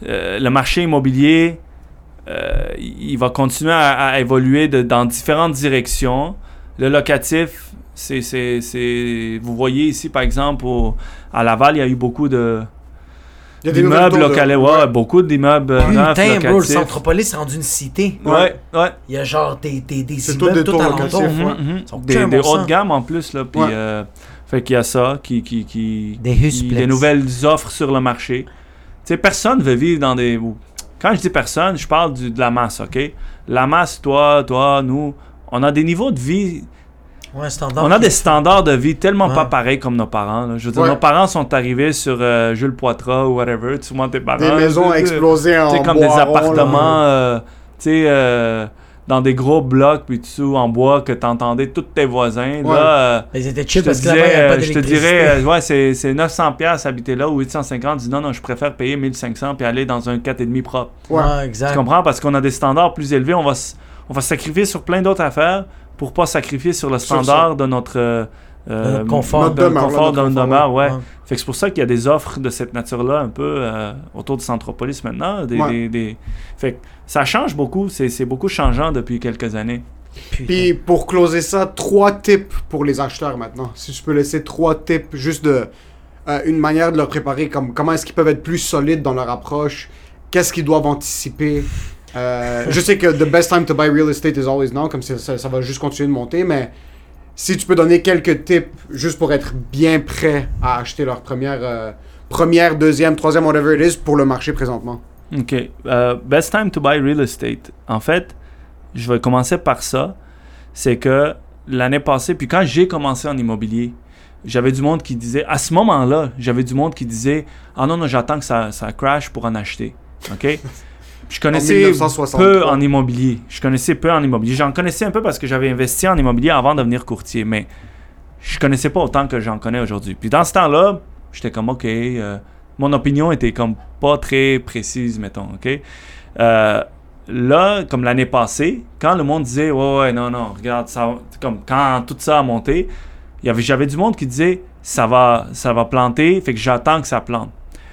S4: le marché immobilier... Euh, il va continuer à, à évoluer de, dans différentes directions. Le locatif, c'est, c'est, c'est... Vous voyez ici, par exemple, au, à Laval, il y a eu beaucoup de... Il y a d'immeubles locaux, ouais, ouais, beaucoup d'immeubles neufs locatifs.
S2: Putain, bro, le Centropolis est rendu une cité.
S4: Ouais, ouais.
S2: Il y a genre des, des, des immeubles tout, tout alentour.
S4: Mm-hmm, mm-hmm. Des, des hautes gammes en plus, là. Puis, ouais. euh, fait qu'il y a ça, qui... qui, qui
S2: des husplex.
S4: Des nouvelles offres sur le marché. Tu sais, personne ne veut vivre dans des... Quand je dis personne, je parle du, de la masse, OK? La masse, toi, toi, nous, on a des niveaux de vie...
S2: Ouais, standard.
S4: On a des standards de vie tellement ouais. pas pareils comme nos parents. Là. Je veux dire,
S3: ouais.
S4: nos parents sont arrivés sur euh, Jules Poitras ou whatever. Tu vois tes parents.
S3: Des maisons explosées en bois.
S4: Comme des appartements, euh, tu sais, euh, dans des gros blocs, puis tout en bois, que t'entendais tous tes voisins. Ouais. Là, euh,
S2: ils étaient cheap
S4: parce que là-bas, il n'y avait pas d'électricité. Je te dirais, euh, ouais, c'est, c'est neuf cents dollars habiter là, ou huit cent cinquante. Je dis non, non, je préfère payer mille cinq cents puis aller dans un quatre virgule cinq propre.
S2: Ouais, ouais, exact.
S4: Tu comprends? Parce qu'on a des standards plus élevés. On va, on va sacrifier sur plein d'autres affaires pour pas sacrifier sur le standard sur de notre, euh,
S2: notre confort,
S4: notre
S2: de,
S4: demeure, confort
S2: là, notre
S4: de demeure. Ouais.
S2: ouais.
S4: Fait que c'est pour ça qu'il y a des offres de cette nature-là un peu euh, autour de Centropolis maintenant. Des, ouais. des, des... Fait que ça change beaucoup. C'est, c'est beaucoup changeant depuis quelques années.
S3: Putain. Puis pour closer ça, trois tips pour les acheteurs maintenant. Si je peux laisser trois tips, juste de euh, une manière de leur préparer, comme comment est-ce qu'ils peuvent être plus solides dans leur approche, qu'est-ce qu'ils doivent anticiper. Euh, je sais que the best time to buy real estate is always now, comme ça, ça, ça va juste continuer de monter, mais si tu peux donner quelques tips juste pour être bien prêt à acheter leur première, euh, première, deuxième, troisième, whatever it is, pour le marché présentement.
S4: OK. Uh, best time to buy real estate. En fait, je vais commencer par ça. C'est que l'année passée, puis quand j'ai commencé en immobilier, j'avais du monde qui disait, à ce moment-là, j'avais du monde qui disait « Ah non, non, j'attends que ça, ça crash pour en acheter. » OK? Je connaissais peu en immobilier. Je connaissais peu en immobilier. J'en connaissais un peu parce que j'avais investi en immobilier avant de devenir courtier, mais je connaissais pas autant que j'en connais aujourd'hui. Puis dans ce temps-là, j'étais comme, OK, euh, mon opinion était comme pas très précise, mettons, OK? Euh, là, comme l'année passée, quand le monde disait, ouais, ouais, non, non, regarde, ça, comme quand tout ça a monté, y avait, j'avais du monde qui disait, ça va, ça va planter, fait que j'attends que ça plante.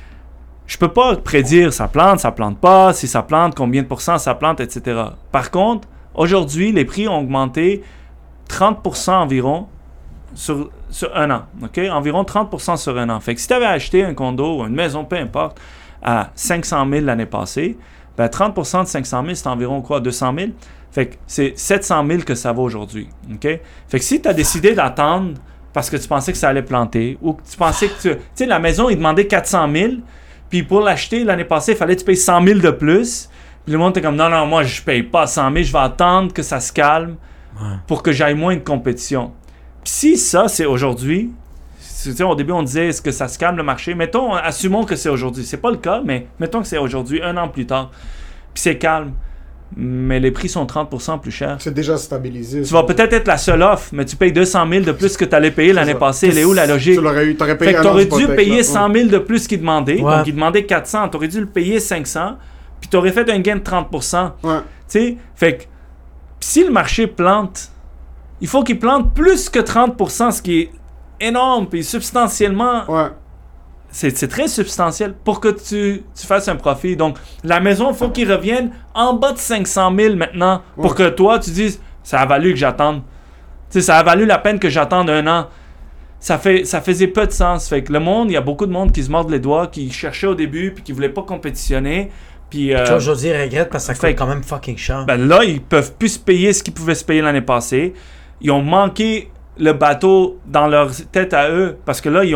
S4: Je peux pas prédire ça plante, ça plante pas, si ça plante, combien de pourcents ça plante, et cetera. Par contre, aujourd'hui, les prix ont augmenté trente pour cent environ sur, sur un an. OK? Environ trente pour cent sur un an. Fait que si tu avais acheté un condo ou une maison, peu importe, à cinq cent mille l'année passée, ben trente pour cent de cinq cent mille, c'est environ quoi? deux cent mille? Fait que c'est sept cent mille que ça vaut aujourd'hui. OK? Fait que si tu as décidé d'attendre parce que tu pensais que ça allait planter ou que tu pensais que tu... Tu sais, la maison, il demandait quatre cent mille. Puis pour l'acheter, l'année passée, il fallait que tu payes cent mille de plus. Puis le monde était comme, non, non, moi, je paye pas cent mille, je vais attendre que ça se calme ouais. pour que j'aille moins de compétition. Puis si ça, c'est aujourd'hui, tu sais, au début, on disait, est-ce que ça se calme le marché? Mettons, assumons que c'est aujourd'hui. C'est pas le cas, mais mettons que c'est aujourd'hui, un an plus tard. Puis c'est calme. Mais les prix sont trente pour cent plus chers.
S3: C'est déjà stabilisé.
S4: Tu vas peut-être être la seule offre, mais tu payes deux cent mille de plus que tu allais payer l'année passée. Elle est où la logique?
S3: Tu l'aurais eu, t'aurais payé
S4: fait que tu aurais dû payer cent mille de plus qu'ils demandaient. Ouais. Donc, ils demandaient quatre cents. Tu aurais dû le payer cinq cents. Puis tu aurais fait un gain de trente pour cent.
S3: Ouais.
S4: Tu sais, fait que si le marché plante, il faut qu'il plante plus que trente pour cent, ce qui est énorme. Puis substantiellement...
S3: Ouais.
S4: C'est, c'est très substantiel pour que tu, tu fasses un profit. Donc, la maison, il faut qu'il revienne en bas de cinq cent mille maintenant pour ouais. que toi, tu dises, ça a valu que j'attende. Tu sais, ça a valu la peine que j'attende un an. Ça, fait, ça faisait peu de sens. Fait que le monde, il y a beaucoup de monde qui se mordent les doigts, qui cherchait au début, puis qui voulait pas compétitionner. Puis, euh,
S2: tu vois, aujourd'hui, ils regrettent parce que ça coûte quand même fucking cher.
S4: Ben là, ils peuvent plus se payer ce qu'ils pouvaient se payer l'année passée. Ils ont manqué le bateau dans leur tête à eux parce que là, ils ont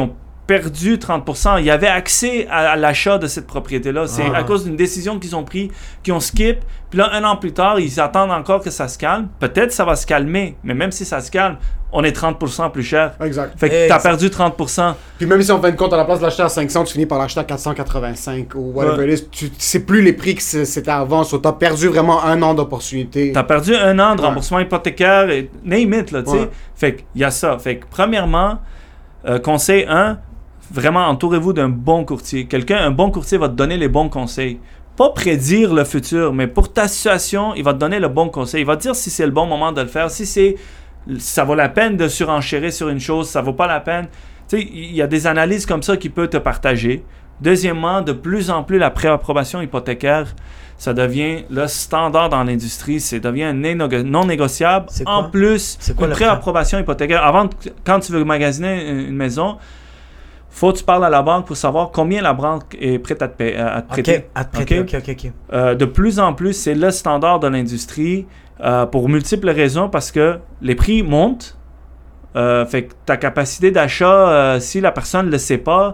S4: perdu trente pour cent. Ils avaient accès à, à l'achat de cette propriété-là. C'est
S2: Ah.
S4: à cause d'une décision qu'ils ont prise, qu'ils ont skip. Puis là, un an plus tard, ils attendent encore que ça se calme. Peut-être ça va se calmer, mais même si ça se calme, on est trente pour cent plus cher.
S3: Exact.
S4: Fait que
S2: Exact.
S4: t'as perdu trente pour cent.
S3: Puis même si on fait une compte à la place de l'acheter à cinq cents, tu finis par l'acheter à quatre cent quatre-vingt-cinq ou whatever
S4: Ouais.
S3: it is. Tu sais plus les prix que c'est- c'était avant. So, t'as perdu vraiment un an d'opportunité.
S4: T'as perdu un an de
S3: Ouais.
S4: remboursement hypothécaire et name it, là, tu sais.
S3: Ouais.
S4: Fait qu'il y a ça. Fait que premièrement, euh, conseil un, vraiment entourez-vous d'un bon courtier. Quelqu'un, un bon courtier va te donner les bons conseils. Pas prédire le futur, mais pour ta situation, il va te donner le bon conseil. Il va te dire si c'est le bon moment de le faire, si c'est ça vaut la peine de surenchérir sur une chose, ça vaut pas la peine. Tu sais, il y a des analyses comme ça qu'il peut te partager. Deuxièmement, de plus en plus, la préapprobation hypothécaire, ça devient le standard dans l'industrie, ça devient non, non négociable.
S2: C'est quoi?
S4: En plus,
S2: C'est quoi
S4: une
S2: le
S4: préapprobation hypothécaire. Avant, de- quand tu veux magasiner une, une maison, faut que tu parles à la banque pour savoir combien la banque est prête à te, payer, à te prêter.
S2: Ok, à te prêter.
S4: Ok?
S2: Ok, ok, ok.
S4: Euh, de plus en plus, c'est le standard de l'industrie euh, pour multiples raisons parce que les prix montent. Euh, fait que ta capacité d'achat, euh, si la personne ne le sait pas,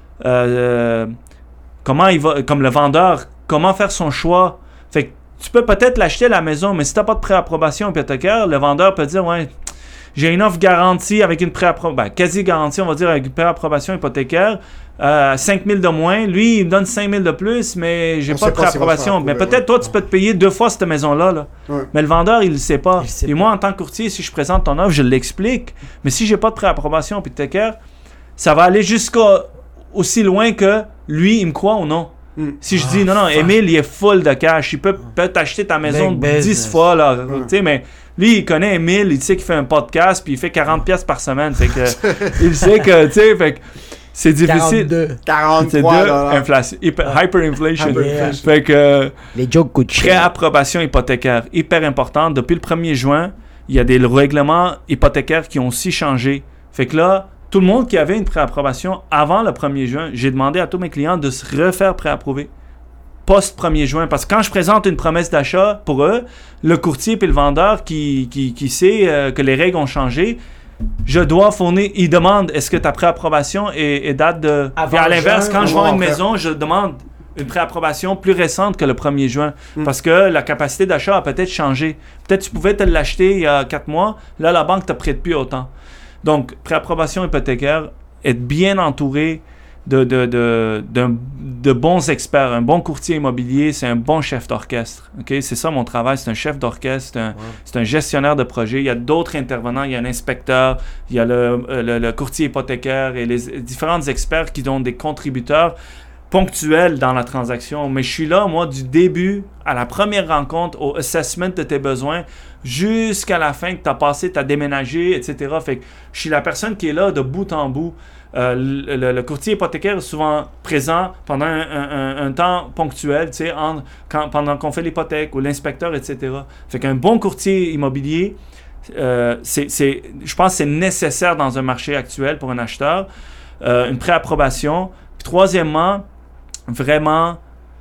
S4: euh, comment il va, comme le vendeur, comment faire son choix. Fait que tu peux peut-être l'acheter à la maison, mais si tu n'as pas de préapprobation hypothécaire, le vendeur peut dire ouais, j'ai une offre garantie avec une préapprobation, ben, quasi garantie, on va dire, avec une préapprobation hypothécaire, euh, cinq mille de moins. Lui, il me donne cinq mille de plus, mais j'ai
S3: On
S4: pas
S3: sait
S4: de
S3: pas s'il va
S4: préapprobation.
S3: se
S4: Mais
S3: faire
S4: peut-être
S3: approuver,
S4: toi, tu peux te payer deux fois cette maison-là. Là.
S3: Ouais.
S4: Mais le vendeur, il le sait pas.
S2: Il le sait
S4: Et
S2: pas.
S4: moi, en tant que courtier, si je présente ton offre, je l'explique. Mais si j'ai pas de préapprobation hypothécaire, ça va aller jusqu'à aussi loin que lui, il me croit ou non.
S3: Mm.
S4: Si je
S2: Ah,
S4: dis non, non,
S2: fuck.
S4: Emile, il est full de cash, il peut, peut t'acheter ta maison
S2: Big
S4: dix
S2: business.
S4: fois, là.
S3: Ouais.
S4: Tu sais, mais lui, il connaît Emile, il sait qu'il fait un podcast, puis il fait quarante pièces par semaine. Fait que, il sait que, tu sais, fait que c'est difficile.
S2: quarante-deux.
S4: C'est
S3: quarante-trois
S4: de
S3: dollars.
S4: inflation, hyper, hyperinflation.
S2: Hyperinflation.
S4: Fait que,
S2: Les jokes coûtent cher.
S4: préapprobation hypothécaire, hyper importante. Depuis le premier juin, il y a des règlements hypothécaires qui ont aussi changé. Fait que là, tout le monde qui avait une préapprobation avant le premier juin, j'ai demandé à tous mes clients de se refaire préapprouver post premier juin. Parce que quand je présente une promesse d'achat pour eux, le courtier et le vendeur qui, qui, qui sait euh, que les règles ont changé, je dois fournir, il demande est-ce que ta préapprobation est, est date de...
S2: Avant
S4: Puis à l'inverse,
S2: juin,
S4: quand je
S3: on va
S4: vends
S3: en
S4: une
S3: faire.
S4: maison, je demande une préapprobation plus récente que le premier juin.
S3: Mm.
S4: Parce que la capacité d'achat a peut-être changé. Peut-être tu pouvais te l'acheter il y a quatre mois, là la banque ne te prête plus autant. Donc, préapprobation hypothécaire, être bien entouré de, de, de, d'un- de bons experts. Un bon courtier immobilier, c'est un bon chef d'orchestre. Ok, c'est ça mon travail, c'est un chef d'orchestre, c'est un,
S2: Ouais.
S4: c'est un gestionnaire de projet. Il y a d'autres intervenants, il y a un inspecteur, il y a le, euh, le, le courtier hypothécaire et les différents experts qui sont des contributeurs ponctuels dans la transaction. Mais je suis là, moi, du début à la première rencontre, au assessment de tes besoins, jusqu'à la fin que tu as passé, tu as déménagé, et cetera. Fait que je suis la personne qui est là de bout en bout. Euh, le, le- le courtier hypothécaire est souvent présent pendant un, un- un- un temps ponctuel, tu sais, en- quand- pendant qu'on fait l'hypothèque ou l'inspecteur, et cetera. Fait qu'un bon courtier immobilier, euh, c'est, c'est, je pense que c'est nécessaire dans un marché actuel pour un acheteur. Euh, une préapprobation. Puis troisièmement, vraiment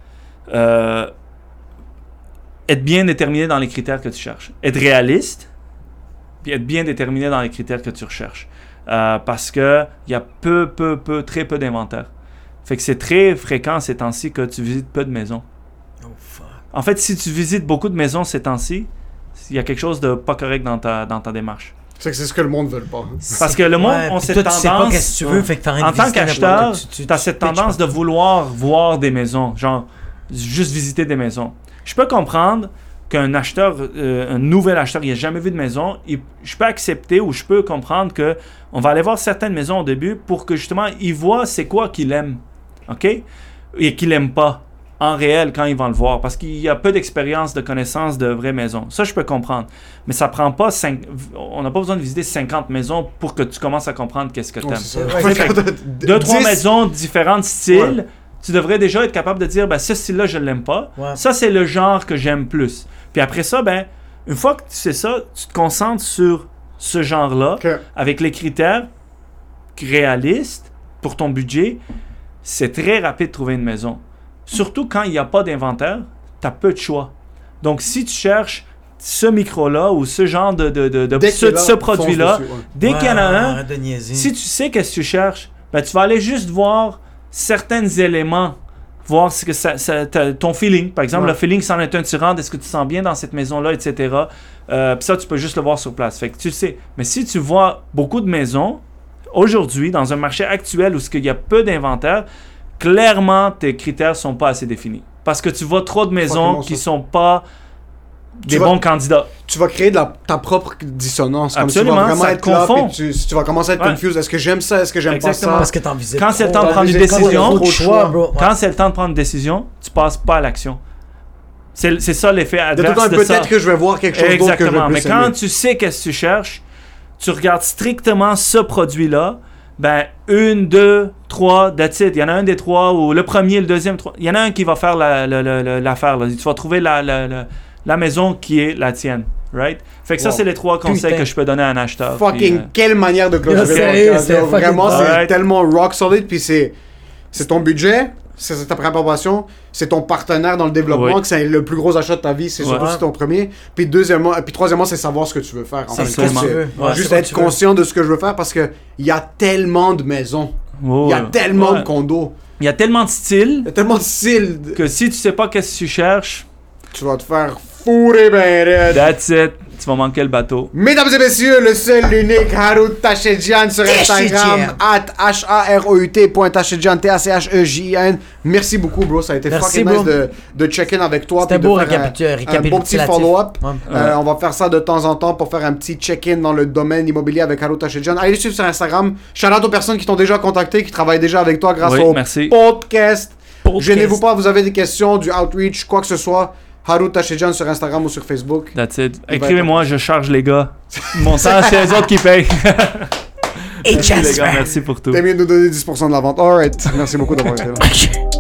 S4: euh, être bien déterminé dans les critères que tu cherches. Être réaliste, puis être bien déterminé dans les critères que tu recherches. Euh, parce que il y a peu, peu, peu, très peu d'inventaire. Fait que c'est très fréquent ces temps-ci que tu visites peu de maisons.
S2: Oh, fuck.
S4: En fait, si tu visites beaucoup de maisons ces temps-ci, il y a quelque chose de pas correct dans ta, dans ta démarche.
S3: C'est que c'est ce que le monde veut pas.
S4: Parce que le monde
S2: Ouais,
S4: a
S2: puis
S4: cette
S2: toi, tu sais pas
S4: tendance-
S2: qu'est-ce que tu veux, fait que t'as rien
S4: En
S2: de
S4: tant
S2: visiter
S4: qu'acheteur,
S2: n'importe- tu- tu-
S4: tu as
S2: tu
S4: cette
S2: pitches
S4: tendance de
S2: partout.
S4: vouloir voir des maisons, genre juste visiter des maisons. Je peux comprendre qu'un acheteur, euh, un nouvel acheteur, il n'a jamais vu de maison, il- je peux accepter ou je peux comprendre que on va aller voir certaines maisons au début pour que justement il voit c'est quoi qu'il aime, ok, et qu'il n'aime pas en réel quand il va le voir, parce qu'il y a peu d'expérience, de connaissances de vraies maisons. Ça, je peux comprendre. Mais ça prend pas cinq... On n'a pas besoin de visiter cinquante maisons pour que tu commences à comprendre qu'est-ce que tu
S3: Ouais,
S4: aimes.
S3: c'est ça.
S2: Ouais,
S3: Ouais,
S4: fait
S3: que-
S4: Deux, trois
S3: dix-
S4: maisons, différents styles,
S3: Ouais.
S4: tu devrais déjà être capable de dire, ben, ce style-là, je ne l'aime pas.
S2: Ouais.
S4: Ça, c'est le genre que j'aime plus. Puis après ça, ben, une fois que tu sais ça, tu te concentres sur ce genre-là,
S3: que-
S4: avec les critères réalistes pour ton budget. C'est très rapide de trouver une maison. Surtout quand il n'y a pas d'inventaire, tu as peu de choix. Donc, si tu cherches ce micro-là ou ce genre de, de, de, de
S3: Dès
S4: ce,
S3: qu'il est là,
S4: ce produit-là,
S3: fonce dessus, ouais.
S4: dès
S2: Ouais,
S4: qu'il y en a
S2: ouais,
S4: un,
S2: arrête de niaiser.
S4: si tu sais qu'est-ce que tu cherches, ben, tu vas aller juste voir certains éléments, voir ce que ça, ça, ton feeling. Par exemple, ouais. le feeling s'en est un tyran, est-ce que tu te sens bien dans cette maison-là, et cetera. Euh, Puis ça, tu peux juste le voir sur place. Fait que tu sais. Mais si tu vois beaucoup de maisons, aujourd'hui, dans un marché actuel où il y a peu d'inventaire, clairement, tes critères ne sont pas assez définis. Parce que tu vois trop de maisons qui ne sont pas des vas, bons candidats.
S3: Tu vas créer de la, ta propre dissonance.
S4: Absolument,
S3: comme tu vas vraiment
S4: ça
S3: être
S4: te
S3: là,
S4: confond.
S3: Tu, tu vas commencer à être ouais. confused. Est-ce que j'aime ça? Est-ce que j'aime
S4: Exactement.
S3: pas ça?
S2: Parce que t'en visites.
S4: Quand c'est le temps de prendre une décision, quand c'est le temps de prendre une décision, tu passes pas à l'action. C'est, c'est ça l'effet adverse de, de
S3: peut-être
S4: ça.
S3: que je vais voir quelque chose
S4: Exactement.
S3: d'autre que je vais plus
S4: Mais quand
S3: aimer.
S4: tu sais qu'est-ce que tu cherches, tu regardes strictement ce produit-là. Ben, une, deux, trois, that's it. Il y en a un des trois, ou le premier, le deuxième, trois. Il y en a un qui va faire la, la, la, la, l'affaire. Là. Tu vas trouver la, la, la, la maison qui est la tienne. Right? Fait que wow. ça, c'est les trois conseils Putain. que je peux donner à un acheteur.
S3: Fucking
S4: puis, euh...
S3: quelle manière de clôturer le podcast. Vraiment, c'est right. tellement rock solid. Puis c'est, c'est ton budget, c'est ta préparation, c'est ton partenaire dans le développement, oui. que c'est le plus gros achat de ta vie, c'est ouais. surtout si c'est ton premier. Puis deuxièmement, puis troisièmement, c'est savoir ce que tu veux faire. En fait, c'est ouais, juste être conscient de ce que je veux faire parce que il y a tellement de maisons, il oh, y a tellement ouais. de condos,
S4: il y a tellement de styles,
S3: il y a tellement de styles
S4: que si tu sais pas qu'est-ce que tu cherches,
S3: tu vas te faire fourrer ben raide.
S4: That's it. Tu vas manquer le bateau.
S3: Mesdames et messieurs, le seul, l'unique Harout Tachedjian sur Instagram, at H A R O U T point Tachedjian, T A C H E J I N. Merci beaucoup, bro. Ça a été Merci, fucking bro. nice de, de check-in avec toi.
S2: C'était beau,
S3: de faire un, un beau petit follow-up. Ouais. Euh, on va faire ça de temps en temps pour faire un petit check-in dans le domaine immobilier avec Harout Tachedjian. Allez suivre sur Instagram. Shout-out aux personnes qui t'ont déjà contacté, qui travaillent déjà avec toi grâce oui, au
S4: merci.
S3: podcast. podcast. Gênez-vous pas, vous avez des questions, du outreach, quoi que ce soit. Harout Tachedjian sur Instagram ou sur Facebook.
S4: That's it. Écrivez-moi, je charge les gars. Mon temps, c'est les autres qui payent.
S2: Et
S4: merci les gars, merci pour tout.
S3: T'as mieux de nous donner dix pour cent de la vente. Alright. Merci beaucoup d'avoir été là.